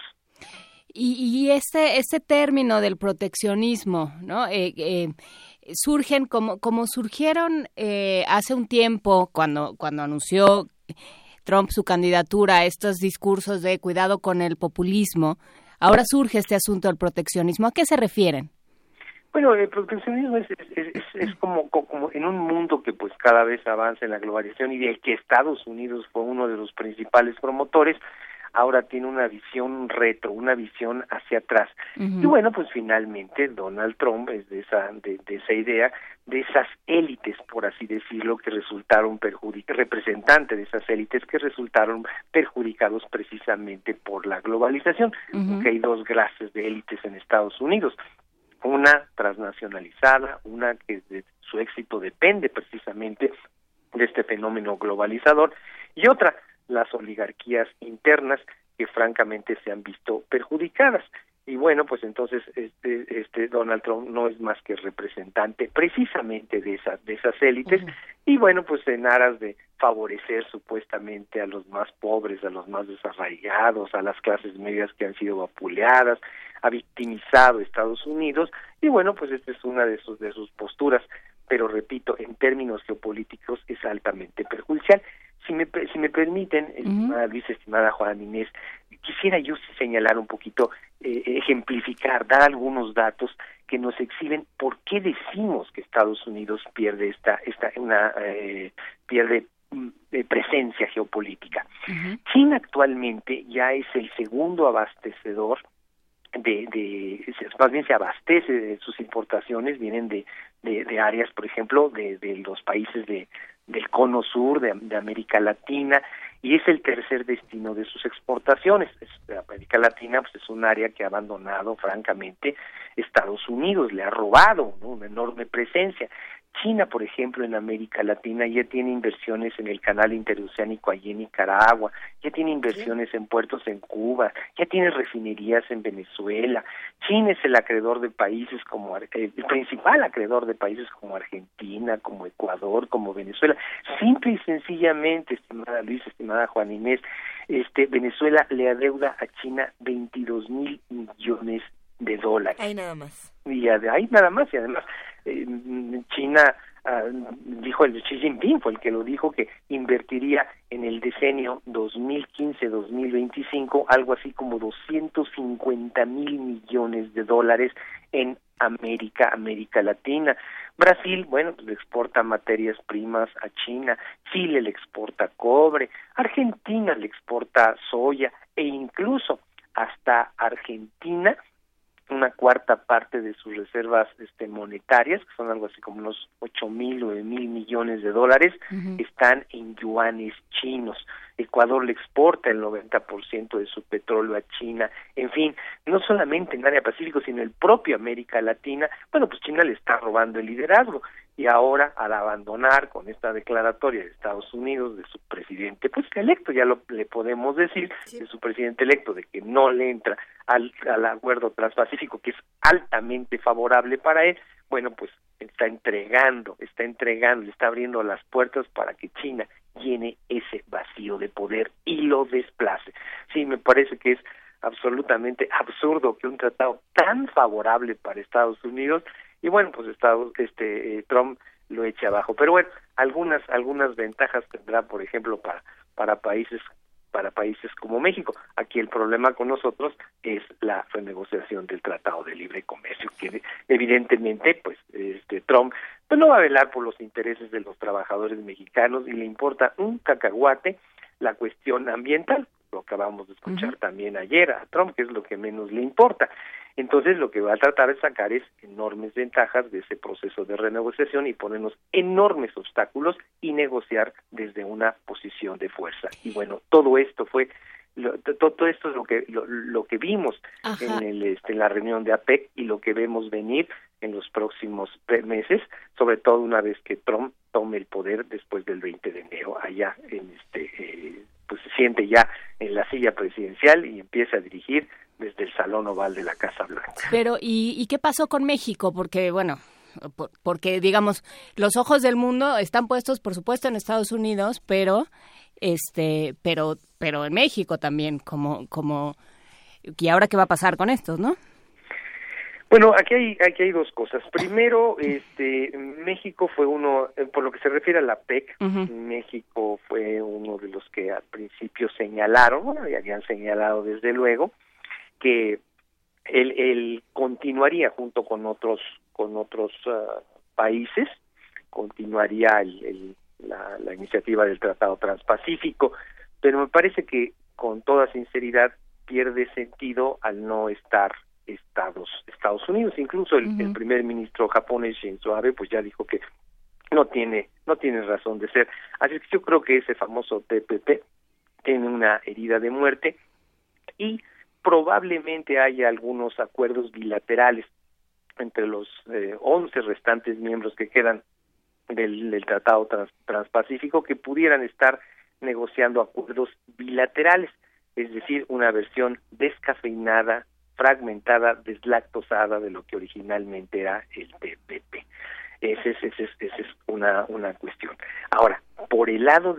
Y este término del proteccionismo, ¿no? Surgen como surgieron hace un tiempo cuando anunció Trump su candidatura a estos discursos de cuidado con el populismo. Ahora surge este asunto del proteccionismo. ¿A qué se refieren? Bueno, el proteccionismo es como en un mundo que pues cada vez avanza en la globalización y del que Estados Unidos fue uno de los principales promotores, ahora tiene una visión retro, una visión hacia atrás. Y bueno, pues finalmente Donald Trump es de esa idea, de esas élites, por así decirlo, que resultaron representante de esas élites que resultaron perjudicados precisamente por la globalización, porque hay dos clases de élites en Estados Unidos. Una transnacionalizada, una que de su éxito depende precisamente de este fenómeno globalizador, y otra, las oligarquías internas que francamente se han visto perjudicadas. Y bueno, pues entonces Donald Trump no es más que representante precisamente de esas élites, y bueno, pues en aras de favorecer supuestamente a los más pobres, a los más desarraigados, a las clases medias que han sido vapuleadas, ha victimizado a Estados Unidos, y bueno, pues esta es una de sus posturas, pero repito, en términos geopolíticos es altamente perjudicial. Si me permiten, estimada Luis, estimada Juana Inés, quisiera yo señalar un poquito, ejemplificar, dar algunos datos que nos exhiben por qué decimos que Estados Unidos pierde pierde presencia geopolítica. Uh-huh. China actualmente ya es el segundo abastecedor más bien se abastece de sus importaciones, vienen de áreas, por ejemplo, de los países del cono sur, de América Latina, y es el tercer destino de sus exportaciones. América Latina pues es un área que ha abandonado, francamente, Estados Unidos, le ha robado, ¿no?, una enorme presencia. China, por ejemplo, en América Latina ya tiene inversiones en el canal interoceánico allí en Nicaragua, ya tiene inversiones en puertos en Cuba, ya tiene refinerías en Venezuela. China es el acreedor de países como el principal acreedor de países como Argentina, como Ecuador, como Venezuela. Simple y sencillamente, estimada Luis, estimada Juana Inés, Venezuela le adeuda a China 22,000 millones de dólares. Ahí nada más. Y ahí nada más, y además China dijo, el Xi Jinping fue el que lo dijo, que invertiría en el decenio 2015-2025 algo así como 250,000 millones de dólares en América Latina. Brasil, bueno, pues le exporta materias primas a China, Chile le exporta cobre, Argentina le exporta soya, e incluso hasta Argentina una cuarta parte de sus reservas monetarias, que son algo así como unos 8,000 o 9,000 millones de dólares, uh-huh, están en yuanes chinos. Ecuador le exporta el 90% de su petróleo a China. En fin, no solamente en área Pacífico, sino en propio América Latina, bueno, pues China le está robando el liderazgo. Y ahora, al abandonar con esta declaratoria de Estados Unidos, de su presidente, pues electo, ya le podemos decir, sí, de su presidente electo, de que no le entra al acuerdo transpacífico, que es altamente favorable para él, bueno, pues está entregando, le está abriendo las puertas para que China llene ese vacío de poder y lo desplace. Sí, me parece que es absolutamente absurdo que un tratado tan favorable para Estados Unidos, y bueno, pues Trump lo eche abajo. Pero bueno, algunas ventajas tendrá, por ejemplo, para países como México. Aquí el problema con nosotros es la renegociación del Tratado de Libre Comercio, que evidentemente pues Trump pues no va a velar por los intereses de los trabajadores mexicanos y le importa un cacahuate la cuestión ambiental. Lo acabamos de escuchar, uh-huh, también ayer a Trump, que es lo que menos le importa. Entonces lo que va a tratar de sacar es enormes ventajas de ese proceso de renegociación y ponernos enormes obstáculos y negociar desde una posición de fuerza. Y bueno, todo esto es lo que vimos en la reunión de APEC y lo que vemos venir en los próximos meses, sobre todo una vez que Trump tome el poder después del 20 de enero allá pues se siente ya en la silla presidencial y empieza a dirigir desde el Salón Oval de la Casa Blanca. Pero, ¿y qué pasó con México? Porque, bueno, porque digamos, los ojos del mundo están puestos, por supuesto, en Estados Unidos, pero en México también, como ¿y ahora qué va a pasar con estos, no? Bueno, aquí hay dos cosas. Primero, México fue uno, por lo que se refiere a la PEC, uh-huh, México fue uno de los que al principio señalaron, bueno, ya habían señalado desde luego, que él continuaría junto con otros países, continuaría la iniciativa del Tratado Transpacífico, pero me parece que con toda sinceridad pierde sentido al no estar Estados Unidos. Incluso el primer ministro japonés Shinzo Abe pues ya dijo que no tiene razón de ser. Así que yo creo que ese famoso TPP tiene una herida de muerte y probablemente haya algunos acuerdos bilaterales entre los 11 restantes miembros que quedan del Tratado Transpacífico que pudieran estar negociando acuerdos bilaterales, es decir, una versión descafeinada, fragmentada, deslactosada de lo que originalmente era el TPP. Esa es una cuestión. Ahora, por el lado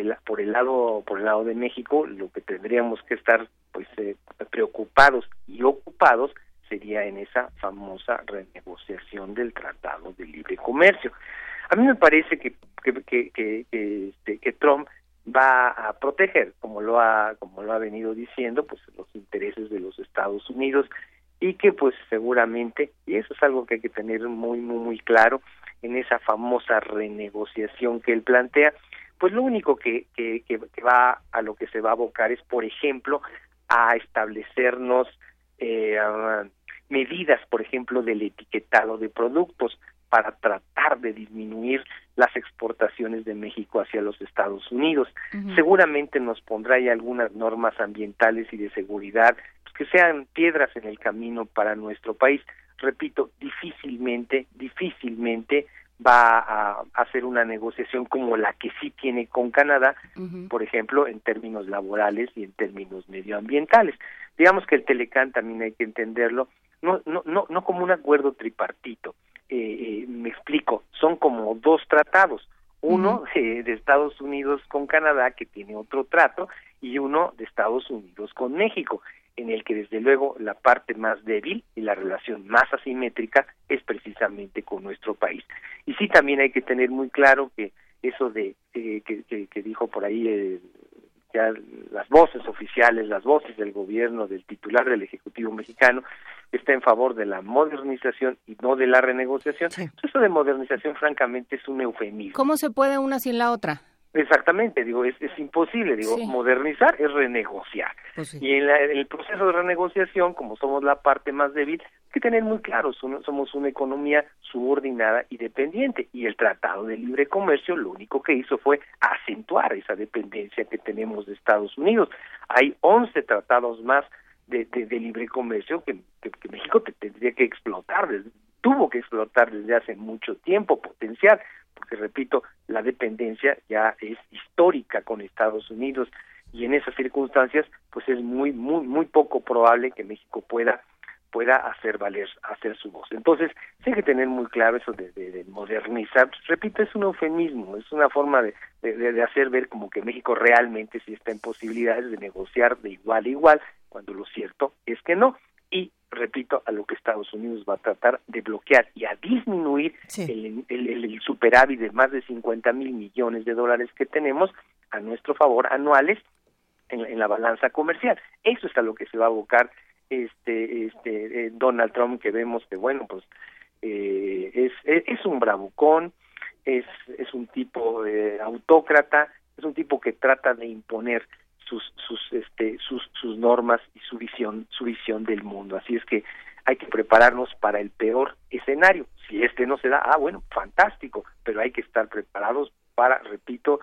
de México, lo que tendríamos que estar preocupados y ocupados sería en esa famosa renegociación del Tratado de Libre Comercio. A mí me parece que Trump va a proteger, como lo ha venido diciendo, pues los intereses de los Estados Unidos, y que pues seguramente, y eso es algo que hay que tener muy claro, en esa famosa renegociación que él plantea, pues lo único que va a lo que se va a abocar es, por ejemplo, a establecernos medidas, por ejemplo, del etiquetado de productos para tratar de disminuir las exportaciones de México hacia los Estados Unidos. Uh-huh. Seguramente nos pondrá ahí algunas normas ambientales y de seguridad pues, que sean piedras en el camino para nuestro país. Repito, difícilmente va a hacer una negociación como la que sí tiene con Canadá, uh-huh, por ejemplo, en términos laborales y en términos medioambientales. Digamos que el Telecán también hay que entenderlo, no como un acuerdo tripartito. Me explico, son como dos tratados, uno de Estados Unidos con Canadá, que tiene otro trato, y uno de Estados Unidos con México, en el que desde luego la parte más débil y la relación más asimétrica es precisamente con nuestro país. Y sí, también hay que tener muy claro que eso de que dijo por ahí ya las voces oficiales, las voces del gobierno, del titular del Ejecutivo mexicano, está en favor de la modernización y no de la renegociación. Sí. Eso de modernización, francamente, es un eufemismo. ¿Cómo se puede una sin la otra? Exactamente, es imposible, sí. Modernizar es renegociar. Pues sí. Y en el proceso de renegociación, como somos la parte más débil, hay que tener muy claro, somos una economía subordinada y dependiente, y el Tratado de Libre Comercio lo único que hizo fue acentuar esa dependencia que tenemos de Estados Unidos. Hay 11 tratados más de libre comercio que México tendría que tuvo que explotar desde hace mucho tiempo, potenciar, porque repito, la dependencia ya es histórica con Estados Unidos, y en esas circunstancias pues es muy poco probable que México pueda hacer su voz. Entonces, sí hay que tener muy claro eso de modernizar. Repito, es un eufemismo, es una forma de hacer ver como que México realmente sí está en posibilidades de negociar de igual a igual, cuando lo cierto es que no. Y repito, a lo que Estados Unidos va a tratar de bloquear y a disminuir el superávit de más de 50,000 millones de dólares que tenemos a nuestro favor anuales en la balanza comercial. Eso es a lo que se va a abocar Donald Trump, que vemos que bueno, pues es un bravucón, es un tipo autócrata, es un tipo que trata de imponer sus normas y su visión del mundo. Así es que hay que prepararnos para el peor escenario. Si no se da, bueno, fantástico, pero hay que estar preparados para, repito,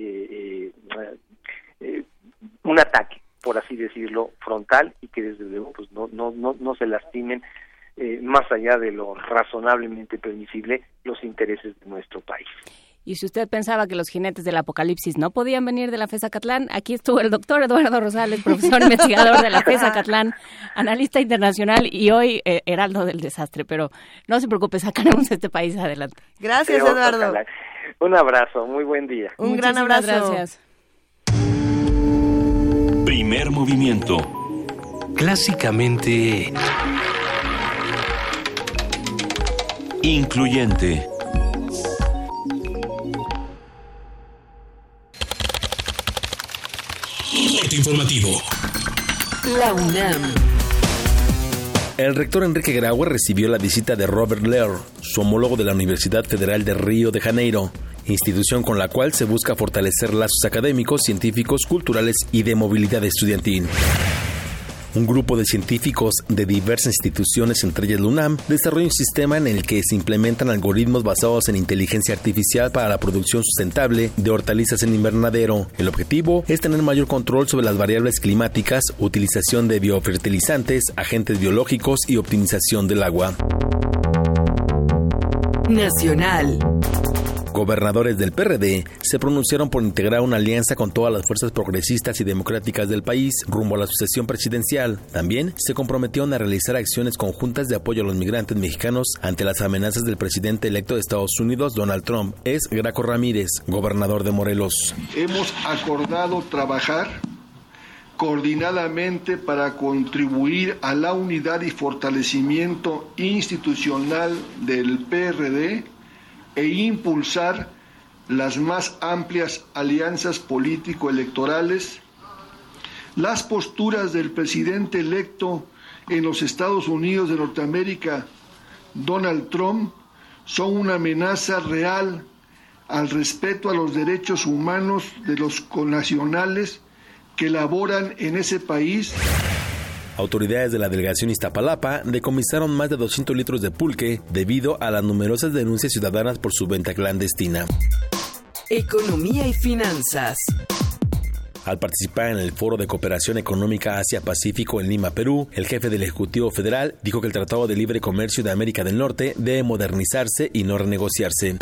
un ataque, por así decirlo, frontal, y que desde luego pues no se lastimen más allá de lo razonablemente permisible los intereses de nuestro país. Y si usted pensaba que los jinetes del apocalipsis no podían venir de la FES Acatlán, aquí estuvo el doctor Eduardo Rosales, profesor investigador de la FES Acatlán, analista internacional y hoy heraldo del desastre. Pero no se preocupe, sacaremos este país adelante. Gracias, Eduardo. Un abrazo, muy buen día. Un gran abrazo. Gracias. Primer movimiento. Clásicamente incluyente. Informativo. La UNAM. El rector Enrique Graue recibió la visita de Robert Lehr, su homólogo de la Universidad Federal de Río de Janeiro, institución con la cual se busca fortalecer lazos académicos, científicos, culturales y de movilidad estudiantil. Un grupo de científicos de diversas instituciones, entre ellas la UNAM, desarrolla un sistema en el que se implementan algoritmos basados en inteligencia artificial para la producción sustentable de hortalizas en invernadero. El objetivo es tener mayor control sobre las variables climáticas, utilización de biofertilizantes, agentes biológicos y optimización del agua. Nacional. Gobernadores del PRD se pronunciaron por integrar una alianza con todas las fuerzas progresistas y democráticas del país rumbo a la sucesión presidencial. También se comprometieron a realizar acciones conjuntas de apoyo a los migrantes mexicanos ante las amenazas del presidente electo de Estados Unidos, Donald Trump. Es Graco Ramírez, gobernador de Morelos. Hemos acordado trabajar coordinadamente para contribuir a la unidad y fortalecimiento institucional del PRD e impulsar las más amplias alianzas político-electorales, las posturas del presidente electo en los Estados Unidos de Norteamérica, Donald Trump, son una amenaza real al respeto a los derechos humanos de los connacionales que laboran en ese país. Autoridades de la delegación Iztapalapa decomisaron más de 200 litros de pulque debido a las numerosas denuncias ciudadanas por su venta clandestina. Economía y finanzas. Al participar en el Foro de Cooperación Económica Asia-Pacífico en Lima, Perú, el jefe del Ejecutivo Federal dijo que el Tratado de Libre Comercio de América del Norte debe modernizarse y no renegociarse.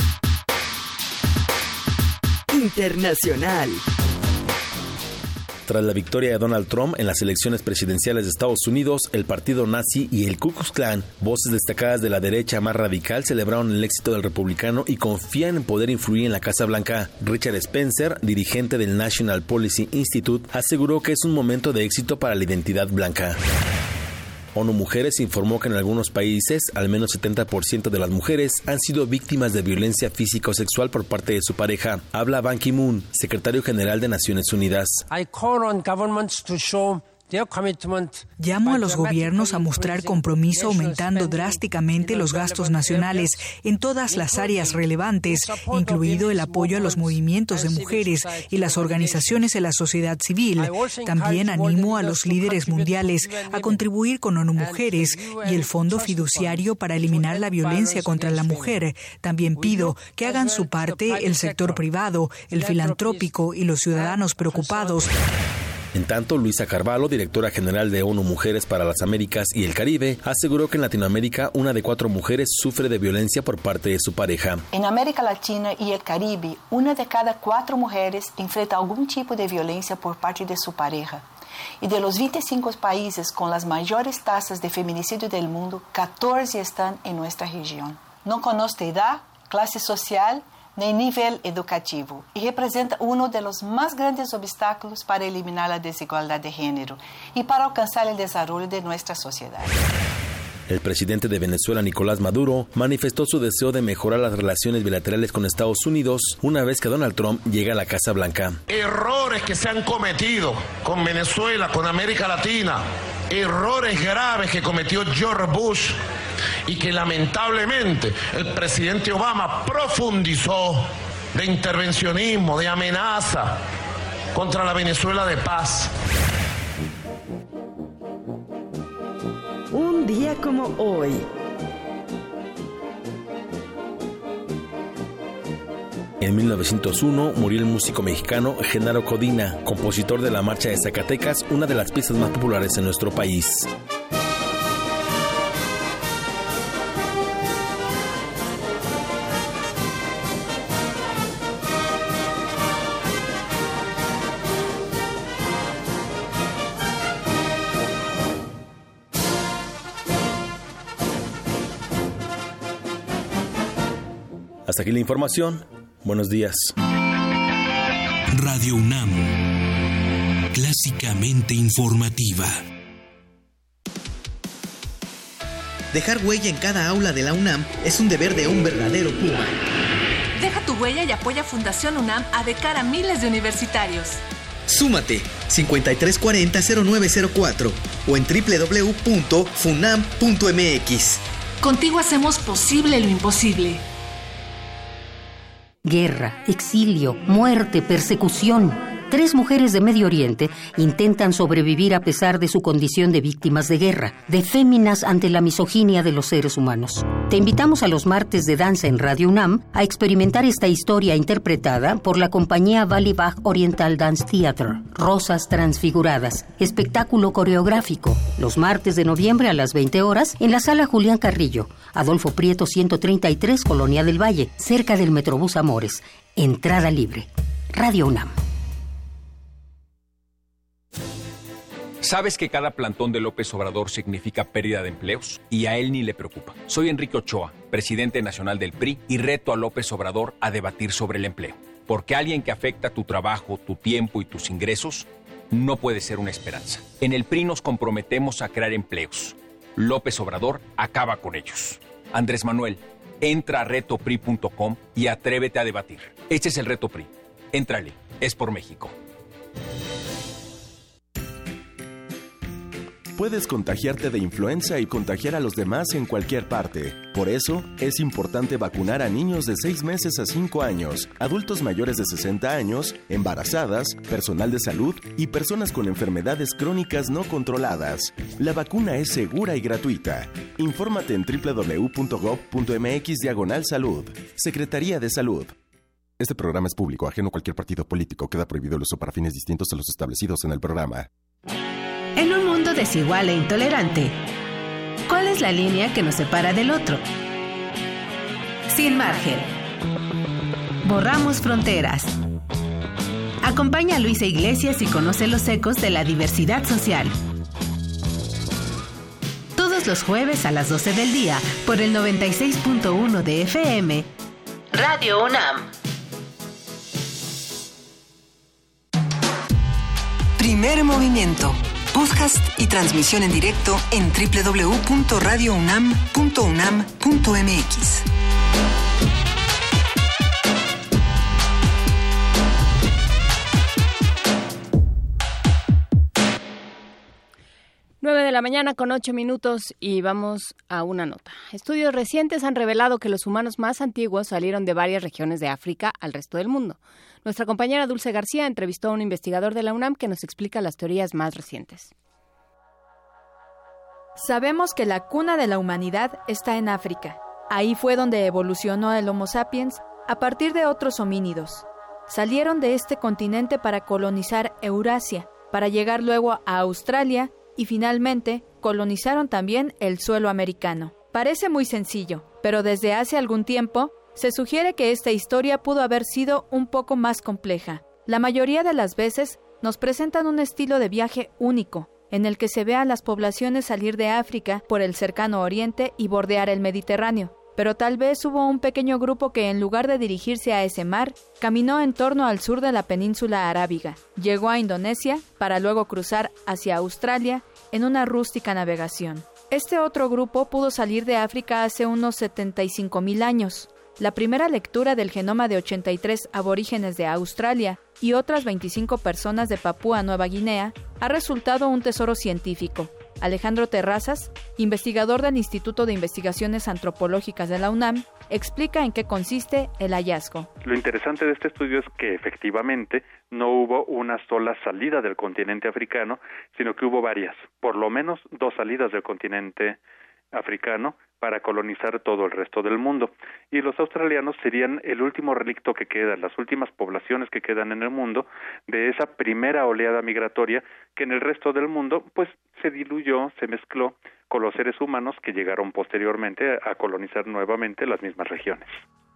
Internacional. Tras la victoria de Donald Trump en las elecciones presidenciales de Estados Unidos, el partido nazi y el Ku Klux Klan, voces destacadas de la derecha más radical, celebraron el éxito del republicano y confían en poder influir en la Casa Blanca. Richard Spencer, dirigente del National Policy Institute, aseguró que es un momento de éxito para la identidad blanca. ONU Mujeres informó que en algunos países, al menos 70% de las mujeres han sido víctimas de violencia física o sexual por parte de su pareja. Habla Ban Ki-moon, secretario general de Naciones Unidas. Llamo a los gobiernos a mostrar compromiso aumentando drásticamente los gastos nacionales en todas las áreas relevantes, incluido el apoyo a los movimientos de mujeres y las organizaciones de la sociedad civil. También animo a los líderes mundiales a contribuir con ONU Mujeres y el Fondo Fiduciario para eliminar la violencia contra la mujer. También pido que hagan su parte el sector privado, el filantrópico y los ciudadanos preocupados. En tanto, Luisa Carvalho, directora general de ONU Mujeres para las Américas y el Caribe, aseguró que en Latinoamérica 1 de 4 mujeres sufre de violencia por parte de su pareja. En América Latina y el Caribe, 1 de cada 4 mujeres enfrenta algún tipo de violencia por parte de su pareja. Y de los 25 países con las mayores tasas de feminicidio del mundo, 14 están en nuestra región. No conoce edad, clase social ni nivel educativo y representa uno de los más grandes obstáculos para eliminar la desigualdad de género y para alcanzar el desarrollo de nuestra sociedad. El presidente de Venezuela, Nicolás Maduro, manifestó su deseo de mejorar las relaciones bilaterales con Estados Unidos una vez que Donald Trump llegue a la Casa Blanca. Errores que se han cometido con Venezuela, con América Latina, errores graves que cometió George Bush y que lamentablemente el presidente Obama profundizó de intervencionismo, de amenaza contra la Venezuela de paz. Un día como hoy. En 1901 murió el músico mexicano Genaro Codina, compositor de la Marcha de Zacatecas, una de las piezas más populares en nuestro país. Hasta aquí la información. Buenos días. Radio UNAM, clásicamente informativa. Dejar huella en cada aula de la UNAM es un deber de un verdadero Puma. Deja tu huella y apoya Fundación UNAM a de cara a miles de universitarios. Súmate 5340-0904 o en www.funam.mx. Contigo hacemos posible lo imposible. Guerra, exilio, muerte, persecución. 3 mujeres de Medio Oriente intentan sobrevivir a pesar de su condición de víctimas de guerra, de féminas ante la misoginia de los seres humanos. Te invitamos a los martes de danza en Radio UNAM a experimentar esta historia interpretada por la compañía Valley Bach Oriental Dance Theater, Rosas Transfiguradas, espectáculo coreográfico, los martes de noviembre a las 20 horas en la Sala Julián Carrillo, Adolfo Prieto 133, Colonia del Valle, cerca del Metrobús Amores. Entrada libre. Radio UNAM. ¿Sabes que cada plantón de López Obrador significa pérdida de empleos? Y a él ni le preocupa. Soy Enrique Ochoa, presidente nacional del PRI, y reto a López Obrador a debatir sobre el empleo. Porque alguien que afecta tu trabajo, tu tiempo y tus ingresos no puede ser una esperanza. En el PRI nos comprometemos a crear empleos. López Obrador acaba con ellos. Andrés Manuel, Entra a retopri.com y atrévete a debatir. Este es el Reto PRI. Éntrale, es por México. Puedes contagiarte de influenza y contagiar a los demás en cualquier parte. Por eso, es importante vacunar a niños de 6 meses a 5 años, adultos mayores de 60 años, embarazadas, personal de salud y personas con enfermedades crónicas no controladas. La vacuna es segura y gratuita. Infórmate en www.gov.mx/salud. Secretaría de Salud. Este programa es público, ajeno a cualquier partido político. Queda prohibido el uso para fines distintos a los establecidos en el programa. En un mundo desigual e intolerante, ¿cuál es la línea que nos separa del otro? Sin margen. Borramos fronteras. Acompaña a Luisa Iglesias y conoce los ecos de la diversidad social. Todos los jueves a las 12 del día por el 96.1 de FM, Radio UNAM. Primer movimiento. Podcast y transmisión en directo en www.radiounam.unam.mx. Nueve de la mañana con 8 minutos y vamos a una nota. Estudios recientes han revelado que los humanos más antiguos salieron de varias regiones de África al resto del mundo. Nuestra compañera Dulce García entrevistó a un investigador de la UNAM que nos explica las teorías más recientes. Sabemos que la cuna de la humanidad está en África. Ahí fue donde evolucionó el Homo sapiens a partir de otros homínidos. Salieron de este continente para colonizar Eurasia, para llegar luego a Australia y finalmente colonizaron también el suelo americano. Parece muy sencillo, pero desde hace algún tiempo se sugiere que esta historia pudo haber sido un poco más compleja. La mayoría de las veces nos presentan un estilo de viaje único, en el que se ve a las poblaciones salir de África por el cercano oriente y bordear el Mediterráneo. Pero tal vez hubo un pequeño grupo que en lugar de dirigirse a ese mar, caminó en torno al sur de la península arábiga, llegó a Indonesia para luego cruzar hacia Australia en una rústica navegación. Este otro grupo pudo salir de África hace unos 75.000 años. La primera lectura del genoma de 83 aborígenes de Australia y otras 25 personas de Papúa Nueva Guinea ha resultado un tesoro científico. Alejandro Terrazas, investigador del Instituto de Investigaciones Antropológicas de la UNAM, explica en qué consiste el hallazgo. Lo interesante de este estudio es que efectivamente no hubo una sola salida del continente africano, sino que hubo varias, por lo menos 2 salidas del continente africano para colonizar todo el resto del mundo. Y los australianos serían el último relicto que queda, las últimas poblaciones que quedan en el mundo de esa primera oleada migratoria que en el resto del mundo pues se diluyó, se mezcló con los seres humanos que llegaron posteriormente a colonizar nuevamente las mismas regiones.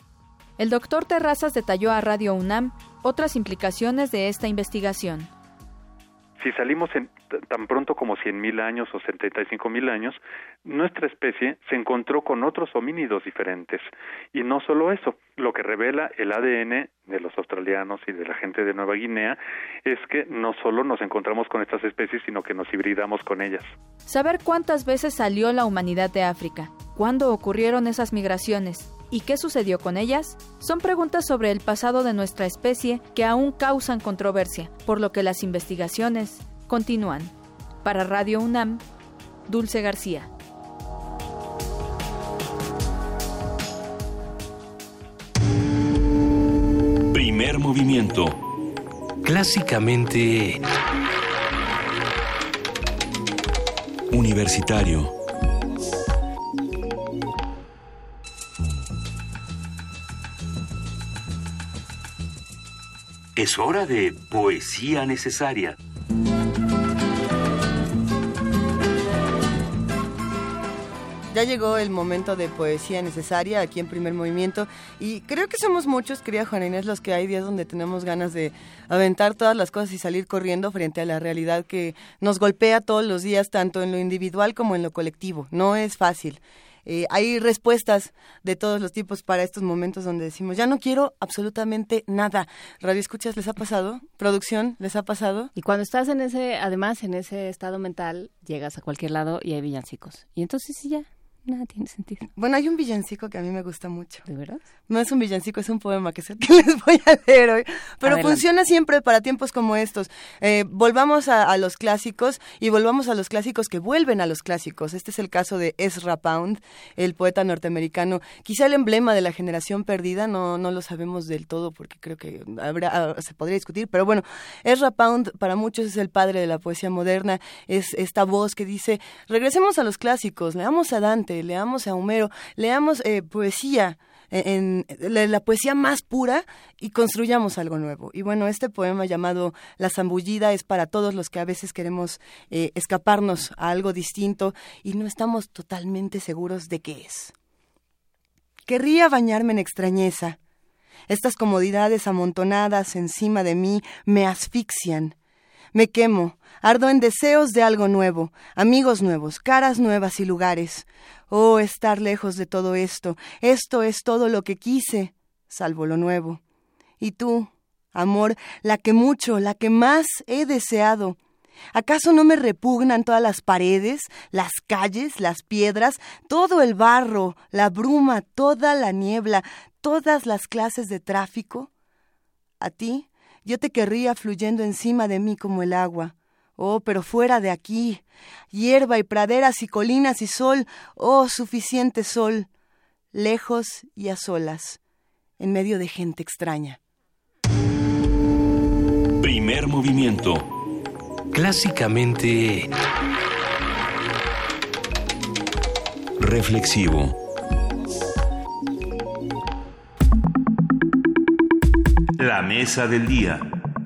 El doctor Terrazas detalló a Radio UNAM otras implicaciones de esta investigación. Si salimos tan pronto como 100.000 años o 75.000 años, nuestra especie se encontró con otros homínidos diferentes. Y no solo eso, lo que revela el ADN de los australianos y de la gente de Nueva Guinea es que no solo nos encontramos con estas especies, sino que nos hibridamos con ellas. Saber cuántas veces salió la humanidad de África, cuándo ocurrieron esas migraciones y qué sucedió con ellas, son preguntas sobre el pasado de nuestra especie que aún causan controversia, por lo que las investigaciones continúan. Para Radio UNAM, Dulce García. Primer movimiento. Clásicamente universitario. Es hora de poesía necesaria. Ya llegó el momento de poesía necesaria aquí en Primer Movimiento y creo que somos muchos, querida Juana Inés, los que hay días donde tenemos ganas de aventar todas las cosas y salir corriendo frente a la realidad que nos golpea todos los días, tanto en lo individual como en lo colectivo. No es fácil. Hay respuestas de todos los tipos para estos momentos donde decimos, ya no quiero absolutamente nada. Radio Escuchas, ¿les ha pasado? ¿Producción, les ha pasado? Y cuando estás en ese estado mental, llegas a cualquier lado y hay villancicos. Y entonces sí, ya nada tiene sentido. Bueno, hay un villancico que a mí me gusta mucho. ¿De verdad? No es un villancico, es un poema que es el que les voy a leer hoy. Pero Adelante. funciona siempre para tiempos como estos. Volvamos a los clásicos y volvamos a los clásicos que vuelven a los clásicos. Este es el caso de Ezra Pound, el poeta norteamericano, quizá el emblema de la generación perdida, no lo sabemos del todo porque creo que se podría discutir, pero bueno, Ezra Pound para muchos es el padre de la poesía moderna, es esta voz que dice, regresemos a los clásicos, leamos a Dante, leamos a Homero, leamos poesía, en la poesía más pura y construyamos algo nuevo. Y bueno, este poema llamado La zambullida es para todos los que a veces queremos escaparnos a algo distinto y no estamos totalmente seguros de qué es. Querría bañarme en extrañeza. Estas comodidades amontonadas encima de mí me asfixian. Me quemo, ardo en deseos de algo nuevo, amigos nuevos, caras nuevas y lugares. Oh, estar lejos de todo esto, esto es todo lo que quise, salvo lo nuevo. Y tú, amor, la que mucho, la que más he deseado. ¿Acaso no me repugnan todas las paredes, las calles, las piedras, todo el barro, la bruma, toda la niebla, todas las clases de tráfico? A ti, yo te querría fluyendo encima de mí como el agua. Oh, pero fuera de aquí, hierba y praderas y colinas y sol, oh, suficiente sol, lejos y a solas, en medio de gente extraña. Primer movimiento. Clásicamente reflexivo. La mesa del día.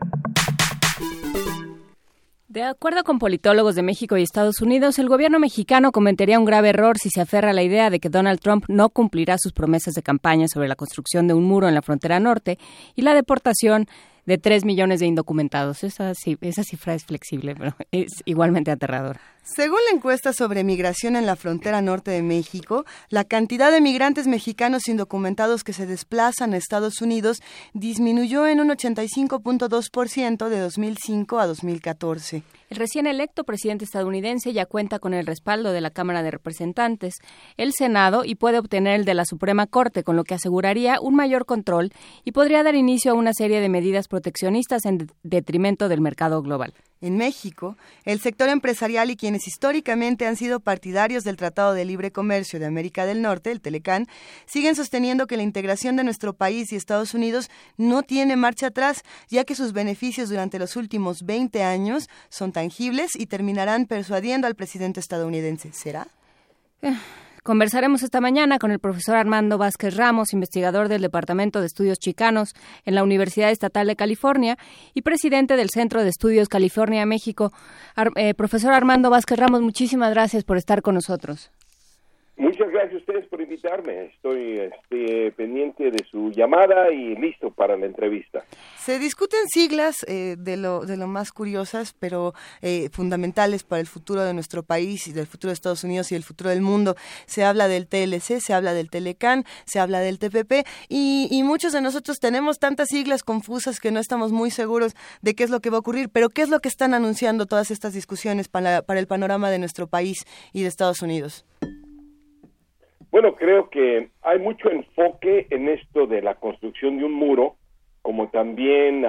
De acuerdo con politólogos de México y Estados Unidos, el gobierno mexicano cometería un grave error si se aferra a la idea de que Donald Trump no cumplirá sus promesas de campaña sobre la construcción de un muro en la frontera norte y la deportación de 3 millones de indocumentados. Esa cifra es flexible, pero es igualmente aterradora. Según la encuesta sobre migración en la frontera norte de México, la cantidad de migrantes mexicanos indocumentados que se desplazan a Estados Unidos disminuyó en un 85.2% de 2005 a 2014. El recién electo presidente estadounidense ya cuenta con el respaldo de la Cámara de Representantes, el Senado y puede obtener el de la Suprema Corte, con lo que aseguraría un mayor control y podría dar inicio a una serie de medidas proteccionistas en detrimento del mercado global. En México, el sector empresarial y quienes históricamente han sido partidarios del Tratado de Libre Comercio de América del Norte, el TELECAN, siguen sosteniendo que la integración de nuestro país y Estados Unidos no tiene marcha atrás, ya que sus beneficios durante los últimos 20 años son tangibles y terminarán persuadiendo al presidente estadounidense. ¿Será? Conversaremos esta mañana con el profesor Armando Vázquez Ramos, investigador del Departamento de Estudios Chicanos en la Universidad Estatal de California y presidente del Centro de Estudios California, México. Profesor Armando Vázquez Ramos, muchísimas gracias por estar con nosotros. Muchas gracias a ustedes por invitarme. Estoy pendiente de su llamada y listo para la entrevista. Se discuten siglas de lo más curiosas, pero fundamentales para el futuro de nuestro país y del futuro de Estados Unidos y del futuro del mundo. Se habla del TLC, se habla del TELECAN, se habla del TPP y muchos de nosotros tenemos tantas siglas confusas que no estamos muy seguros de qué es lo que va a ocurrir. Pero ¿qué es lo que están anunciando todas estas discusiones para el panorama de nuestro país y de Estados Unidos? Bueno, creo que hay mucho enfoque en esto de la construcción de un muro, como también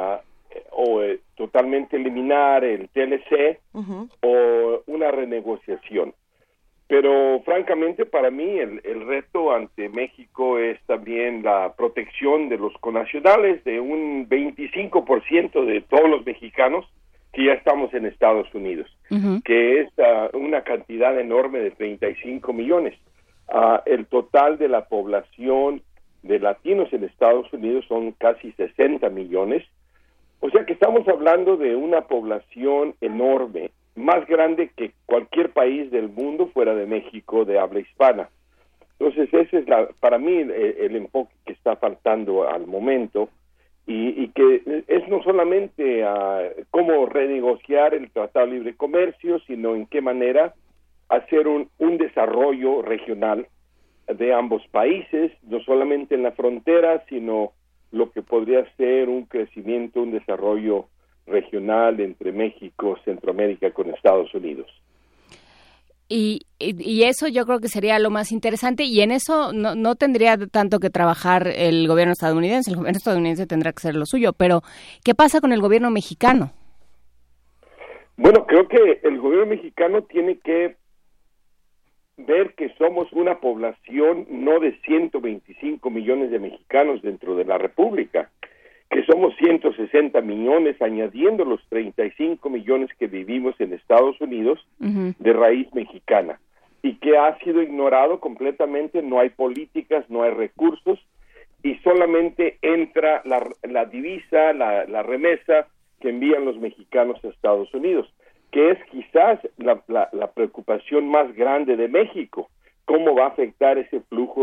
totalmente eliminar el TLC o una renegociación. Pero francamente para mí el reto ante México es también la protección de los connacionales, de un 25% de todos los mexicanos que ya estamos en Estados Unidos, que es una cantidad enorme de 35 millones. El total de la población de latinos en Estados Unidos son casi 60 millones, o sea que estamos hablando de una población enorme, más grande que cualquier país del mundo fuera de México de habla hispana. Entonces ese es para mí el enfoque que está faltando al momento y que es no solamente cómo renegociar el Tratado de Libre Comercio, sino en qué manera hacer un desarrollo regional de ambos países, no solamente en la frontera, sino lo que podría ser un crecimiento, un desarrollo regional entre México, Centroamérica con Estados Unidos. Y eso yo creo que sería lo más interesante, y en eso no tendría tanto que trabajar el gobierno estadounidense. El gobierno estadounidense tendrá que hacer lo suyo, pero ¿qué pasa con el gobierno mexicano? Bueno, creo que el gobierno mexicano tiene que ver que somos una población no de 125 millones de mexicanos dentro de la República, que somos 160 millones, añadiendo los 35 millones que vivimos en Estados Unidos de raíz mexicana, y que ha sido ignorado completamente. No hay políticas, no hay recursos, y solamente entra la divisa, la remesa que envían los mexicanos a Estados Unidos, que es quizás la preocupación más grande de México. ¿Cómo va a afectar ese flujo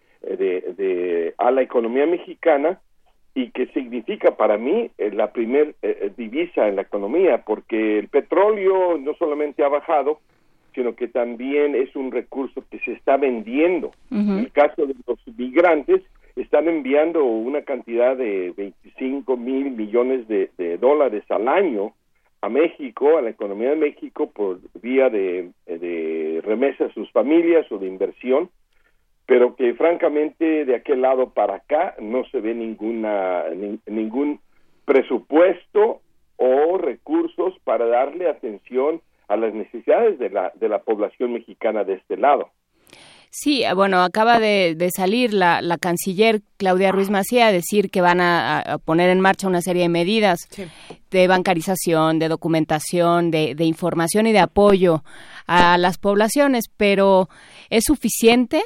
a la economía mexicana? Y que significa para mí la primer divisa en la economía, porque el petróleo no solamente ha bajado, sino que también es un recurso que se está vendiendo. En el caso de los migrantes, están enviando una cantidad de 25 mil millones de dólares al año a México, a la economía de México, por vía de remesas a sus familias o de inversión, pero que francamente de aquel lado para acá no se ve ningún presupuesto o recursos para darle atención a las necesidades de la población mexicana de este lado. Sí, bueno, acaba de salir la canciller Claudia Ruiz Massieu a decir que van a poner en marcha una serie de medidas de bancarización, de documentación, de información y de apoyo a las poblaciones, pero ¿es suficiente?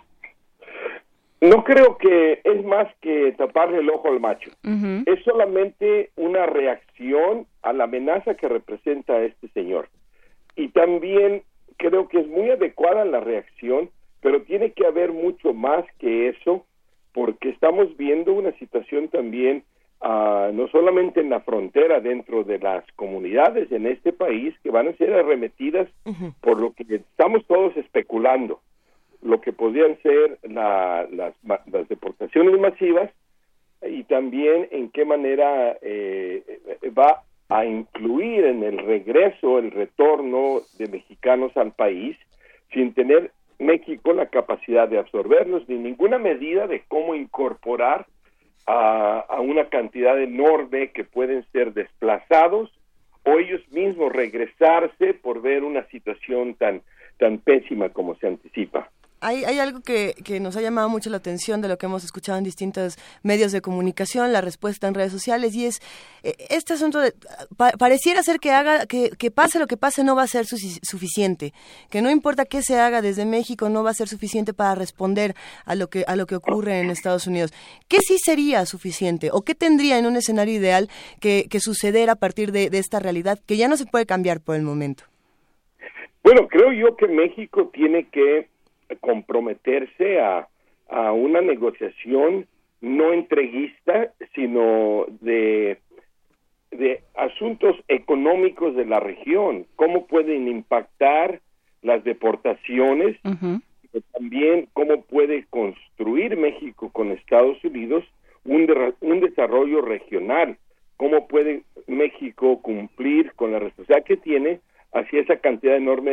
No creo que es más que taparle el ojo al macho. Es solamente una reacción a la amenaza que representa este señor. Y también creo que es muy adecuada la reacción, pero tiene que haber mucho más que eso, porque estamos viendo una situación también, no solamente en la frontera, dentro de las comunidades en este país, que van a ser arremetidas por lo que estamos todos especulando, lo que podrían ser las deportaciones masivas, y también en qué manera va a incluir en el regreso, el retorno de mexicanos al país, sin tener México la capacidad de absorberlos, ni ninguna medida de cómo incorporar a una cantidad enorme que pueden ser desplazados o ellos mismos regresarse por ver una situación tan pésima como se anticipa. Hay algo que nos ha llamado mucho la atención de lo que hemos escuchado en distintos medios de comunicación, la respuesta en redes sociales, y es este asunto de pareciera ser que pase lo que pase no va a ser suficiente, que no importa qué se haga desde México no va a ser suficiente para responder a lo que ocurre en Estados Unidos. ¿Qué sí sería suficiente o qué tendría en un escenario ideal que suceder a partir de esta realidad que ya no se puede cambiar por el momento? Bueno, creo yo que México tiene que comprometerse a una negociación no entreguista, sino de asuntos económicos de la región, cómo pueden impactar las deportaciones, pero también cómo puede construir México con Estados Unidos un desarrollo regional, cómo puede México cumplir con la responsabilidad que tiene hacia esa cantidad enorme de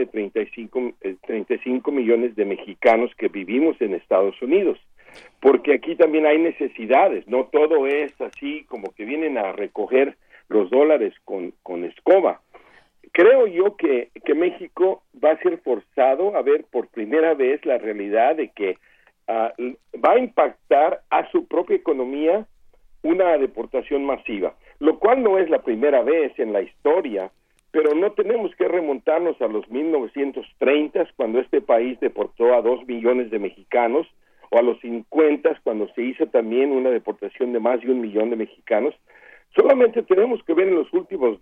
35 millones de mexicanos que vivimos en Estados Unidos, porque aquí también hay necesidades, no todo es así como que vienen a recoger los dólares con escoba. Creo yo que México va a ser forzado a ver por primera vez la realidad de que va a impactar a su propia economía una deportación masiva, lo cual no es la primera vez en la historia, pero no tenemos que remontarnos a los 1930 cuando este país deportó a 2 millones de mexicanos, o a los 50 cuando se hizo también una deportación de más de 1 millón de mexicanos. Solamente tenemos que ver en los últimos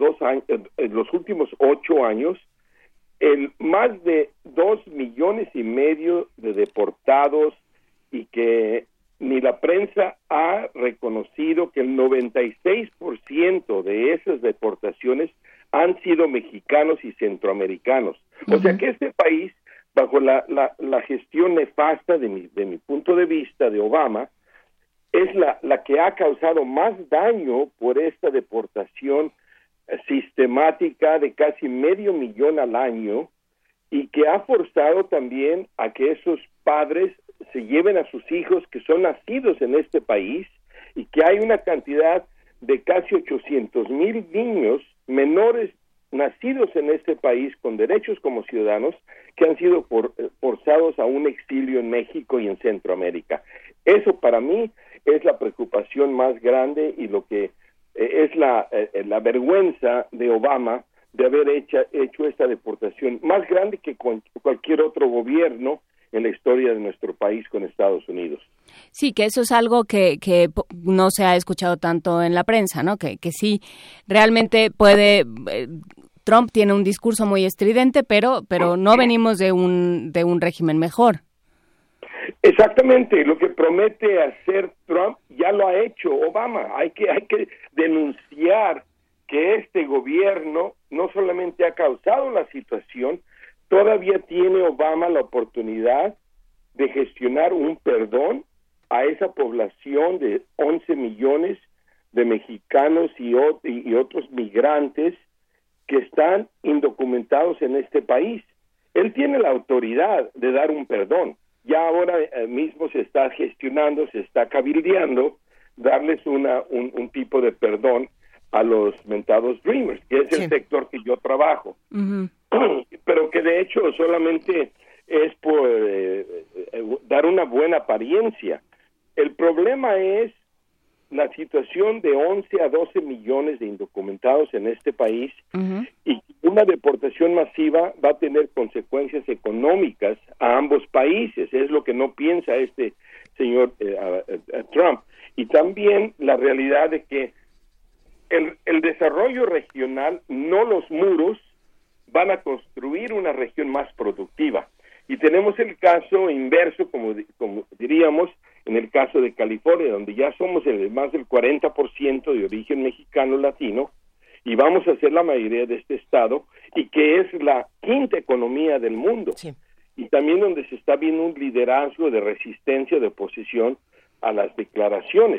8 años, más de 2 millones y medio de deportados, y que ni la prensa ha reconocido que el 96% de esas deportaciones han sido mexicanos y centroamericanos. O sea que este país, bajo la gestión nefasta de mi punto de vista de Obama, es la que ha causado más daño por esta deportación sistemática de casi 500,000 al año, y que ha forzado también a que esos padres se lleven a sus hijos que son nacidos en este país, y que hay una cantidad de casi 800,000 niños menores nacidos en este país con derechos como ciudadanos que han sido forzados a un exilio en México y en Centroamérica. Eso para mí es la preocupación más grande y lo que es la vergüenza de Obama de haber hecho esta deportación más grande que cualquier otro gobierno en la historia de nuestro país con Estados Unidos. Sí, que eso es algo que no se ha escuchado tanto en la prensa, ¿no? Que sí, realmente puede... Trump tiene un discurso muy estridente, pero no venimos de un régimen mejor. Exactamente, lo que promete hacer Trump ya lo ha hecho Obama. Hay que denunciar que este gobierno no solamente ha causado la situación, todavía tiene Obama la oportunidad de gestionar un perdón a esa población de 11 millones de mexicanos y otros migrantes que están indocumentados en este país. Él tiene la autoridad de dar un perdón. Ya ahora mismo se está gestionando, se está cabildeando, darles un tipo de perdón a los mentados Dreamers, que es el sector que yo trabajo. Uh-huh. Pero que de hecho solamente es por dar una buena apariencia. El problema es la situación de 11 a 12 millones de indocumentados en este país, uh-huh, y una deportación masiva va a tener consecuencias económicas a ambos países. Es lo que no piensa este señor Trump. Y también la realidad de que el desarrollo regional, no los muros, van a construir una región más productiva. Y tenemos el caso inverso, como diríamos, en el caso de California, donde ya somos más del 40% de origen mexicano latino, y vamos a ser la mayoría de este estado, y que es la quinta economía del mundo. Sí. Y también donde se está viendo un liderazgo de resistencia, de oposición a las declaraciones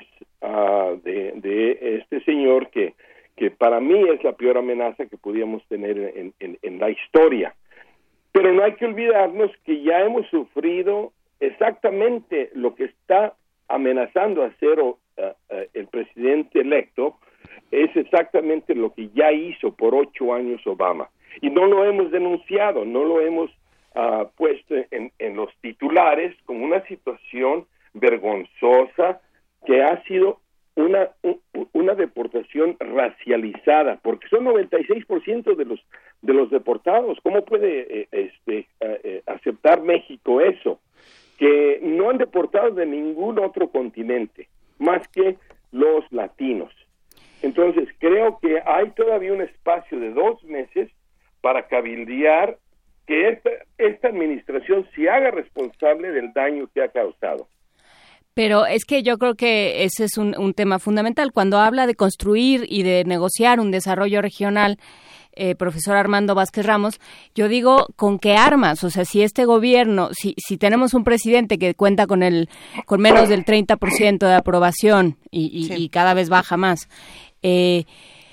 de este señor que para mí es la peor amenaza que podíamos tener en la historia. Pero no hay que olvidarnos que ya hemos sufrido exactamente lo que está amenazando hacer el presidente electo, es exactamente lo que ya hizo por 8 años Obama. Y no lo hemos denunciado, no lo hemos puesto en los titulares como una situación vergonzosa que ha sido una deportación racializada, porque son 96% de los deportados. ¿Cómo puede aceptar México eso? Que no han deportado de ningún otro continente, más que los latinos. Entonces, creo que hay todavía un espacio de 2 meses para cabildear que esta administración se haga responsable del daño que ha causado. Pero es que yo creo que ese es un tema fundamental. Cuando habla de construir y de negociar un desarrollo regional, profesor Armando Vázquez Ramos, yo digo, ¿con qué armas? O sea, si este gobierno, si tenemos un presidente que cuenta con menos del 30% de aprobación y cada vez baja más, y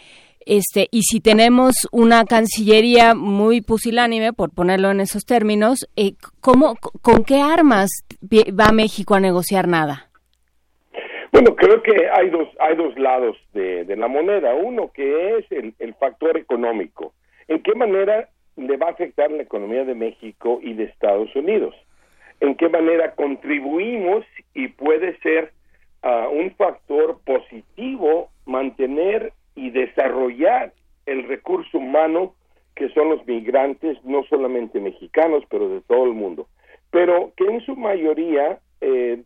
si tenemos una cancillería muy pusilánime, por ponerlo en esos términos, ¿con qué armas va México a negociar nada? Bueno, creo que hay dos lados de la moneda. Uno que es el factor económico. ¿En qué manera le va a afectar la economía de México y de Estados Unidos? ¿En qué manera contribuimos y puede ser un factor positivo mantener y desarrollar el recurso humano que son los migrantes, no solamente mexicanos, pero de todo el mundo? Pero que en su mayoría el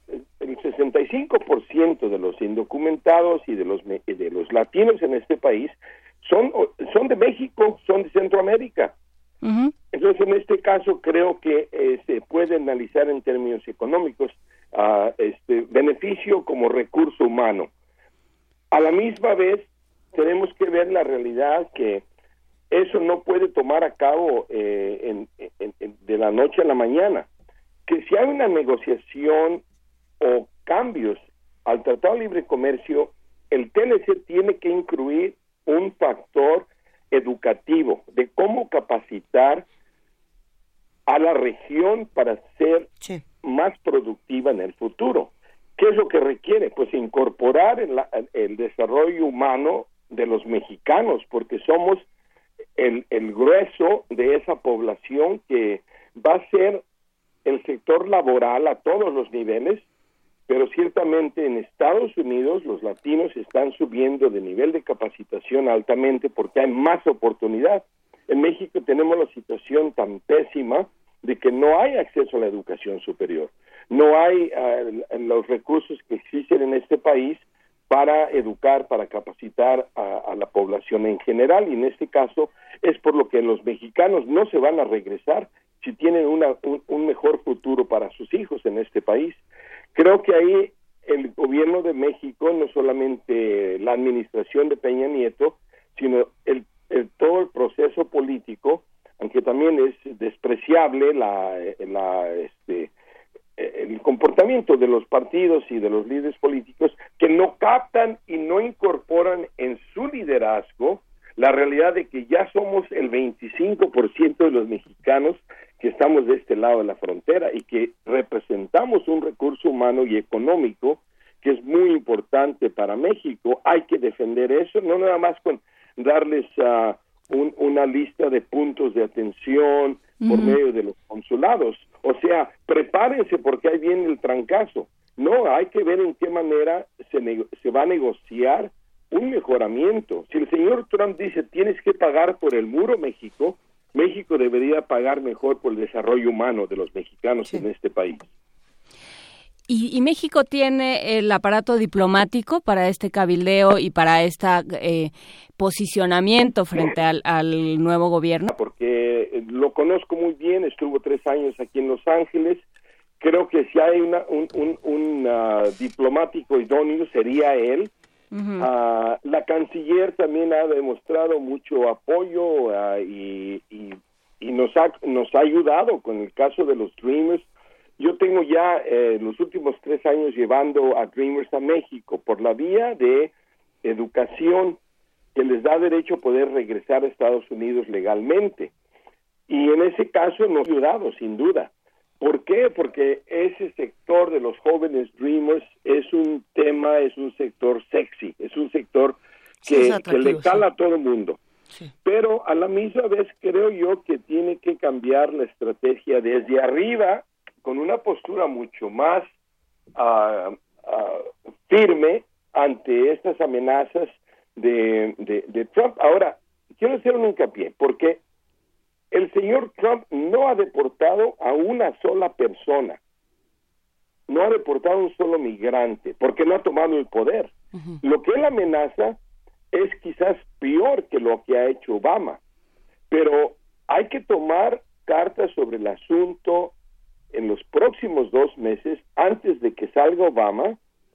65% de los indocumentados y de los latinos en este país son de México, son de Centroamérica. Uh-huh. Entonces, en este caso, creo que se puede analizar en términos económicos beneficio como recurso humano. A la misma vez, tenemos que ver la realidad que eso no puede tomar a cabo de la noche a la mañana. Que si hay una negociación o cambios al Tratado de Libre Comercio, el TLC tiene que incluir un factor educativo de cómo capacitar a la región para ser más productiva en el futuro. ¿Qué es lo que requiere? Pues incorporar el desarrollo humano de los mexicanos, porque somos el grueso de esa población que va a ser el sector laboral a todos los niveles, pero ciertamente en Estados Unidos los latinos están subiendo de nivel de capacitación altamente porque hay más oportunidad. En México tenemos la situación tan pésima de que no hay acceso a la educación superior, no hay los recursos que existen en este país para educar, para capacitar a la población en general, y en este caso es por lo que los mexicanos no se van a regresar si tienen un mejor futuro para sus hijos en este país. Creo que ahí el gobierno de México, no solamente la administración de Peña Nieto, sino todo el proceso político, aunque también es despreciable el comportamiento de los partidos y de los líderes políticos que no captan y no incorporan en su liderazgo la realidad de que ya somos el 25% de los mexicanos que estamos de este lado de la frontera y que representamos un recurso humano y económico que es muy importante para México. Hay que defender eso, no nada más con darles una lista de puntos de atención por medio de los consulados. O sea, prepárense porque ahí viene el trancazo. No, hay que ver en qué manera se va a negociar un mejoramiento. Si el señor Trump dice tienes que pagar por el muro México debería pagar mejor por el desarrollo humano de los mexicanos en este país. ¿Y México tiene el aparato diplomático para este cabildeo y para este posicionamiento frente al nuevo gobierno? Porque lo conozco muy bien, estuvo 3 años aquí en Los Ángeles. Creo que si hay un diplomático idóneo sería él. La canciller también ha demostrado mucho apoyo y nos ha ayudado con el caso de los Dreamers. Yo tengo ya los últimos 3 años llevando a Dreamers a México por la vía de educación que les da derecho a poder regresar a Estados Unidos legalmente. Y en ese caso nos ha ayudado, sin duda. ¿Por qué? Porque ese sector de los jóvenes Dreamers es un sector sexy, es un sector que le cala a todo el mundo. Sí. Pero a la misma vez creo yo que tiene que cambiar la estrategia desde arriba con una postura mucho más firme ante estas amenazas de Trump. Ahora, quiero hacer un hincapié, porque el señor Trump no ha deportado a una sola persona, no ha deportado a un solo migrante, porque no ha tomado el poder. Lo que él amenaza es quizás peor que lo que ha hecho Obama, pero hay que tomar cartas sobre el asunto en los próximos 2 meses, antes de que salga Obama,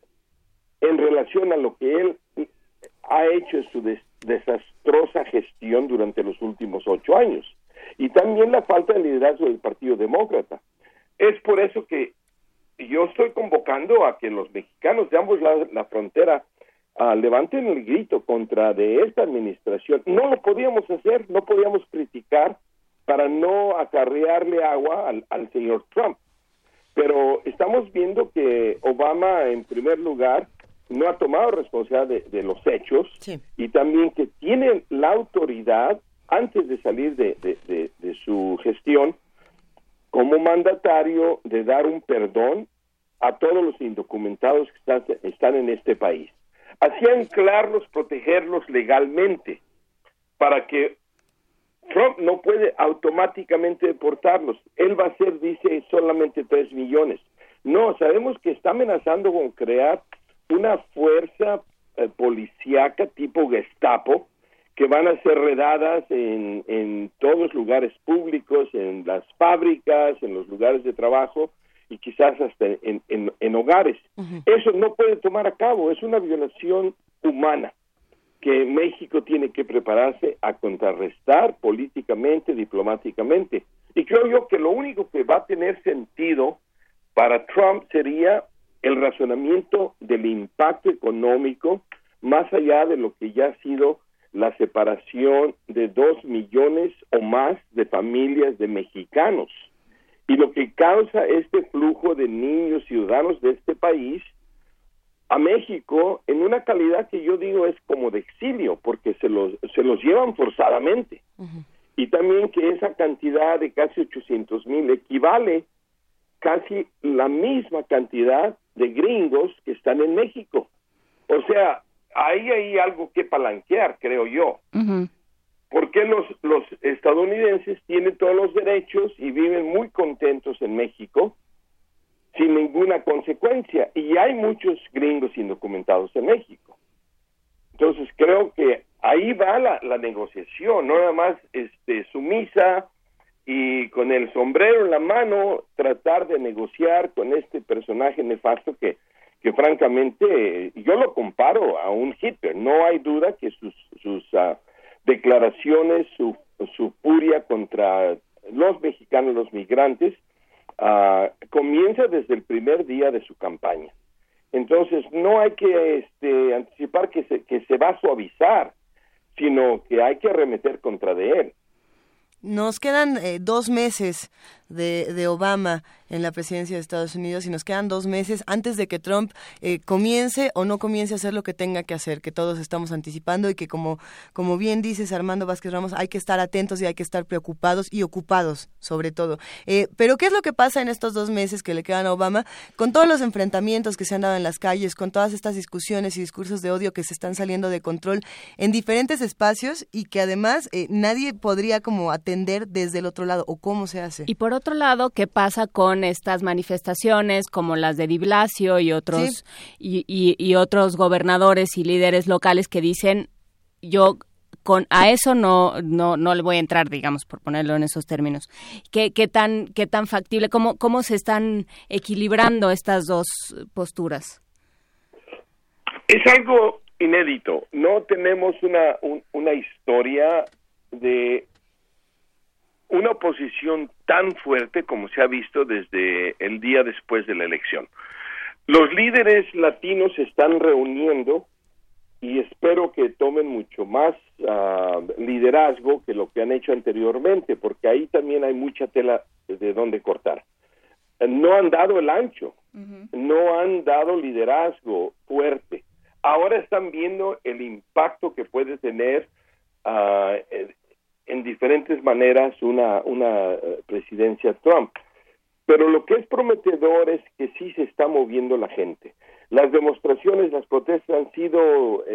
en relación a lo que él ha hecho en su desastrosa gestión durante los últimos 8 años. Y también la falta de liderazgo del Partido Demócrata. Es por eso que yo estoy convocando a que los mexicanos de ambos lados de la frontera levanten el grito contra de esta administración. No lo podíamos hacer, no podíamos criticar para no acarrearle agua al señor Trump. Pero estamos viendo que Obama, en primer lugar, no ha tomado responsabilidad de los hechos, y también que tiene la autoridad, antes de salir de su gestión, como mandatario, de dar un perdón a todos los indocumentados que están en este país. Así anclarlos, protegerlos legalmente, para que Trump no puede automáticamente deportarlos. Él va a ser, dice, solamente 3 millones. No, sabemos que está amenazando con crear una fuerza policíaca tipo Gestapo, que van a ser redadas en todos los lugares públicos, en las fábricas, en los lugares de trabajo y quizás hasta en hogares. Eso no puede tomar a cabo, es una violación humana que México tiene que prepararse a contrarrestar políticamente, diplomáticamente. Y creo yo que lo único que va a tener sentido para Trump sería el razonamiento del impacto económico, más allá de lo que ya ha sido la separación de 2 millones o más de familias de mexicanos. y lo que causa este flujo de niños ciudadanos de este país a México en una calidad que yo digo es como de exilio, porque se los llevan forzadamente. Y también que esa cantidad de casi 800,000 equivale casi la misma cantidad de gringos que están en México. O sea, ahí hay algo que palanquear, creo yo. Porque los estadounidenses tienen todos los derechos y viven muy contentos en México sin ninguna consecuencia, y hay muchos gringos indocumentados en México. Entonces creo que ahí va la negociación, no nada más sumisa y con el sombrero en la mano tratar de negociar con este personaje nefasto que francamente yo lo comparo a un Hitler. No hay duda que sus declaraciones, su furia contra los mexicanos, los migrantes, comienza desde el primer día de su campaña. Entonces no hay que anticipar que se va a suavizar, sino que hay que arremeter contra de él. Nos quedan 2 meses de Obama en la presidencia de Estados Unidos y nos quedan 2 meses antes de que Trump comience o no comience a hacer lo que tenga que hacer, que todos estamos anticipando y que como bien dices, Armando Vázquez Ramos, hay que estar atentos y hay que estar preocupados y ocupados sobre todo. Pero ¿qué es lo que pasa en estos 2 meses que le quedan a Obama con todos los enfrentamientos que se han dado en las calles, con todas estas discusiones y discursos de odio que se están saliendo de control en diferentes espacios y que además nadie podría como atender desde el otro lado, o cómo se hace? Y por otro lado, ¿qué pasa con estas manifestaciones como las de Di Blasio y otros y otros gobernadores y líderes locales que dicen a eso no le voy a entrar, digamos, por ponerlo en esos términos? ¿Qué tan factible, cómo se están equilibrando estas dos posturas? Es algo inédito. No tenemos una historia de una oposición tan fuerte como se ha visto desde el día después de la elección. Los líderes latinos se están reuniendo y espero que tomen mucho más liderazgo que lo que han hecho anteriormente, porque ahí también hay mucha tela de donde cortar. No han dado el ancho, no han dado liderazgo fuerte. Ahora están viendo el impacto que puede tener en diferentes maneras una presidencia Trump. Pero lo que es prometedor es que sí se está moviendo la gente. Las demostraciones, las protestas han sido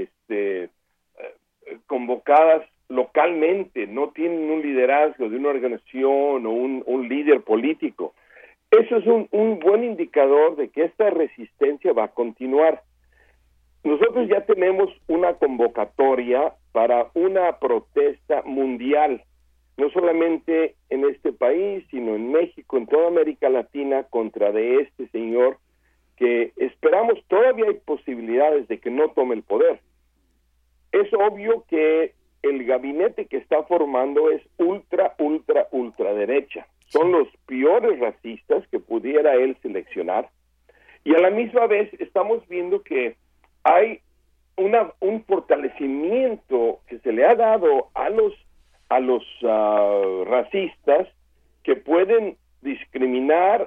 convocadas localmente, no tienen un liderazgo de una organización o un líder político. Eso es un buen indicador de que esta resistencia va a continuar. Nosotros ya tenemos una convocatoria para una protesta mundial, no solamente en este país, sino en México, en toda América Latina, contra de este señor que esperamos todavía hay posibilidades de que no tome el poder. Es obvio que el gabinete que está formando es ultra derecha. Son los peores racistas que pudiera él seleccionar, y a la misma vez estamos viendo que hay un fortalecimiento que se le ha dado a los racistas que pueden discriminar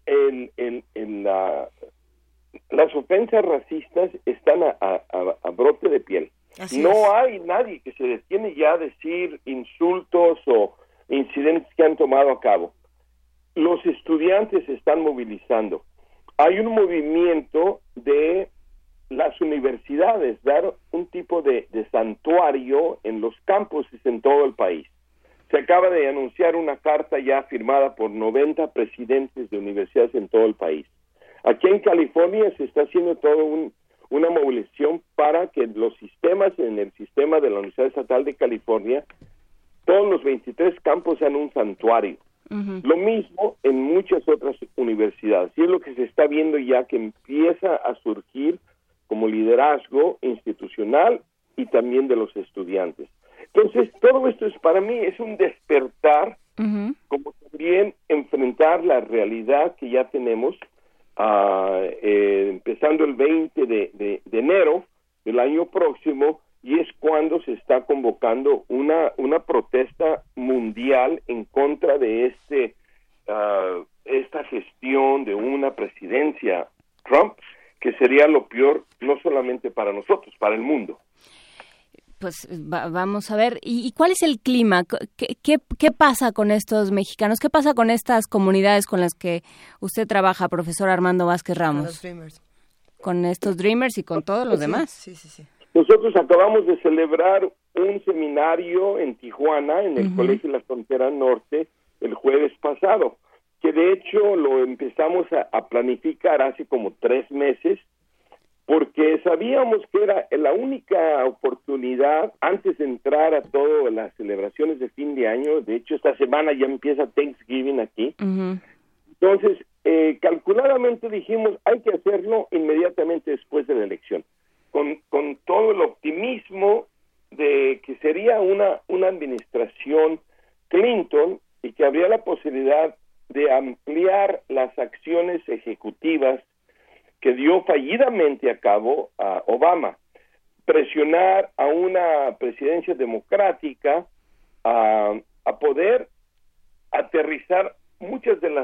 las ofensas racistas están a brote de piel. No hay nadie que se detiene ya a decir insultos o incidentes que han tomado a cabo. Los estudiantes se están movilizando. Hay un movimiento de las universidades, dar un tipo de santuario en los campuses en todo el país. Se acaba de anunciar una carta ya firmada por 90 presidentes de universidades en todo el país. Aquí en California se está haciendo todo una movilización para que en el sistema de la Universidad Estatal de California, todos los 23 campos sean un santuario. Lo mismo en muchas otras universidades. Y es lo que se está viendo ya que empieza a surgir como liderazgo institucional y también de los estudiantes. Entonces, todo esto para mí es un despertar, como también enfrentar la realidad que ya tenemos, empezando el 20 de enero del año próximo, y es cuando se está convocando una protesta mundial en contra de este esta gestión de una presidencia Trump, que sería lo peor no solamente para nosotros, para el mundo. Pues vamos a ver. ¿Y cuál es el clima? ¿Qué pasa con estos mexicanos? ¿Qué pasa con estas comunidades con las que usted trabaja, profesor Armando Vázquez Ramos? Con los Dreamers. Con estos Dreamers y con todos los demás. Sí. Nosotros acabamos de celebrar un seminario en Tijuana, en el Colegio de la Frontera Norte, el jueves pasado, que de hecho lo empezamos a planificar hace como 3 meses, porque sabíamos que era la única oportunidad antes de entrar a todas las celebraciones de fin de año. De hecho, esta semana ya empieza Thanksgiving aquí. Entonces, calculadamente dijimos, hay que hacerlo inmediatamente después de la elección, con todo el optimismo de que sería una administración Clinton y que habría la posibilidad de ampliar las acciones ejecutivas que dio fallidamente a cabo a Obama, presionar a una presidencia democrática a poder aterrizar muchas de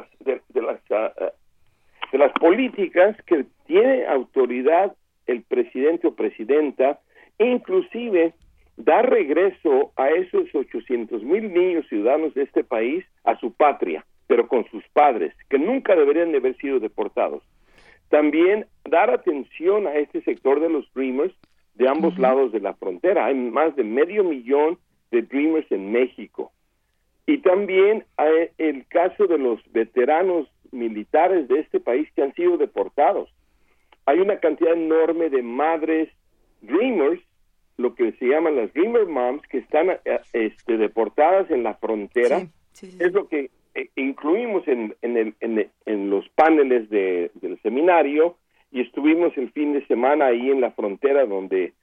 las políticas que tiene autoridad el presidente o presidenta, inclusive dar regreso a esos 800,000 niños ciudadanos de este país a su patria, pero con sus padres, que nunca deberían de haber sido deportados. También dar atención a este sector de los Dreamers de ambos lados de la frontera. Hay más de 500,000 de Dreamers en México. Y también el caso de los veteranos militares de este país que han sido deportados. Hay una cantidad enorme de madres Dreamers, lo que se llaman las Dreamer Moms, que están deportadas en la frontera. Sí. Es lo que incluimos en los paneles del seminario, y estuvimos el fin de semana ahí en la frontera, donde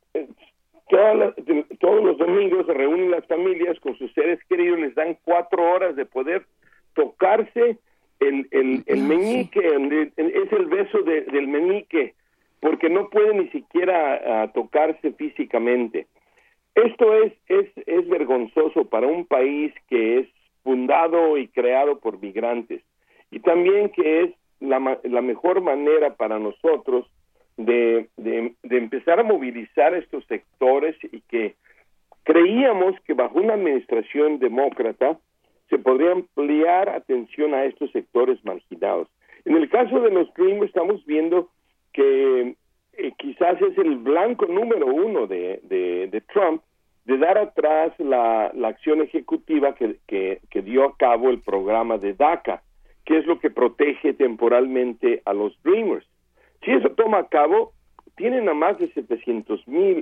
todos los domingos se reúnen las familias con sus seres queridos, les dan 4 horas de poder tocarse el meñique, es el beso del meñique, porque no pueden ni siquiera tocarse físicamente. Esto es vergonzoso para un país que es fundado y creado por migrantes, y también que es la mejor manera para nosotros de empezar a movilizar estos sectores, y que creíamos que bajo una administración demócrata se podría ampliar atención a estos sectores marginados. En el caso de los Dreamers estamos viendo que quizás es el blanco número 1 de Trump, de dar atrás la acción ejecutiva que dio a cabo el programa de DACA, que es lo que protege temporalmente a los Dreamers. Si eso toma a cabo, tienen a más de 700,000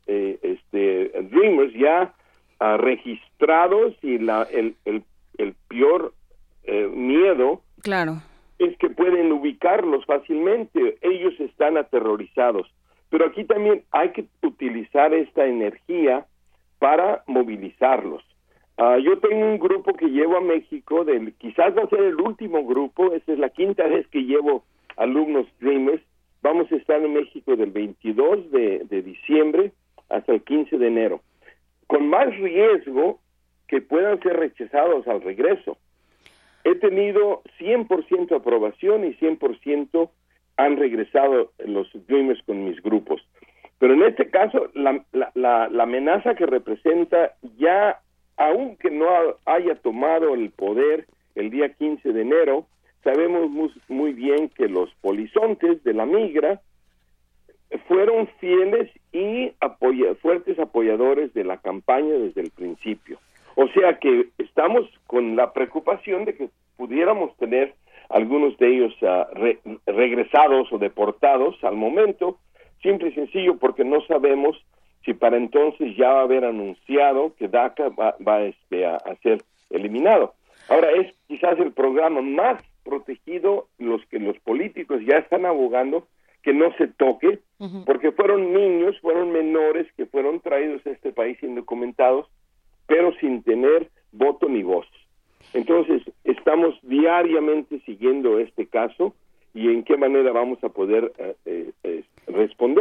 Dreamers ya registrados, y el peor miedo, claro, es que pueden ubicarlos fácilmente. Ellos están aterrorizados. Pero aquí también hay que utilizar esta energía para movilizarlos. Yo tengo un grupo que llevo a México, quizás va a ser el último grupo, esta es la 5ª vez que llevo alumnos Dreamers. Vamos a estar en México del 22 de diciembre hasta el 15 de enero, con más riesgo que puedan ser rechazados al regreso. He tenido 100% aprobación y 100% han regresado los Dreamers con mis grupos. Pero en este caso, la amenaza que representa, ya aunque no haya tomado el poder el día 15 de enero, sabemos muy bien que los polizontes de la migra fueron fieles y fuertes apoyadores de la campaña desde el principio. O sea que estamos con la preocupación de que pudiéramos tener algunos de ellos regresados o deportados al momento, simple y sencillo porque no sabemos si para entonces ya va a haber anunciado que DACA va a ser eliminado. Ahora es quizás el programa más protegido, los que los políticos ya están abogando que no se toque, porque fueron niños, fueron menores que fueron traídos a este país indocumentados, pero sin tener voto ni voz. Entonces, estamos diariamente siguiendo este caso y en qué manera vamos a poder responder.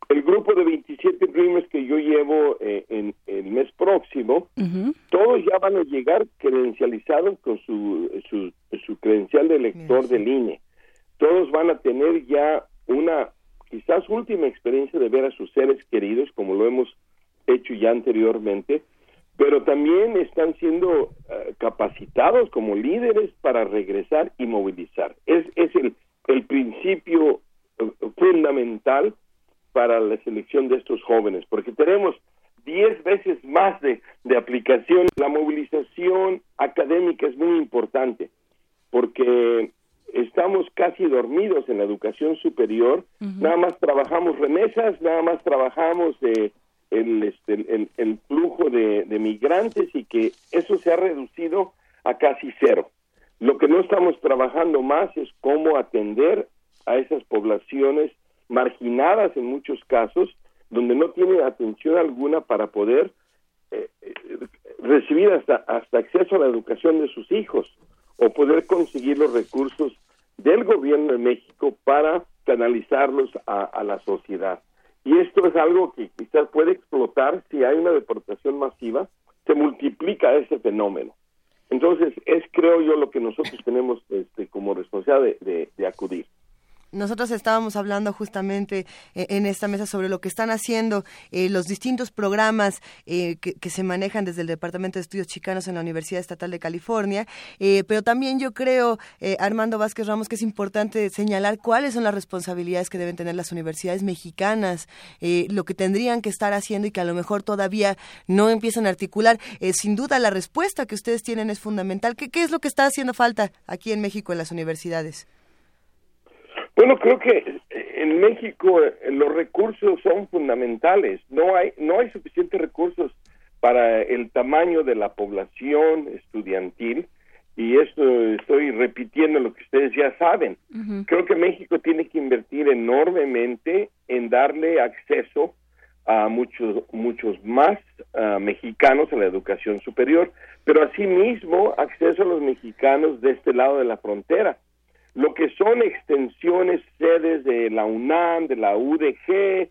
el grupo de 27 Dreamers que yo llevo en el mes próximo, todos ya van a llegar credencializados con su credencial de elector del INE. Todos van a tener ya una quizás última experiencia de ver a sus seres queridos, como lo hemos hecho ya anteriormente, pero también están siendo capacitados como líderes para regresar y movilizar. Es el principio fundamental para la selección de estos jóvenes, porque tenemos 10 veces más de aplicación. La movilización académica es muy importante, porque estamos casi dormidos en la educación superior, nada más trabajamos remesas, nada más trabajamos el flujo de migrantes, y que eso se ha reducido a casi cero. Lo que no estamos trabajando más es cómo atender a esas poblaciones marginadas en muchos casos, donde no tienen atención alguna para poder recibir hasta acceso a la educación de sus hijos, o poder conseguir los recursos del gobierno de México para canalizarlos a la sociedad. Y esto es algo que quizás puede explotar si hay una deportación masiva, se multiplica ese fenómeno. Entonces, creo yo, lo que nosotros tenemos como responsabilidad de acudir. Nosotros estábamos hablando justamente en esta mesa sobre lo que están haciendo los distintos programas que se manejan desde el Departamento de Estudios Chicanos en la Universidad Estatal de California, pero también yo creo, Armando Vázquez Ramos, que es importante señalar cuáles son las responsabilidades que deben tener las universidades mexicanas, lo que tendrían que estar haciendo y que a lo mejor todavía no empiezan a articular. Sin duda la respuesta que ustedes tienen es fundamental. ¿Qué es lo que está haciendo falta aquí en México en las universidades? Bueno, creo que en México los recursos son fundamentales. No hay suficientes recursos para el tamaño de la población estudiantil, y esto estoy repitiendo lo que ustedes ya saben. Creo que México tiene que invertir enormemente en darle acceso a muchos más mexicanos a la educación superior, pero asimismo acceso a los mexicanos de este lado de la frontera. Lo que son extensiones, sedes de la UNAM, de la UDG,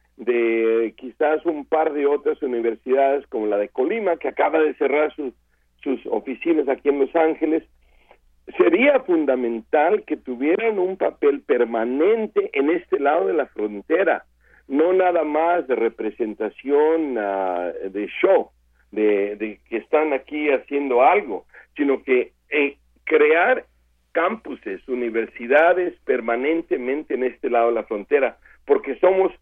de quizás un par de otras universidades como la de Colima, que acaba de cerrar sus oficinas aquí en Los Ángeles, sería fundamental que tuvieran un papel permanente en este lado de la frontera, no nada más de representación de show, de que están aquí haciendo algo, sino que crear campuses, universidades permanentemente en este lado de la frontera, porque somos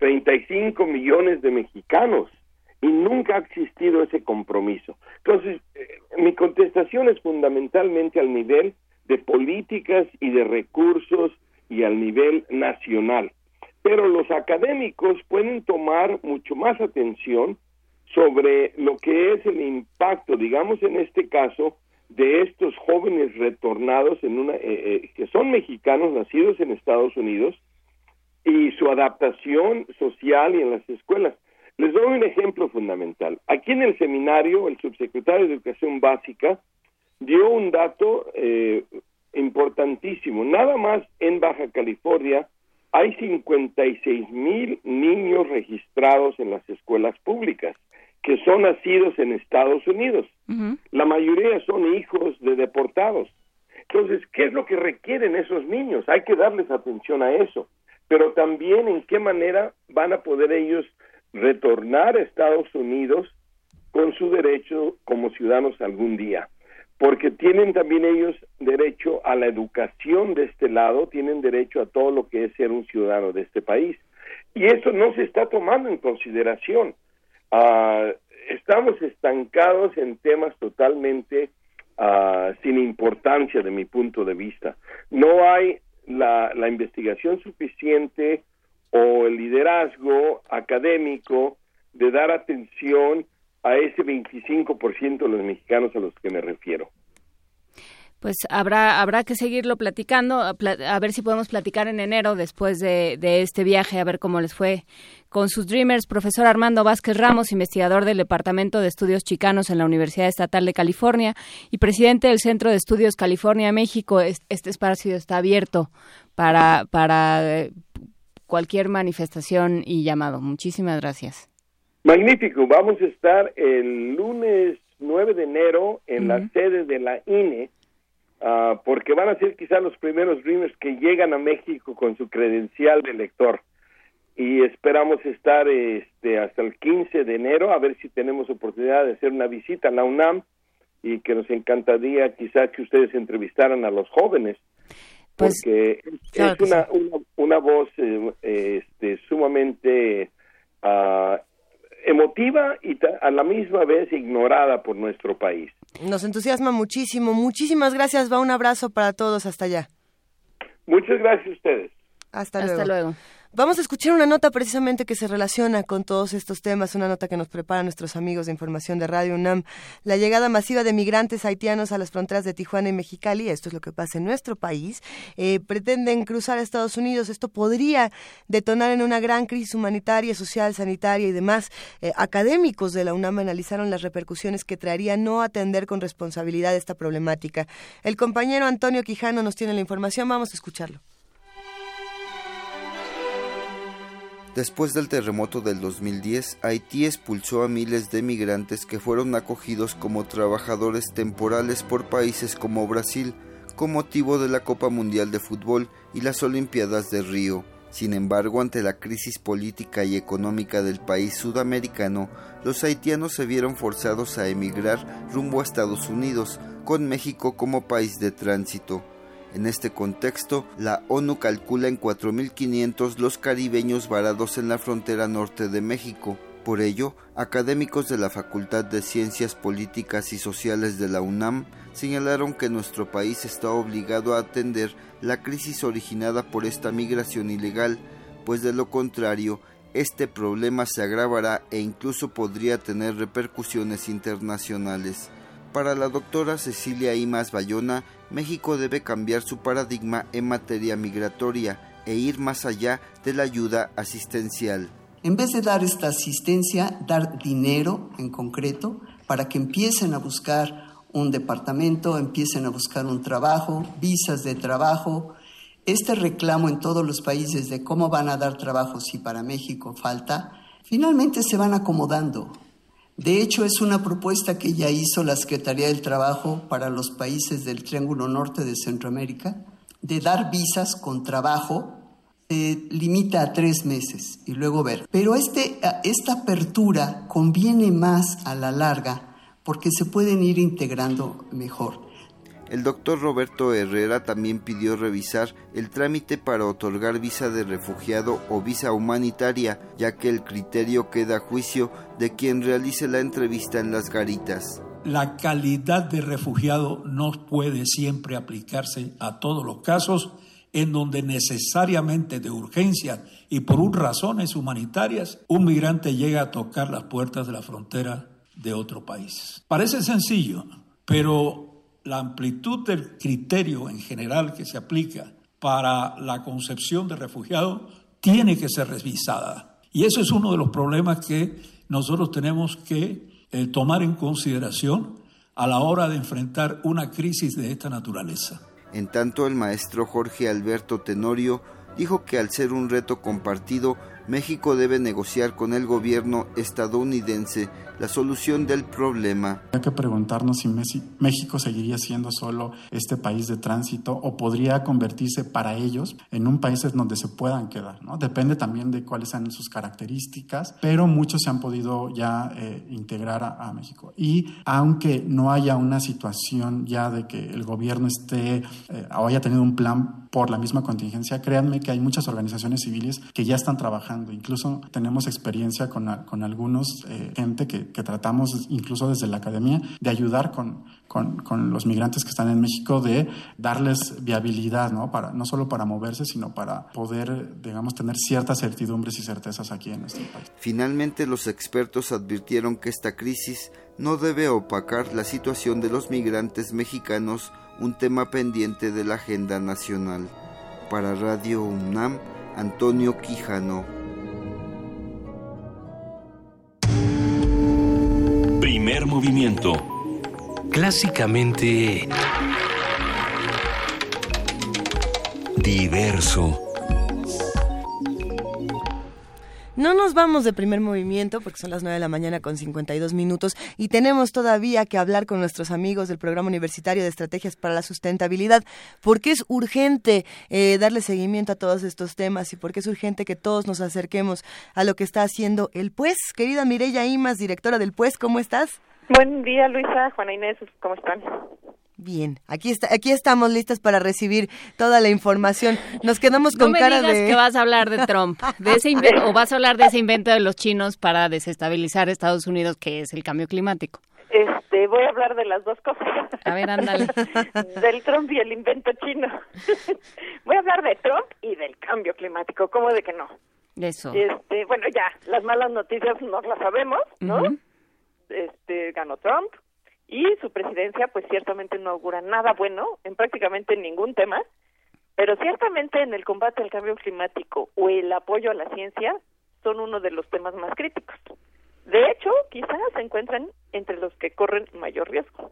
35 millones de mexicanos y nunca ha existido ese compromiso. Entonces, mi contestación es fundamentalmente al nivel de políticas y de recursos y al nivel nacional. Pero los académicos pueden tomar mucho más atención sobre lo que es el impacto, digamos en este caso, de estos jóvenes retornados que son mexicanos nacidos en Estados Unidos, y su adaptación social y en las escuelas. Les doy un ejemplo fundamental. Aquí en el seminario, el subsecretario de Educación Básica dio un dato importantísimo. Nada más en Baja California hay 56,000 niños registrados en las escuelas públicas que son nacidos en Estados Unidos. La mayoría son hijos de deportados. Entonces, ¿qué es lo que requieren esos niños? Hay que darles atención a eso, pero también en qué manera van a poder ellos retornar a Estados Unidos con su derecho como ciudadanos algún día, porque tienen también ellos derecho a la educación de este lado, tienen derecho a todo lo que es ser un ciudadano de este país, y eso no se está tomando en consideración. Estamos estancados en temas totalmente sin importancia de mi punto de vista. No hay la investigación suficiente o el liderazgo académico de dar atención a ese 25% de los mexicanos a los que me refiero. Pues habrá que seguirlo platicando, a ver si podemos platicar en enero después de este viaje, a ver cómo les fue con sus Dreamers. Profesor Armando Vázquez Ramos, investigador del Departamento de Estudios Chicanos en la Universidad Estatal de California y presidente del Centro de Estudios California México. Este espacio está abierto para cualquier manifestación y llamado. Muchísimas gracias. Magnífico. Vamos a estar el lunes 9 de enero en la sede de la INE, porque van a ser quizás los primeros Dreamers que llegan a México con su credencial de elector. Y esperamos estar hasta el 15 de enero, a ver si tenemos oportunidad de hacer una visita a la UNAM, y que nos encantaría quizás que ustedes entrevistaran a los jóvenes, porque claro, es una voz sumamente emotiva y a la misma vez ignorada por nuestro país. Nos entusiasma muchísimo. Muchísimas gracias. Va un abrazo para todos hasta allá. Muchas gracias a ustedes. Hasta luego. Vamos a escuchar una nota precisamente que se relaciona con todos estos temas, una nota que nos preparan nuestros amigos de información de Radio UNAM. La llegada masiva de migrantes haitianos a las fronteras de Tijuana y Mexicali, esto es lo que pasa en nuestro país, pretenden cruzar a Estados Unidos. Esto podría detonar en una gran crisis humanitaria, social, sanitaria y demás. Académicos de la UNAM analizaron las repercusiones que traería no atender con responsabilidad esta problemática. El compañero Antonio Quijano nos tiene la información, vamos a escucharlo. Después del terremoto del 2010, Haití expulsó a miles de migrantes que fueron acogidos como trabajadores temporales por países como Brasil, con motivo de la Copa Mundial de Fútbol y las Olimpiadas de Río. Sin embargo, ante la crisis política y económica del país sudamericano, los haitianos se vieron forzados a emigrar rumbo a Estados Unidos, con México como país de tránsito. En este contexto, la ONU calcula en 4.500 los caribeños varados en la frontera norte de México. Por ello, académicos de la Facultad de Ciencias Políticas y Sociales de la UNAM señalaron que nuestro país está obligado a atender la crisis originada por esta migración ilegal, pues de lo contrario, este problema se agravará e incluso podría tener repercusiones internacionales. Para la doctora Cecilia Imaz Bayona, México debe cambiar su paradigma en materia migratoria e ir más allá de la ayuda asistencial. En vez de dar esta asistencia, dar dinero en concreto para que empiecen a buscar un departamento, empiecen a buscar un trabajo, visas de trabajo. Este reclamo en todos los países de cómo van a dar trabajo si para México falta, finalmente se van acomodando. De hecho, es una propuesta que ya hizo la Secretaría del Trabajo para los países del Triángulo Norte de Centroamérica, de dar visas con trabajo, se limita a 3 meses y luego ver. Pero esta apertura conviene más a la larga porque se pueden ir integrando mejor. El doctor Roberto Herrera también pidió revisar el trámite para otorgar visa de refugiado o visa humanitaria, ya que el criterio queda a juicio de quien realice la entrevista en las garitas. La calidad de refugiado no puede siempre aplicarse a todos los casos en donde necesariamente de urgencia y por razones humanitarias un migrante llega a tocar las puertas de la frontera de otro país. Parece sencillo, pero la amplitud del criterio en general que se aplica para la concepción de refugiado tiene que ser revisada. Y eso es uno de los problemas que nosotros tenemos que tomar en consideración a la hora de enfrentar una crisis de esta naturaleza. En tanto, el maestro Jorge Alberto Tenorio dijo que al ser un reto compartido, México debe negociar con el gobierno estadounidense la solución del problema. Hay que preguntarnos si México seguiría siendo solo este país de tránsito o podría convertirse para ellos en un país en donde se puedan quedar, ¿no? Depende también de cuáles sean sus características, pero muchos se han podido ya integrar a México. Y aunque no haya una situación ya de que el gobierno esté o haya tenido un plan por la misma contingencia, créanme que hay muchas organizaciones civiles que ya están trabajando. Incluso tenemos experiencia con algunos gente que tratamos incluso desde la academia de ayudar con los migrantes que están en México, de darles viabilidad, ¿no? No solo para moverse, sino para poder, digamos, tener ciertas certidumbres y certezas aquí en nuestro país. Finalmente, los expertos advirtieron que esta crisis no debe opacar la situación de los migrantes mexicanos, un tema pendiente de la agenda nacional. Para Radio UNAM, Antonio Quijano. Primer movimiento. Clásicamente diverso. No nos vamos de Primer Movimiento porque son las 9 de la mañana con 52 minutos y tenemos todavía que hablar con nuestros amigos del Programa Universitario de Estrategias para la Sustentabilidad, porque es urgente darle seguimiento a todos estos temas y porque es urgente que todos nos acerquemos a lo que está haciendo el PUES. Querida Mireya Imas, directora del PUES, ¿cómo estás? Buen día, Luisa, Juana Inés, ¿cómo están? Bien, aquí estamos listas para recibir toda la información. Nos quedamos con cara de... No me digas que vas a hablar de Trump, o vas a hablar de ese invento de los chinos para desestabilizar Estados Unidos, que es el cambio climático. Voy a hablar de las dos cosas. A ver, ándale. Del Trump y el invento chino. Voy a hablar de Trump y del cambio climático, ¿cómo de que no? Eso. Bueno, ya, las malas noticias no las sabemos, ¿no? Uh-huh. Ganó Trump. Y su presidencia, pues ciertamente no augura nada bueno en prácticamente ningún tema, pero ciertamente en el combate al cambio climático o el apoyo a la ciencia son uno de los temas más críticos. De hecho, quizás se encuentran entre los que corren mayor riesgo.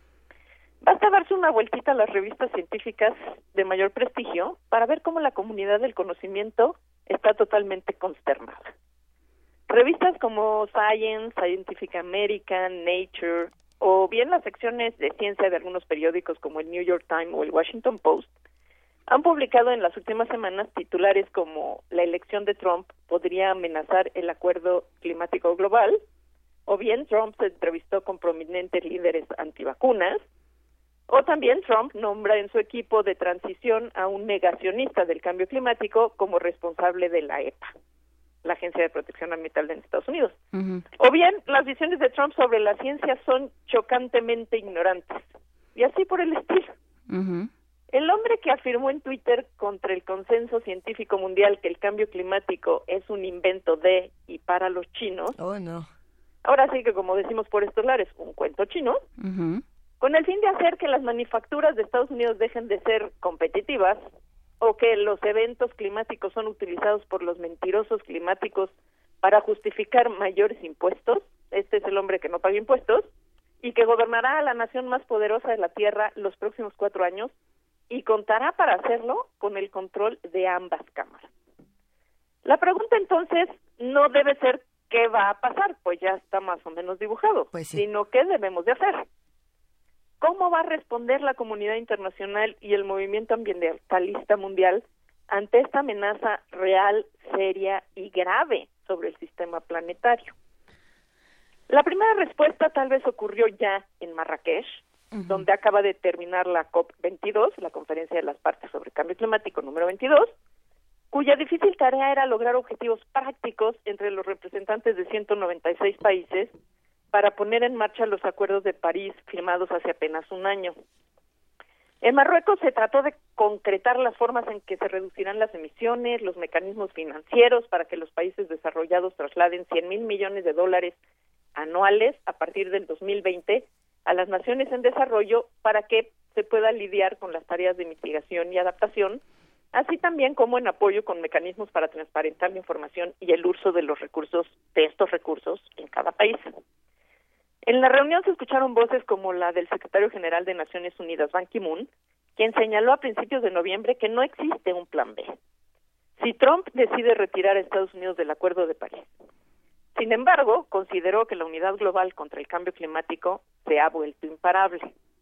Basta darse una vueltita a las revistas científicas de mayor prestigio para ver cómo la comunidad del conocimiento está totalmente consternada. Revistas como Science, Scientific American, Nature, o bien las secciones de ciencia de algunos periódicos como el New York Times o el Washington Post, han publicado en las últimas semanas titulares como la elección de Trump podría amenazar el acuerdo climático global, o bien Trump se entrevistó con prominentes líderes antivacunas, o también Trump nombra en su equipo de transición a un negacionista del cambio climático como responsable de la EPA, la Agencia de Protección Ambiental de Estados Unidos. Uh-huh. O bien, las visiones de Trump sobre la ciencia son chocantemente ignorantes, y así por el estilo. Uh-huh. El hombre que afirmó en Twitter contra el consenso científico mundial que el cambio climático es un invento de y para los chinos, ahora sí que, como decimos por estos lares, un cuento chino, uh-huh, con el fin de hacer que las manufacturas de Estados Unidos dejen de ser competitivas, o que los eventos climáticos son utilizados por los mentirosos climáticos para justificar mayores impuestos. Este es el hombre que no paga impuestos y que gobernará a la nación más poderosa de la Tierra los próximos 4 años y contará para hacerlo con el control de ambas cámaras. La pregunta entonces no debe ser qué va a pasar, pues ya está más o menos dibujado, sino qué debemos de hacer. ¿Cómo va a responder la comunidad internacional y el movimiento ambientalista mundial ante esta amenaza real, seria y grave sobre el sistema planetario? La primera respuesta tal vez ocurrió ya en Marrakech, uh-huh, donde acaba de terminar la COP22, la Conferencia de las Partes sobre Cambio Climático número 22, cuya difícil tarea era lograr objetivos prácticos entre los representantes de 196 países para poner en marcha los acuerdos de París firmados hace apenas un año. En Marruecos se trató de concretar las formas en que se reducirán las emisiones, los mecanismos financieros para que los países desarrollados trasladen $100,000 millones anuales a partir del 2020 a las naciones en desarrollo para que se pueda lidiar con las tareas de mitigación y adaptación, así también como en apoyo con mecanismos para transparentar la información y el uso de los recursos, de estos recursos en cada país. En la reunión se escucharon voces como la del secretario general de Naciones Unidas, Ban Ki-moon, quien señaló a principios de noviembre que no existe un plan B si Trump decide retirar a Estados Unidos del Acuerdo de París. Sin embargo, consideró que la unidad global contra el cambio climático se ha vuelto imparable.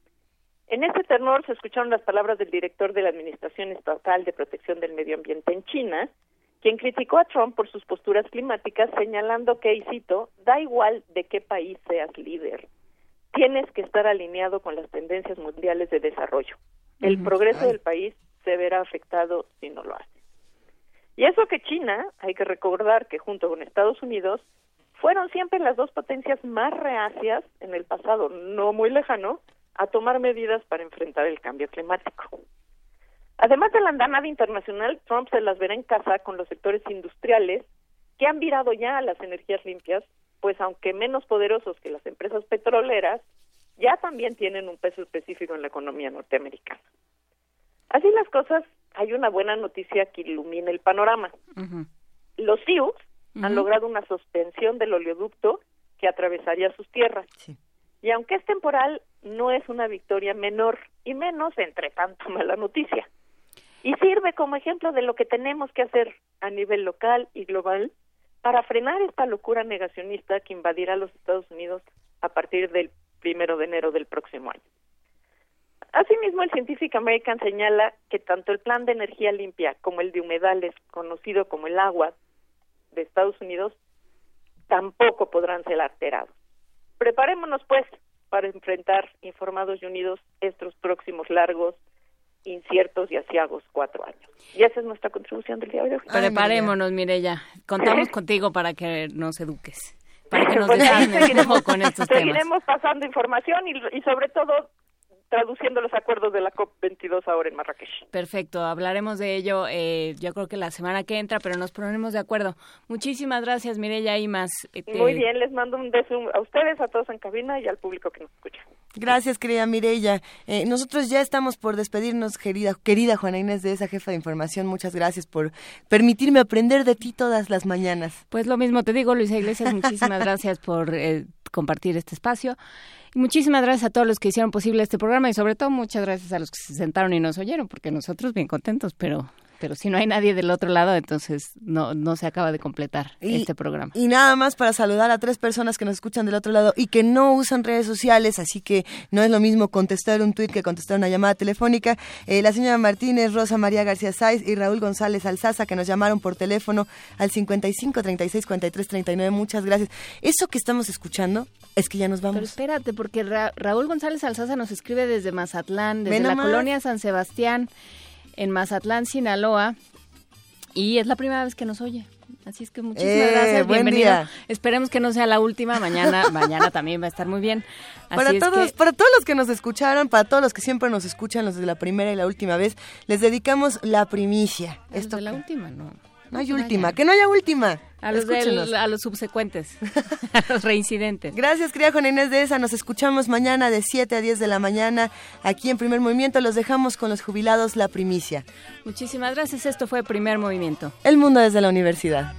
En este tenor se escucharon las palabras del director de la Administración Estatal de Protección del Medio Ambiente en China, quien criticó a Trump por sus posturas climáticas, señalando que, y cito, da igual de qué país seas líder, tienes que estar alineado con las tendencias mundiales de desarrollo. El progreso del país se verá afectado si no lo hace. Y eso que China, hay que recordar que junto con Estados Unidos, fueron siempre las dos potencias más reacias en el pasado no muy lejano a tomar medidas para enfrentar el cambio climático. Además de la andanada internacional, Trump se las verá en casa con los sectores industriales que han virado ya a las energías limpias, pues aunque menos poderosos que las empresas petroleras, ya también tienen un peso específico en la economía norteamericana. Así las cosas, hay una buena noticia que ilumina el panorama. Uh-huh. Los Sioux han logrado una suspensión del oleoducto que atravesaría sus tierras. Sí. Y aunque es temporal, no es una victoria menor, y menos entre tanta mala noticia. Y sirve como ejemplo de lo que tenemos que hacer a nivel local y global para frenar esta locura negacionista que invadirá los Estados Unidos a partir del 1 de enero del próximo año. Asimismo, el Scientific American señala que tanto el plan de energía limpia como el de humedales, conocido como el agua de Estados Unidos, tampoco podrán ser alterados. Preparémonos, pues, para enfrentar, informados y unidos, estos próximos largos, inciertos y aciagos 4 años. Y esa es nuestra contribución del día de hoy. Preparémonos, Mireya. Contamos contigo para que nos eduques, para que nos desarmes un poco con estos temas. Seguiremos pasando información y sobre todo traduciendo los acuerdos de la COP22 ahora en Marrakech. Perfecto, hablaremos de ello yo creo que la semana que entra, pero nos ponemos de acuerdo. Muchísimas gracias, Mireya Imaz. Muy bien, les mando un beso a ustedes, a todos en cabina y al público que nos escucha. Gracias, querida Mireya. Nosotros ya estamos por despedirnos, querida Juana Inés de esa jefa de información. Muchas gracias por permitirme aprender de ti todas las mañanas. Pues lo mismo te digo, Luisa Iglesias, muchísimas gracias por compartir este espacio. Y muchísimas gracias a todos los que hicieron posible este programa y sobre todo muchas gracias a los que se sentaron y nos oyeron, porque nosotros bien contentos, pero si no hay nadie del otro lado, entonces no se acaba de completar este programa. Y nada más para saludar a 3 personas que nos escuchan del otro lado y que no usan redes sociales, así que no es lo mismo contestar un tuit que contestar una llamada telefónica. La señora Martínez, Rosa María García Sáiz y Raúl González Alzaza, que nos llamaron por teléfono al 55 36 43 39. Muchas gracias. Eso que estamos escuchando es que ya nos vamos. Pero espérate, porque Raúl González Alzaza nos escribe desde Mazatlán, desde la colonia San Sebastián, en Mazatlán, Sinaloa, y es la primera vez que nos oye. Así es que muchísimas gracias, bienvenido. Día. Esperemos que no sea la última, mañana también va a estar muy bien. Así para todos los que nos escucharon, para todos los que siempre nos escuchan, los de la primera y la última vez, les dedicamos la primicia. Esto de la última, no. No hay última, que no haya última. A los subsecuentes, a los reincidentes. Gracias, querida Juana Inés de esa. Nos escuchamos mañana de 7 a 10 de la mañana aquí en Primer Movimiento. Los dejamos con los jubilados, la primicia. Muchísimas gracias. Esto fue Primer Movimiento. El mundo desde la universidad.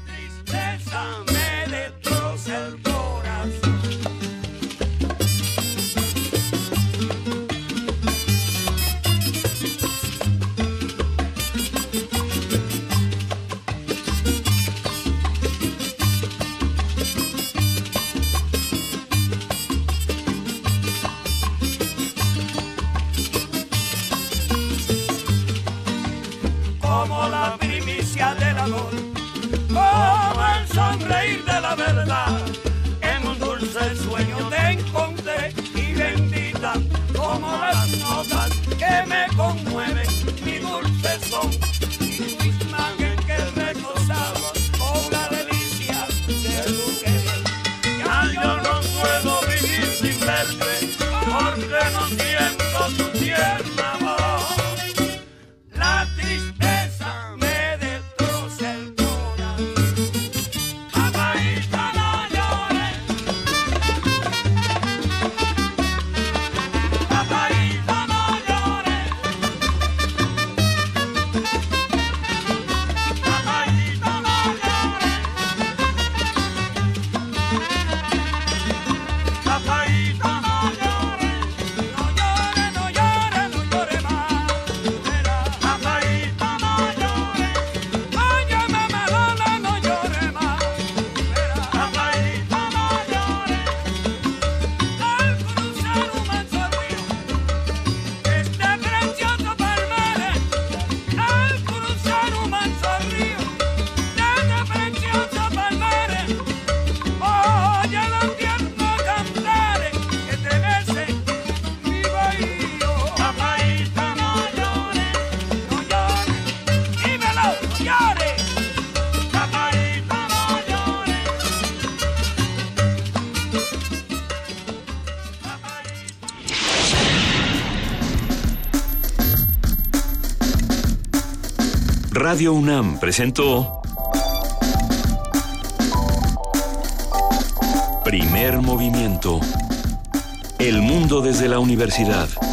Como la primicia del amor, como el sonreír de la verdad, en un dulce sueño te encontré y bendita como las notas que me conmueven, mi dulce son y tu imagen que recostaba con la delicia de tu querer. Ya yo no puedo vivir sin verte porque no siento tu tierna voz. La tristeza me destroza el corazón. Papaíta, no llores. Papaíta, no llores. Papaíta, no llores. Papaíta, no llores. No llores, no llores, no llores más. Radio UNAM presentó Primer Movimiento. El mundo desde la universidad.